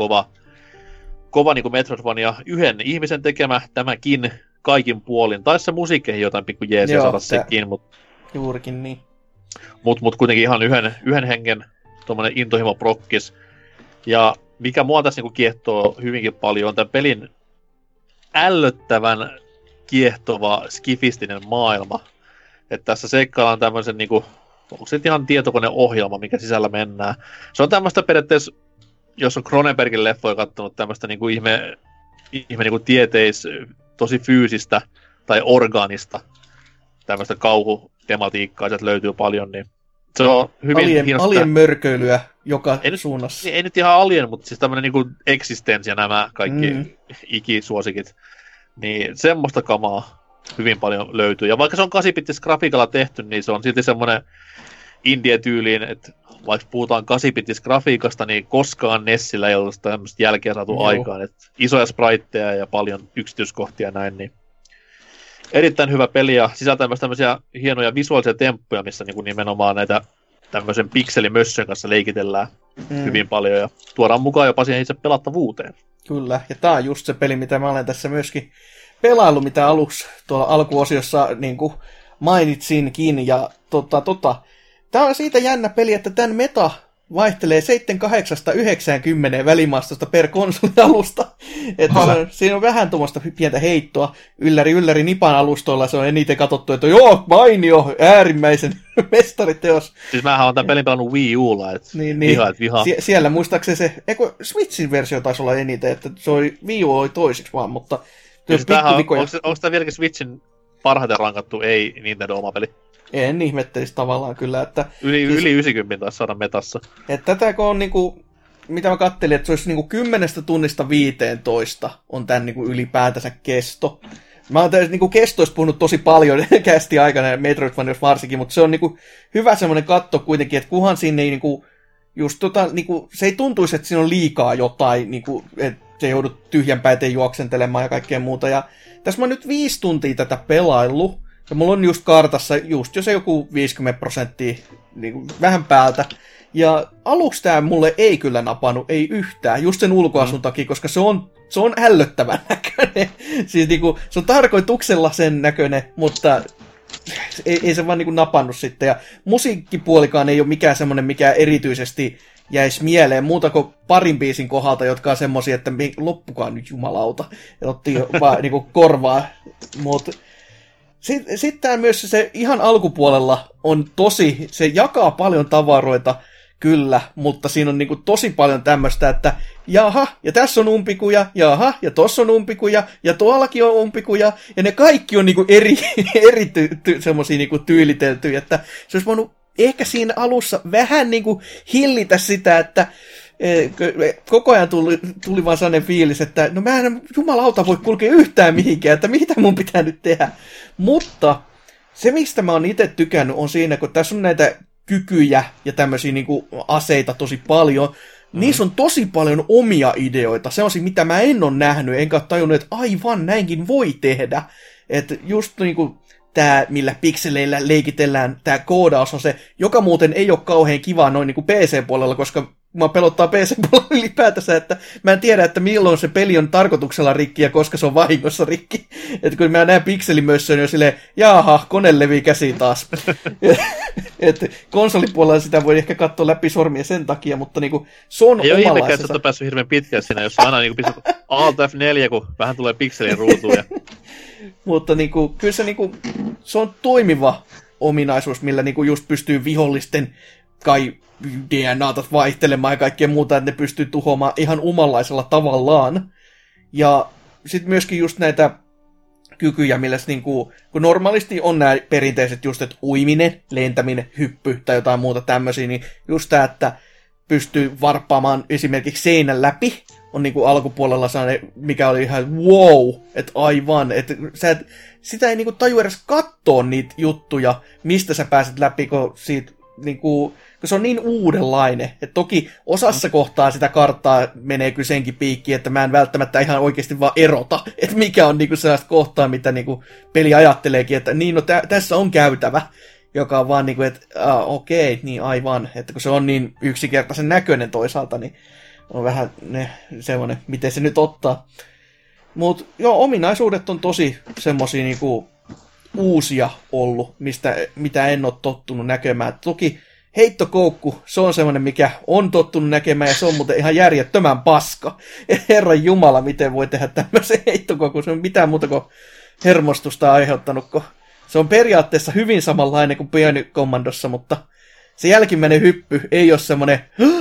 kova niin kuin Metroidvania, yhden ihmisen tekemä tämäkin kaikin puolin. Tai se musiikkeihin jotain pikku jeesiä saada sekin, mutta juurikin niin. Mut kuitenkin ihan yhden hengen tuommoinen intohimo prokkis. Ja mikä mua tässä niinku kiehtoo hyvinkin paljon on tämän pelin ällöttävän kiehtova skifistinen maailma. Että tässä seikkaillaan tämmöisen niinku, onko se ihan tietokoneohjelma, mikä sisällä mennään. Se on tämmöistä periaatteessa, jos on Cronenbergin leffoja kattonut tämmöistä niinku ihme niinku tosi fyysistä tai orgaanista tämmöistä kauhutematiikkaa, sieltä löytyy paljon, niin se on hyvin hienosti. Alien mörköilyä joka suunnassa. Ei nyt ihan alien, mutta siis tämmöinen niinku existence ja nämä kaikki ikisuosikit, niin semmoista kamaa hyvin paljon löytyy. Ja vaikka se on 8-bittis grafiikalla tehty, niin se on silti semmoinen indie-tyyliin, että vaikka puhutaan 8-bittis grafiikasta, niin koskaan Nessillä ei ole tämmöistä jälkeä saatu aikaan. Että isoja spriteja ja paljon yksityiskohtia näin, niin erittäin hyvä peli ja sisältää myös tämmöisiä hienoja visuaalisia temppuja, missä niin kuin nimenomaan näitä tämmöisen pikselimössön kanssa leikitellään hyvin paljon ja tuodaan mukaan jopa siihen itse pelattavuuteen. Kyllä, ja tää on just se peli, mitä mä olen tässä myöskin pelaillut, mitä aluksi tuolla alkuosiossa niin kuin mainitsinkin, ja tää on siitä jännä peli, että tämän meta vaihtelee 7-8-90 välimaastosta per konsolialusta. Että siinä on vähän tuommoista pientä heittoa. Ylläri Nipan alustoilla se on eniten katsottu, että joo, mainio, äärimmäisen mestariteos. Siis mähän on tämän pelin pelannut Wii Ulla, että viha. Siellä muistaakseni Switchin versio taisi olla eniten, että se oli Wii U oli toisiksi vaan, mutta siis onko tämä vieläkin Switchin parhaiten rankattu ei Nintendo oma peli? En ihmettelisi tavallaan kyllä, että Yli 90 taisi saada metassa. Että tätä kun on niinku, mitä mä kattelin, että se olisi niinku 10 tunnista 15 on tämän niinku ylipäätänsä kesto. Mä oon niinku kestoista puhunut tosi paljon kästi aikana ja Metroidvaniassa varsinkin, mutta se on niinku hyvä semmoinen katto kuitenkin, että kunhan sinne ei niinku just niinku, se ei tuntuisi, että siinä on liikaa jotain, niinku, että se joudut tyhjänpäiten juoksentelemaan ja kaikkea muuta. Ja tässä mä oon nyt 5 tuntia tätä pelaillut, ja mulla on just kartassa just jo se joku 50% niinku, vähän päältä. Ja aluksi tää mulle ei kyllä napannut, ei yhtään, just sen ulkoasun takia, koska se on ällöttävän näköinen. Siis niinku, se on tarkoituksella sen näköinen, mutta ei se vaan niinku napannut sitten. Ja musiikkipuolikaan ei ole mikään semmonen, mikä erityisesti jäisi mieleen, muuta kuin parin biisin kohdalta, jotka on semmosia, että loppukaan nyt jumalauta. Ja otti vaan niinku korvaa. Sitten myös se ihan alkupuolella on tosi, se jakaa paljon tavaroita, kyllä, mutta siinä on niinku tosi paljon tämmöistä, että jaha, ja tässä on umpikuja, jaha, ja tossa on umpikuja, ja tuollakin on umpikuja, ja ne kaikki on niinku eri semmosia niinku tyyliteltyjä, että se olisi voinut ehkä siinä alussa vähän niinku hillitä sitä, että koko ajan tuli vaan sellainen fiilis, että no mä en jumalauta voi kulkea yhtään mihinkään, että mitä mun pitää nyt tehdä. Mutta se, mistä mä oon itse tykännyt, on siinä, kun tässä on näitä kykyjä ja tämmöisiä niinku aseita tosi paljon, niissä on tosi paljon omia ideoita, sellaisia, mitä mä en ole nähnyt, enkä ole tajunnut, että aivan näinkin voi tehdä. Että just niinku tää, millä pikseleillä leikitellään, tää koodaus on se, joka muuten ei ole kauhean kivaa noin niinku PC-puolella, koska mä pelottaa PC-puolella ylipäätänsä, että mä en tiedä, että milloin se peli on tarkoituksella rikki ja koska se on vahingossa rikki. Että kun mä näen pikselimössön jo silleen, jaaha, kone levii käsiin taas. Että konsolipuolella sitä voi ehkä katsoa läpi sormia sen takia, mutta niinku se on ei omalaisensa. ole ihmekään, että on päässyt hirveän pitkään siinä, jos aina niinku pistät Alt F4, kun vähän tulee pikselien ruutuun. Ja... Mutta niinku, kyllä se, niinku, se on toimiva ominaisuus, millä niinku just pystyy vihollisten kai DNAta vaihtelemaan ja kaikkea muuta, että ne pystyy tuhoamaan ihan omanlaisella tavallaan. Ja sitten myöskin just näitä kykyjä, millä niinku, kun normaalisti on nämä perinteiset just, että uiminen, lentäminen, hyppy tai jotain muuta tämmöisiä, niin just tämä, että pystyy varppaamaan esimerkiksi seinän läpi, on niinku alkupuolella sellainen, mikä oli ihan wow, että aivan, että sitä ei niinku taju edes katsoa niitä juttuja, mistä sä pääset läpi, kun siitä niinku, kun se on niin uudenlainen, että toki osassa kohtaa sitä karttaa menee kyllä senkin piikkiin, että mä en välttämättä ihan oikeasti vaan erota, että mikä on niinku sellaista kohtaa, mitä niinku peli ajatteleekin, että niin, no tässä on käytävä, joka on vaan niinku, että okei, niin aivan, että kun se on niin yksinkertaisen näköinen toisaalta, niin on vähän semmoinen, miten se nyt ottaa. Mutta joo, ominaisuudet on tosi semmosia niinku uusia ollut, mitä en ole tottunut näkemään. Toki heittokoukku, se on semmoinen, mikä on tottunut näkemään, ja se on muuten ihan järjettömän paska. Herran jumala, miten voi tehdä tämmöisen heittokoukun, se on mitään muuta kuin hermostusta aiheuttanut, kun se on periaatteessa hyvin samanlainen kuin Bionic Commandossa, mutta se jälkimmäinen hyppy ei ole semmoinen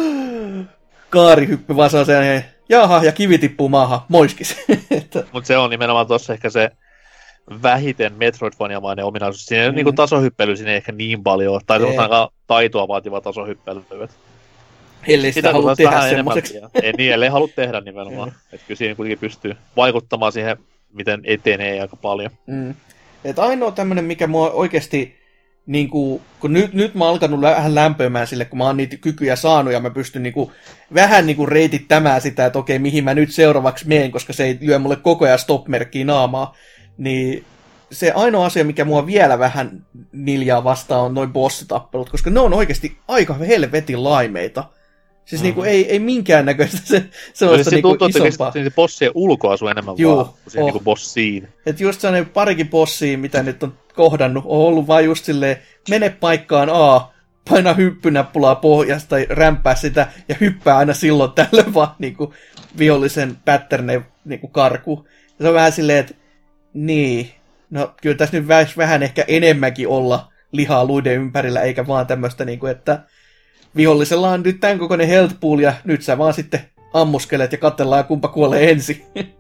kaarihyppy, vaan se on sellainen, jaha, ja kivi tippuu maahan, moiskis. Mutta se on nimenomaan tuossa ehkä se vähiten Metroidvania-mainen ominaisuus. Siinä ei niinku tasohyppely siinä ei ehkä niin paljon, tai semmoista taitoa vaativa tasohyppely. Ellei sitä halua tehdä semmoiseksi. Ellei halua tehdä nimenomaan. Että kyllä siinä kuitenkin pystyy vaikuttamaan siihen, miten etenee aika paljon. Et ainoa tämmönen, mikä mua oikeesti, niinku, kun nyt mä oon alkanut vähän lämpöimään sille, kun mä oon niitä kykyjä saanut, ja mä pystyn niinku, vähän niinku reitittämään sitä, että okei, mihin mä nyt seuraavaksi meen, koska se ei lyö mulle koko ajan stop-merkkiä naamaa. Niin se ainoa asia, mikä mua vielä vähän niljaa vastaan, on noin bossitappelut, koska ne on oikeasti aika helvetin laimeita. Siis niinku ei minkäännäköistä sellaista niinku isompaa. Se bossien ulkoasu enemmän vaan kuin siihen niinku bossiin. Et just sellainen parikin bossia, mitä nyt on kohdannut, on ollut vaan just silleen, mene paikkaan A, paina hyppynäppulaa pohjasta tai rämpää sitä, ja hyppää aina silloin tällöin vaan niinku vihollisen patterneen niinku karkuun. Ja se on vähän silleen, että niin, no kyllä tässä nyt vähän ehkä enemmänkin olla lihaa luiden ympärillä, eikä vaan tämmöistä, niinku, että vihollisella on nyt tämän kokoinen health pool, ja nyt sä vaan sitten ammuskelet ja katsellaan, kumpa kuolee ensin.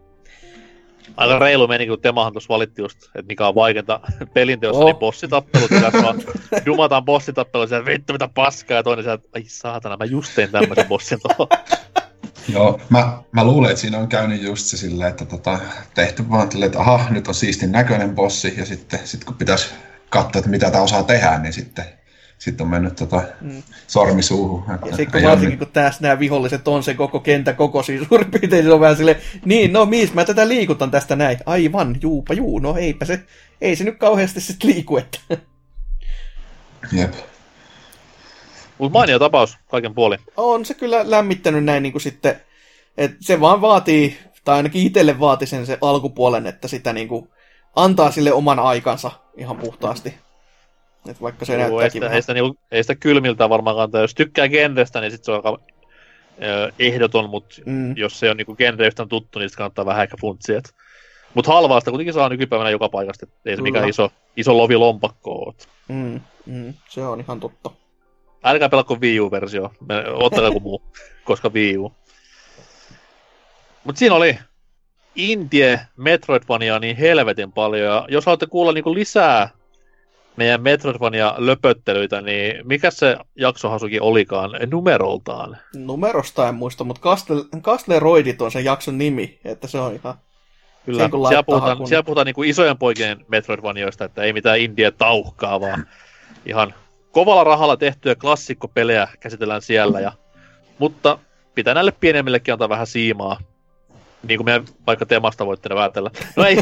Aika reilu meni, kun Temahan tuossa valitti just, että mikä on vaikeinta pelinteossa, niin bossitappelut, ja tässä vaan dumataan bossitappelut, ja vittu mitä paskaa, ja toinen sieltä, ai saatana, mä just tein tämmöisen bossin tuohon. Joo, mä luulen, että siinä on käynyt just se silleen, että tehty vaan silleen, että aha, nyt on siistin näköinen bossi, ja sitten kun pitäisi katsoa, että mitä tää osaa tehdä, niin sitten sitten on mennyt sormi suuhun. Ja sitten varsinkin, kun tässä nämä viholliset on se koko kentän kokoisia suurin piirtein, se on vähän silleen, niin, no miis mä tätä liikutan tästä näin. Aivan, juupa juu, no ei se nyt kauheasti sitten liiku, että. Jep. Mutta mainio tapaus kaiken puolin. On se kyllä lämmittänyt näin niin kuin sitten, että se vaan vaatii, tai ainakin itselle vaati sen se alkupuolen, että sitä niin kuin antaa sille oman aikansa ihan puhtaasti. Et vaikka se näyttääkin vähän. Ei sitä kylmiltä varmaan kantaa. Jos tykkää genrestä, niin sit se on aika ehdoton, mutta jos se on niinku genreistä tuttu, niin sit kannattaa vähän ehkä funtsia. Mutta halvaa sitä kuitenkin saa nykypäivänä joka paikasta. Ei se mikään iso lovi lompakko ole. Se on ihan totta. Älkää pelakko Wii U-versio. Ottakaa joku muu, koska Wii U. Mut siinä oli Indie Metroidvania niin helvetin paljon. Ja jos haluatte kuulla niinku lisää meidän Metroidvania-löpöttelyitä, niin mikä se jaksohasukin olikaan numeroltaan? Numerosta en muista, mutta Castleroidit on sen jakson nimi, että se on ihan... Kyllä, siellä puhutaan niinku isojen poikien Metroidvanioista, että ei mitään indie-tauhkaa, vaan ihan kovalla rahalla tehtyjä klassikkopelejä käsitellään siellä. Mutta pitää näille pienemmillekin antaa vähän siimaa, niin kuin meidän vaikka temasta voitte ne päätellä. No ei.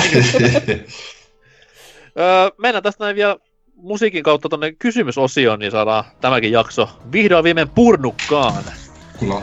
Mennään tästä näin vielä musiikin kautta tonne kysymysosioon, niin saadaan tämäkin jakso vihdoin viimein purnukkaan. Kyllä.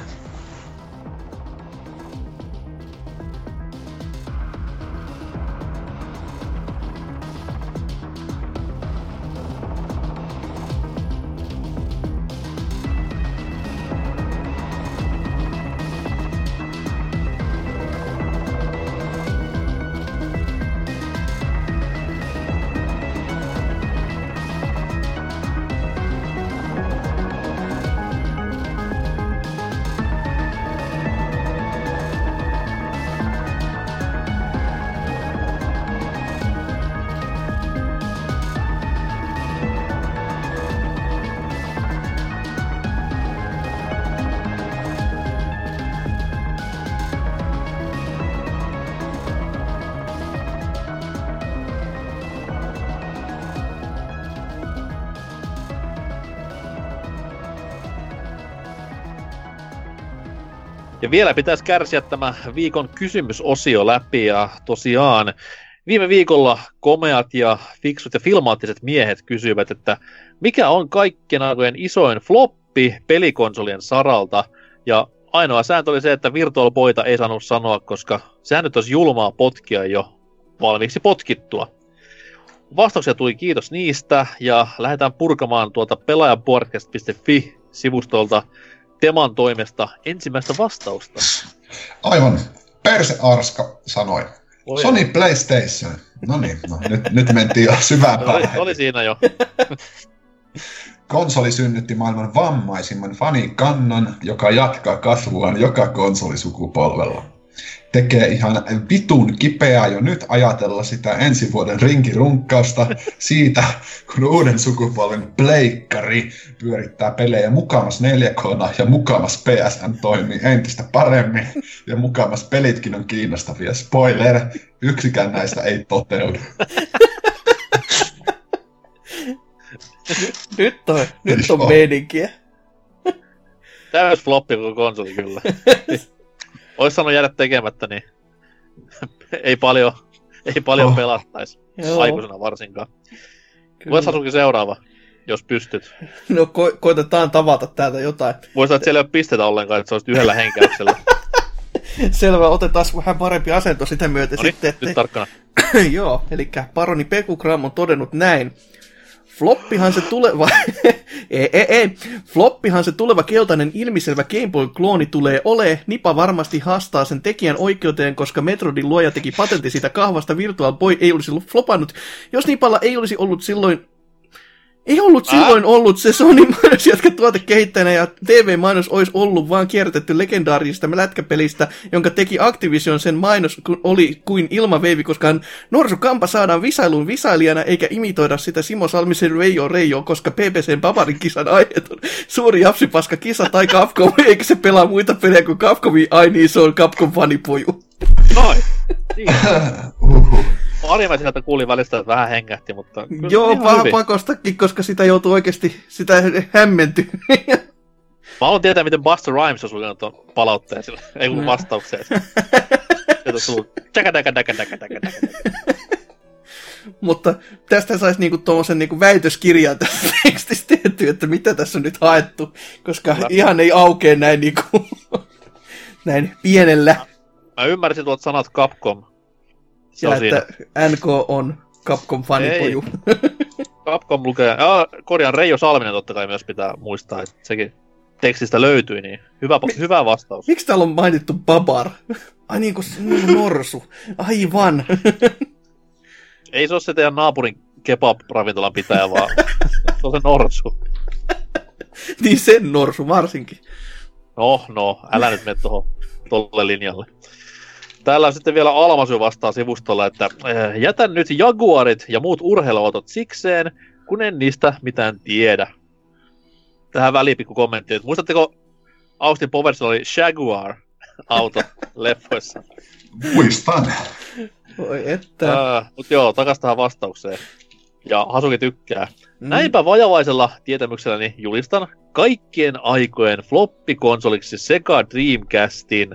Ja vielä pitäisi kärsiä tämä viikon kysymysosio läpi, ja tosiaan viime viikolla komeat ja fiksut ja filmaattiset miehet kysyivät, että mikä on kaikkien aikojen isoin floppi pelikonsolien saralta, ja ainoa sääntö oli se, että Virtual Boyta ei saanut sanoa, koska sehän nyt olisi julmaa potkia jo valmiiksi potkittua. Vastauksia tuli, kiitos niistä, ja lähdetään purkamaan tuolta pelaajapodcast.fi-sivustolta Teman toimesta ensimmäistä vastausta. Aivan. Perse Arska sanoi. Sony PlayStation. No niin, nyt mentiin jo syvään päähän. Oli siinä jo. Konsoli synnytti maailman vammaisimman fanikannan, joka jatkaa kasvuaan joka konsolisukupolvella. Tekee ihan vitun kipeää jo nyt ajatella sitä ensi vuoden rinkirunkkausta siitä, kun uuden sukupolven pleikkari pyörittää pelejä mukamas 4K:na ja mukamas PSN toimii entistä paremmin ja mukamas pelitkin on kiinnostavia. Spoiler, yksikään näistä ei toteudu. Nyt on meininkiä. Täys floppi koko konsoli kyllä. Ois sanonut jäädä tekemättä, niin ei paljon pelattaisi. Aikuisena varsinkaan. Voisi asukin seuraava, jos pystyt. No koitetaan tavata täältä jotain. Voisi että siellä ei ole pistetä ollenkaan, että se olisi yhdellä henkäyksellä. Selvä, otetaan vähän parempi asento sitä myöten Noniin, sitten. nyt tarkkana. Joo, eli Paroni Pekugram on todennut näin. Floppihan se tuleva keltainen ilmiselvä Game Boy-klooni tulee ole. Nipa varmasti haastaa sen tekijän oikeuteen, koska Metroidin luoja teki patentti siitä kahvasta. Virtual Boy ei olisi flopannut. Jos Nipalla ei olisi ollut silloin... ollut se Sony-mainos jatka tuotekehittäjänä ja TV-mainos olisi ollut vaan kierrätetty legendaarisesta lätkäpelistä, jonka teki Activision. Sen mainos oli kuin ilmaveivi, koska Norsu Kampa saadaan visailuun visailijana eikä imitoida sitä Simo Salmisen Reijo, koska PPCn Bavarin kisan aiheet on suuri japsipaska kisa tai Capcom, eikä se pelaa muita pelejä kuin Capcomin, ai niin se on Capcom fanipoju. Noin. Anime sieltä kuuli välistä, että vähän hengähti, mutta... Joo, vähän pakostakin, koska sitä joutuu oikeesti, sitä hämmentyy. Mä haluan tietää, miten Busta Rhymes olisi lukenut tuon palautteen sille, ei kun vastaukseen. Sieltä tullut Mutta tästä saisi niinku tommosen niinku väitöskirjan tästä tekstistä tehtyä, että mitä tässä on nyt haettu, koska ihan ei aukee näin niinku, näin pienellä. Mä ymmärsin tuot sanat Capcom. Ja että NK on Capcom-fanipoju. Capcom lukee, korjaan Reijo Salminen totta kai myös pitää muistaa, että sekin tekstistä löytyi, niin hyvä vastaus. Miksi täällä on mainittu Babar? Ai niinku norsu. Aivan. Ei se ole se teidän naapurin kebab-ravintolan pitäjä, vaan se on se norsu. Niin sen norsu varsinkin. No, älä nyt mene tolle linjalle. Täällä sitten vielä Almasy vastaa sivustolla, että jätän nyt Jaguarit ja muut urheiluautot sikseen, kun en niistä mitään tiedä. Tähän väliin pikku kommentti, että muistatteko Austin Powersilla oli Jaguar-auto leffoissa? Muistan. Voi että. Mut joo, takas tähän vastaukseen. Ja Hasuki tykkää. Näinpä vajavaisella tietämykselläni julistan kaikkien aikojen floppikonsoliksi Sega Dreamcastin.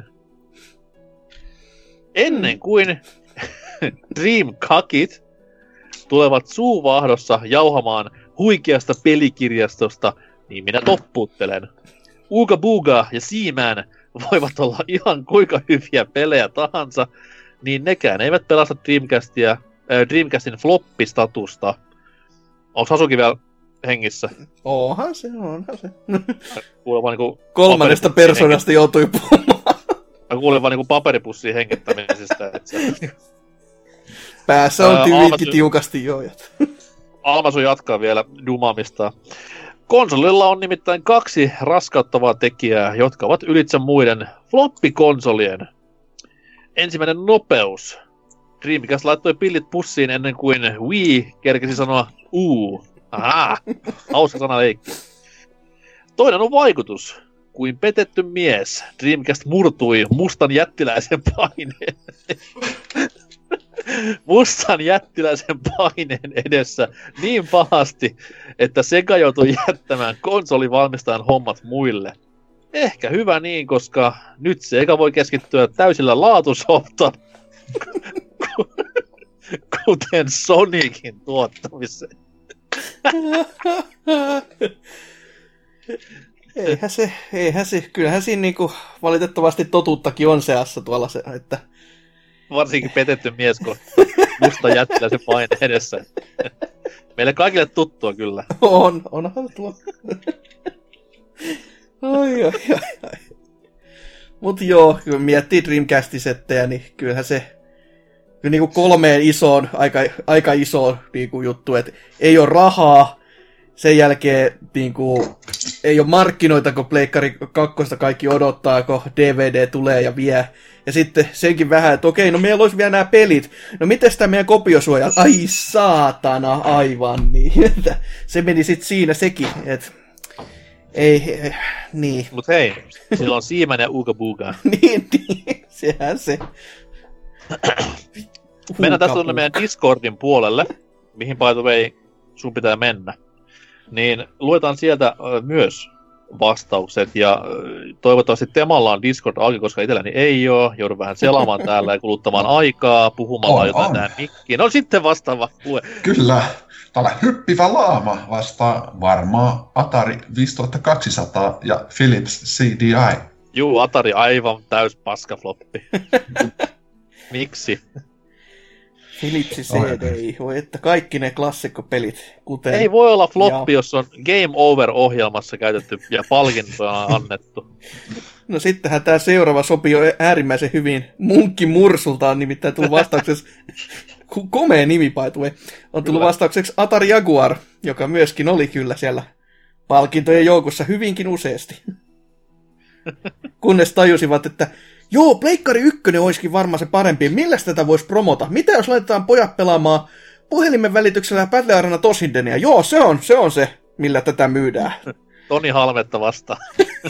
Ennen kuin Dreamcakit tulevat suuvahdossa jauhamaan huikeasta pelikirjastosta, niin minä toppuuttelen. Ooga Booga ja Seaman voivat olla ihan kuinka hyviä pelejä tahansa, niin nekään eivät pelasta Dreamcastin floppistatusta. Onko Hasuki vielä hengissä? Onhan se. Kuulen vaan niinku... Kolmannesta persoonasta joutui puhumaan. Mä kuulin vaan niinku paperipussia hengittämisestä, et se... Päässä on tyvikki tiukasti joojat. Almasu jatkaa vielä dumamista. Konsolilla on nimittäin 2 raskauttavaa tekijää, jotka ovat ylitse muiden floppikonsolien. Ensimmäinen nopeus. Dreamcast laittoi pillit pussiin ennen kuin Wii kerkesi sanoa hauska sanaleikki. Toinen on vaikutus. Kuin petetty mies, Dreamcast murtui mustan jättiläisen paineen. Mustan jättiläisen paineen edessä niin pahasti, että Sega joutui jättämään konsolivalmistajan hommat muille. Ehkä hyvä niin, koska nyt Sega voi keskittyä täysillä laatusoftaan, kuten Sonicin tuottamiseen. Eihän se, kyllähän siinä niinku valitettavasti totuuttakin on seassa tuolla se, että... Varsinkin petetty mies, kun musta jättiläisen paine edessä. Meille kaikille tuttua kyllä. Onhan tuo. Ai. Mut joo, kun miettii Dreamcast-settejä, niin kyllähän se... Kyllä niinku 3 isoon, aika iso niinku juttu, että ei ole rahaa, sen jälkeen niinku, ei ole markkinoita, kun Pleikkari 2 kaikki odottaa, kun DVD tulee ja vie. Ja sitten senkin vähän, että okei, no meillä olisi vielä nämä pelit. No miten sitä meidän kopiosuoja? Ai saatana, aivan niin. Se meni sitten siinä sekin, että ei, niin. Mut hei, sillä on Seaman ja Ooga Booga. niin, sehän se. Mennään tästä tuonne meidän Discordin puolelle, mihin by the way sun pitää mennä. Niin luetaan sieltä myös vastaukset ja toivottavasti Temalla on Discord auki, koska itselläni ei oo. Joudun vähän selaamaan täällä ja kuluttamaan aikaa puhumalla jotain tähän mikkiin. No sitten vastaava lue. Kyllä. Täällä hyppivä laama vastaa varmaan Atari 5200 ja Philips CDI. Juu, Atari aivan täys paskafloppi. Miksi? Philipsi CD, voi että kaikki ne klassikkopelit, kuten... Ei voi olla floppi, jos on Game Over-ohjelmassa käytetty ja palkintoja on annettu. No sittenhän tää seuraava sopii jo äärimmäisen hyvin. Munkki Mursulta on nimittäin tullut vastaukseksi... Komea nimi, by the way. On tullut vastaukseksi Atari Jaguar, joka myöskin oli kyllä siellä palkintojen joukossa hyvinkin useasti. Kunnes tajusivat, että joo, Pleikkari 1 olisikin varmaan se parempi. Milläs tätä voisi promota? Mitä jos laitetaan pojat pelaamaan puhelimen välityksellä Battle Arena Toshindenia? Joo, se on se, millä tätä myydään. Toni Halmetta vastaan.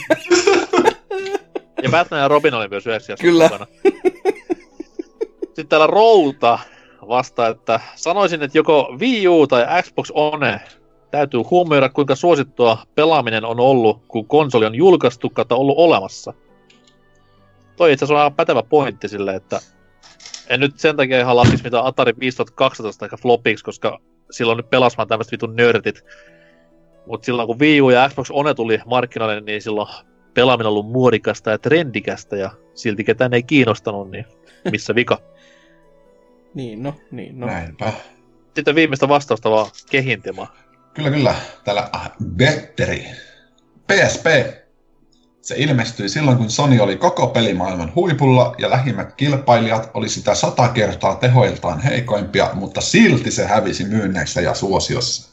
Ja Batman ja Robin oli myös 9 kyllä. mukana. Sitten täällä Routa vastaa, että sanoisin, että joko Wii U tai Xbox One täytyy huomioida, kuinka suosittua pelaaminen on ollut, kun konsoli on julkaistu kautta ollut olemassa. Toi itse asiassa on aivan pätevä pointti silleen, että en nyt sen takia ihan laskisi mitään Atari 5212 eikä flopiksi, koska silloin nyt pelasmaan tämmöiset vitun nörtit. Mut silloin kun Wii U ja Xbox One tuli markkinoille, niin silloin pelaaminen on ollut muodikasta ja trendikästä ja silti ketään ei kiinnostanut, niin missä vika? Niin no. Näinpä. Sitten viimeistä vastausta vaan Kehintema. Kyllä. Täällä Betteri. PSP. Se ilmestyi silloin, kun Sony oli koko pelimaailman huipulla ja lähimmät kilpailijat oli sitä 100 kertaa tehoiltaan heikoimpia, mutta silti se hävisi myynneissä ja suosiossa.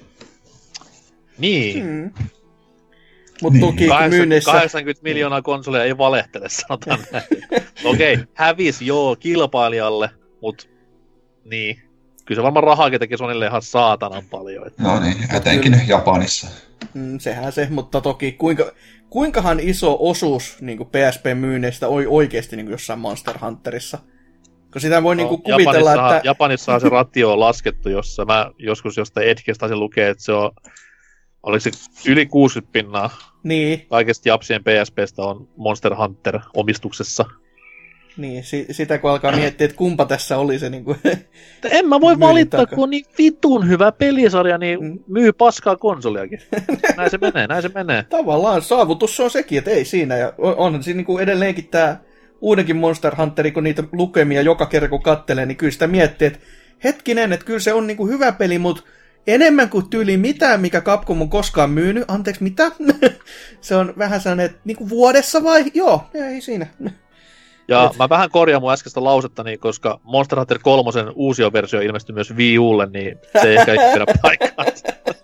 Niin. Mutta toki myynnissä... 80 miljoonaa konsoleja ei valehtele, sanotaan näin. Okei, hävisi joo kilpailijalle, mutta niin. Kyllä se varmaan rahaakin teki Sonylle ihan saatanan paljon. Että... No niin, etenkin Japanissa. Sehän se, mutta toki kuinkahan iso osuus niin PSP-myynneistä oli oikeasti niin jossain Monster Hunterissa? Kun sitä voi niin kuvitella, että... Japanissahan se ratio on laskettu, jossa mä joskus jostain Edgestä taisin lukea, että se on... Oliko se yli 60% niin. Kaikesta Japsien PSPstä on Monster Hunter omistuksessa. Niin, sitä kun alkaa miettiä, että kumpa tässä oli se niinku... En mä voi valittaa, kun on niin vitun hyvä pelisarja, niin myy paskaa konsoliakin. Näin se menee. Tavallaan saavutus se on sekin, että ei siinä. Ja onhan siinä niinku edelleenkin tää uudenkin Monster Hunteri, kun niitä lukemia joka kerran kun kattelee, niin kyllä sitä miettii, että hetkinen, että kyllä se on niinku hyvä peli, mutta enemmän kuin tyyli mitään, mikä Capcom on koskaan myynyt. Anteeksi, mitä? Se on vähän sellainen, että niinku vuodessa vai? Joo, ei siinä. Ja mä vähän korjaan mun äskeistä lausettani, koska Monster Hunter 3 uusioversio ilmestyi myös Wii Ulle, niin se ei ehkä pidä paikkaansa.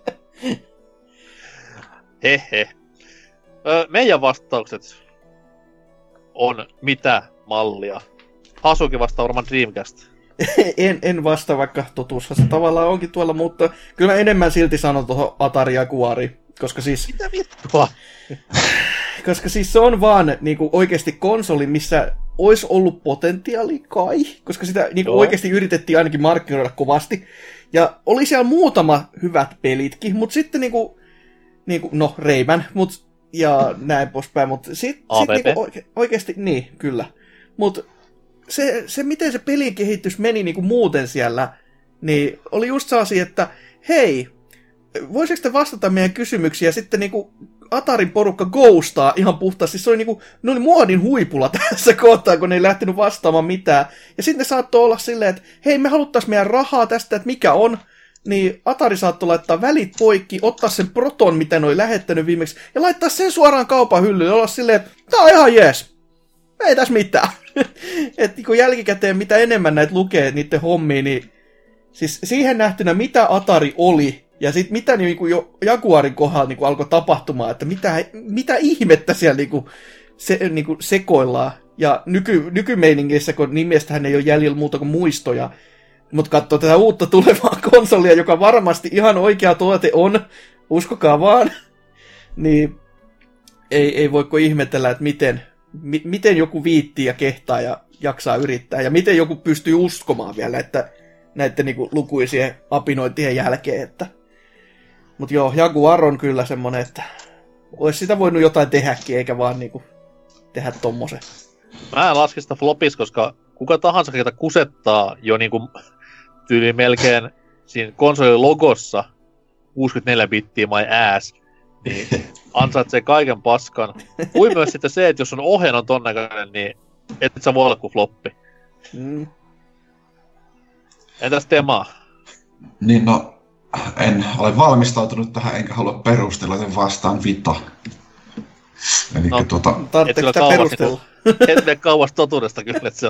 Hehe. Meidän vastaukset on mitä mallia? Hasuki vastaa varmaan Dreamcast. en vastaa, vaikka totuushan se tavallaan onkin tuolla, mutta kyllä mä enemmän silti sanon tuohon Atari Jaguari, koska siis... Mitä vittua? Koska siis se on vaan niinku oikeasti konsoli, missä olisi ollut potentiaali kai, koska sitä niinku oikeasti yritettiin ainakin markkinoida kovasti. Ja oli siellä muutama hyvät pelitkin, mutta sitten niinku no Rayman, ja näin poispäin, mutta sitten niinku oikeasti, niin kyllä. Mutta se miten se pelin kehitys meni niinku muuten siellä, niin oli just se asia, että hei, voisiko te vastata meidän kysymyksiä sitten niinku Atarin porukka ghostaa ihan puhtaasti. Se oli niinku, ne oli muodin huipulla tässä kohtaa, kun ne ei lähtenyt vastaamaan mitään. Ja sitten saattoi olla silleen, että hei, me haluttais meidän rahaa tästä, että mikä on. Niin Atari saattoi laittaa välit poikki, ottaa sen Proton, mitä ne oli lähettänyt viimeksi, ja laittaa sen suoraan kaupan hyllyyn ja olla silleen, että tää on ihan jees. Ei tässä mitään. Että niin jälkikäteen mitä enemmän näitä lukee niiden hommia, niin siis siihen nähtynä mitä Atari oli, ja sitten mitä niinku jo Jaguarin kohdalla niinku alkoi tapahtumaan, että mitä ihmettä siellä niinku sekoillaan. Ja nykymeiningissä, kun nimestähän ei ole jäljellä muuta kuin muistoja, mutta katsoo tätä uutta tulevaa konsolia, joka varmasti ihan oikea tuote on, uskokaa vaan, niin ei voiko ihmetellä, että miten joku viittii ja kehtaa ja jaksaa yrittää, ja miten joku pystyy uskomaan vielä, että näiden niinku lukuisien apinointien jälkeen, että... Mut joo, Jaguar on kyllä semmonen, että olisi sitä voinut jotain tehdäkin, eikä vaan niinku tehdä tommosen. Mä en laske sitä flopis, koska kuka tahansa, ketä kusettaa jo niinku tyyli melkein siinä konsolin logossa 64 bittiä my ass, niin ansaitsee kaiken paskan. Kuin myös sitten se, että jos sun ohjeen on ton näköinen, niin et sä voi olla kuin floppi. Entäs Tema? Niin no, en ole valmistautunut tähän, enkä halua perustella, joten vastaan Vita. Elikkä tarvitseeko sitä perustella? Et mene kauas totuudesta kyllä, että se on...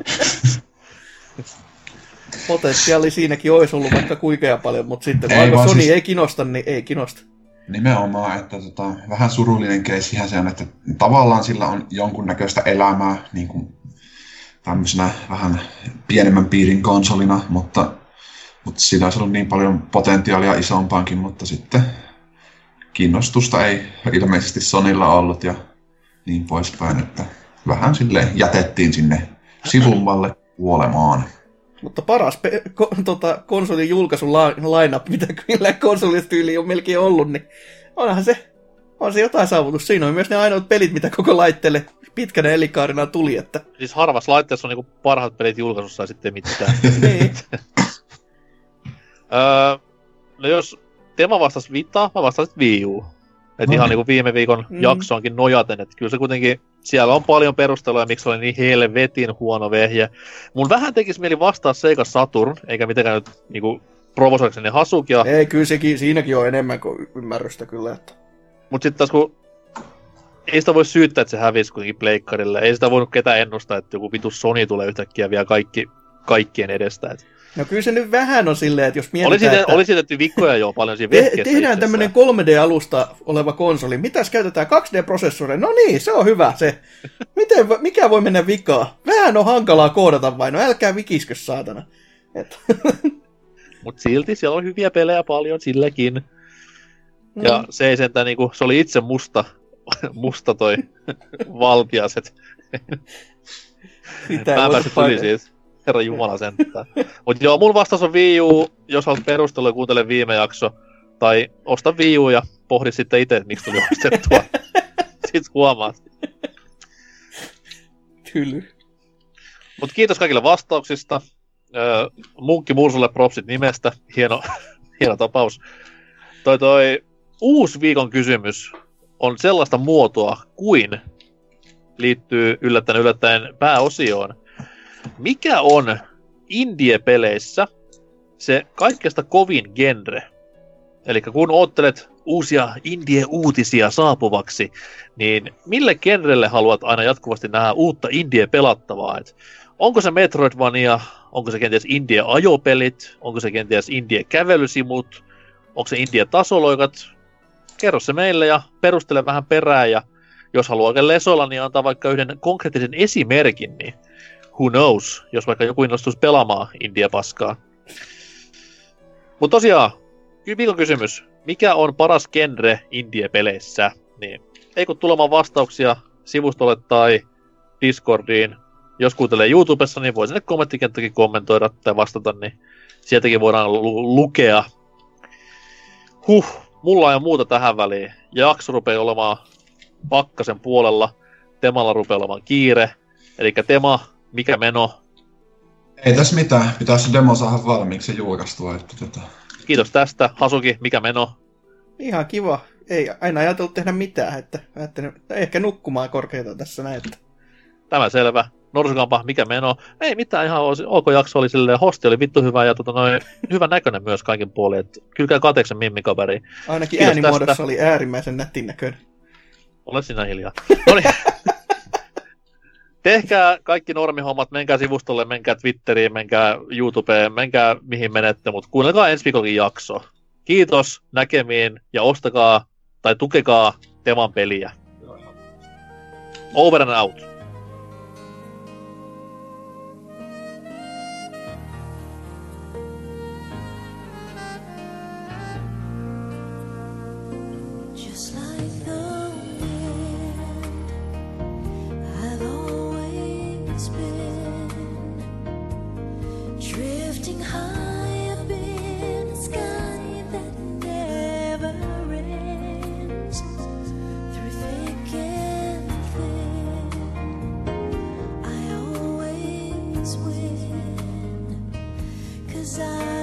Potentiaali siinäkin olisi ollut vaikka kuinka paljon, mutta sitten kun Sony ei kinosta, niin ei kinosta. Nimenomaan, että vähän surullinen keissihän se on, että tavallaan sillä on jonkunnäköistä elämää niin kuin tämmöisenä vähän pienemmän piirin konsolina, mutta siinä olisi ollut niin paljon potentiaalia isompaankin, mutta sitten kiinnostusta ei ilmeisesti Sonylla ollut ja niin poispäin, että vähän silleen jätettiin sinne sivummalle kuolemaan. Mutta paras konsolin julkaisun line-up, mitä kyllä konsolistyyli on melkein ollut, niin on se jotain saavutus. Siinä on myös ne ainoat pelit, mitä koko laitteelle pitkänä elinkaarina tuli. Että... Siis harvassa laitteessa on niinku parhaat pelit julkaisussa ja sitten mitään. Niin. No jos Tema vastasi Vita, mä vastasin Wii U. Et ihan niinku viime viikon jaksoonkin nojaten, että kyllä se kuitenkin, siellä on paljon perusteluja, miksi oli niin helvetin huono vehje. Mun vähän tekisi mieli vastaa Sega Saturn, eikä mitenkään nyt niinku provosoikseni Hasukia. Ei, kyllä siinäkin on enemmän kuin ymmärrystä kyllä. Että... Mut sit taas kun ei sitä voi syyttää, että se hävisi kuitenkin pleikkarille. Ei sitä voinut ketään ennustaa, että joku vitu Sony tulee yhtäkkiä vielä kaikkien edestä. Et. No kyllä se nyt vähän on silleen, että jos mietitään, Oli esitetty vikkoja jo paljon siinä vehkeessä. Tehdään tämmönen 3D-alusta oleva konsoli. Mitäs käytetään? 2D-prosessoreja? No niin, se on hyvä se. Mikä voi mennä vikaa? Vähän on hankalaa koodata vain. No älkää vikiskö, saatana. Mut silti siellä on hyviä pelejä paljon silläkin. Ja se ei sentään niinku, se oli itse musta toi valtias, et mä en päässyt yli siitä. Herra Jumala sentään. Mut joo, mun vastaus on Wii U, jos haluat perustella ja kuuntele viime jakso. Tai osta Wii U ja pohdi sitten itse, että miksi tuli ostettua. Sitten huomaat. Tyly. Mut kiitos kaikille vastauksista. Munkki Mursulle propsit nimestä. Hieno tapaus. Toi uusi viikon kysymys on sellaista muotoa kuin liittyy yllättäen pääosioon. Mikä on indie-peleissä se kaikkeesta kovin genre? Eli kun oottelet uusia indie-uutisia saapuvaksi, niin mille genrelle haluat aina jatkuvasti nähdä uutta indie-pelattavaa? Et onko se Metroidvania? Onko se kenties indie-ajopelit? Onko se kenties indie-kävelysimut? Onko se indie-tasoloikat? Kerro se meille ja perustele vähän perään. Ja jos haluaa oikein lesoilla, niin antaa vaikka yhden konkreettisen esimerkin, niin who knows, jos vaikka joku innostuisi pelaamaan indie-paskaa. Mutta tosiaan, viikon kysymys. Mikä on paras genre indie-peleissä? Niin, ei kun tulemaan vastauksia sivustolle tai Discordiin. Jos kuuntelee YouTubessa, niin voi sinne kommenttikenttäkin kommentoida tai vastata, niin sieltäkin voidaan lukea. Mulla on jo muuta tähän väliin. Jakso rupeaa olemaan pakkasen puolella. Temalla rupeaa olemaan kiire. Elikkä Tema, mikä meno? Ei tässä mitään. Pitäisi demo saada valmiiksi ja julkaistua. Kiitos tästä. Hasuki, mikä meno? Ihan kiva. Ei aina ajatellut tehdä mitään. Että ehkä nukkumaan korkeita tässä näin. Tämä selvä. Norsukampa, mikä meno? Ei mitään, ihan ok jakso oli silleen, hosti oli vittu hyvä ja hyvän näköinen myös kaikin puolin. Et kyllä käy kateeksen mimmikaveriin. Ainakin kiitos äänimuodossa tästä. Oli äärimmäisen nätin näköinen. Ole sinä hiljaa. Noniin. Tehkää kaikki normihommat, menkää sivustolle, menkää Twitteriin, menkää YouTubeen, menkää mihin menette, mutta kuunnelkaa ensi viikollakin jakso. Kiitos, näkemiin ja ostakaa tai tukekaa Teman peliä. Over and out. Win, 'cause I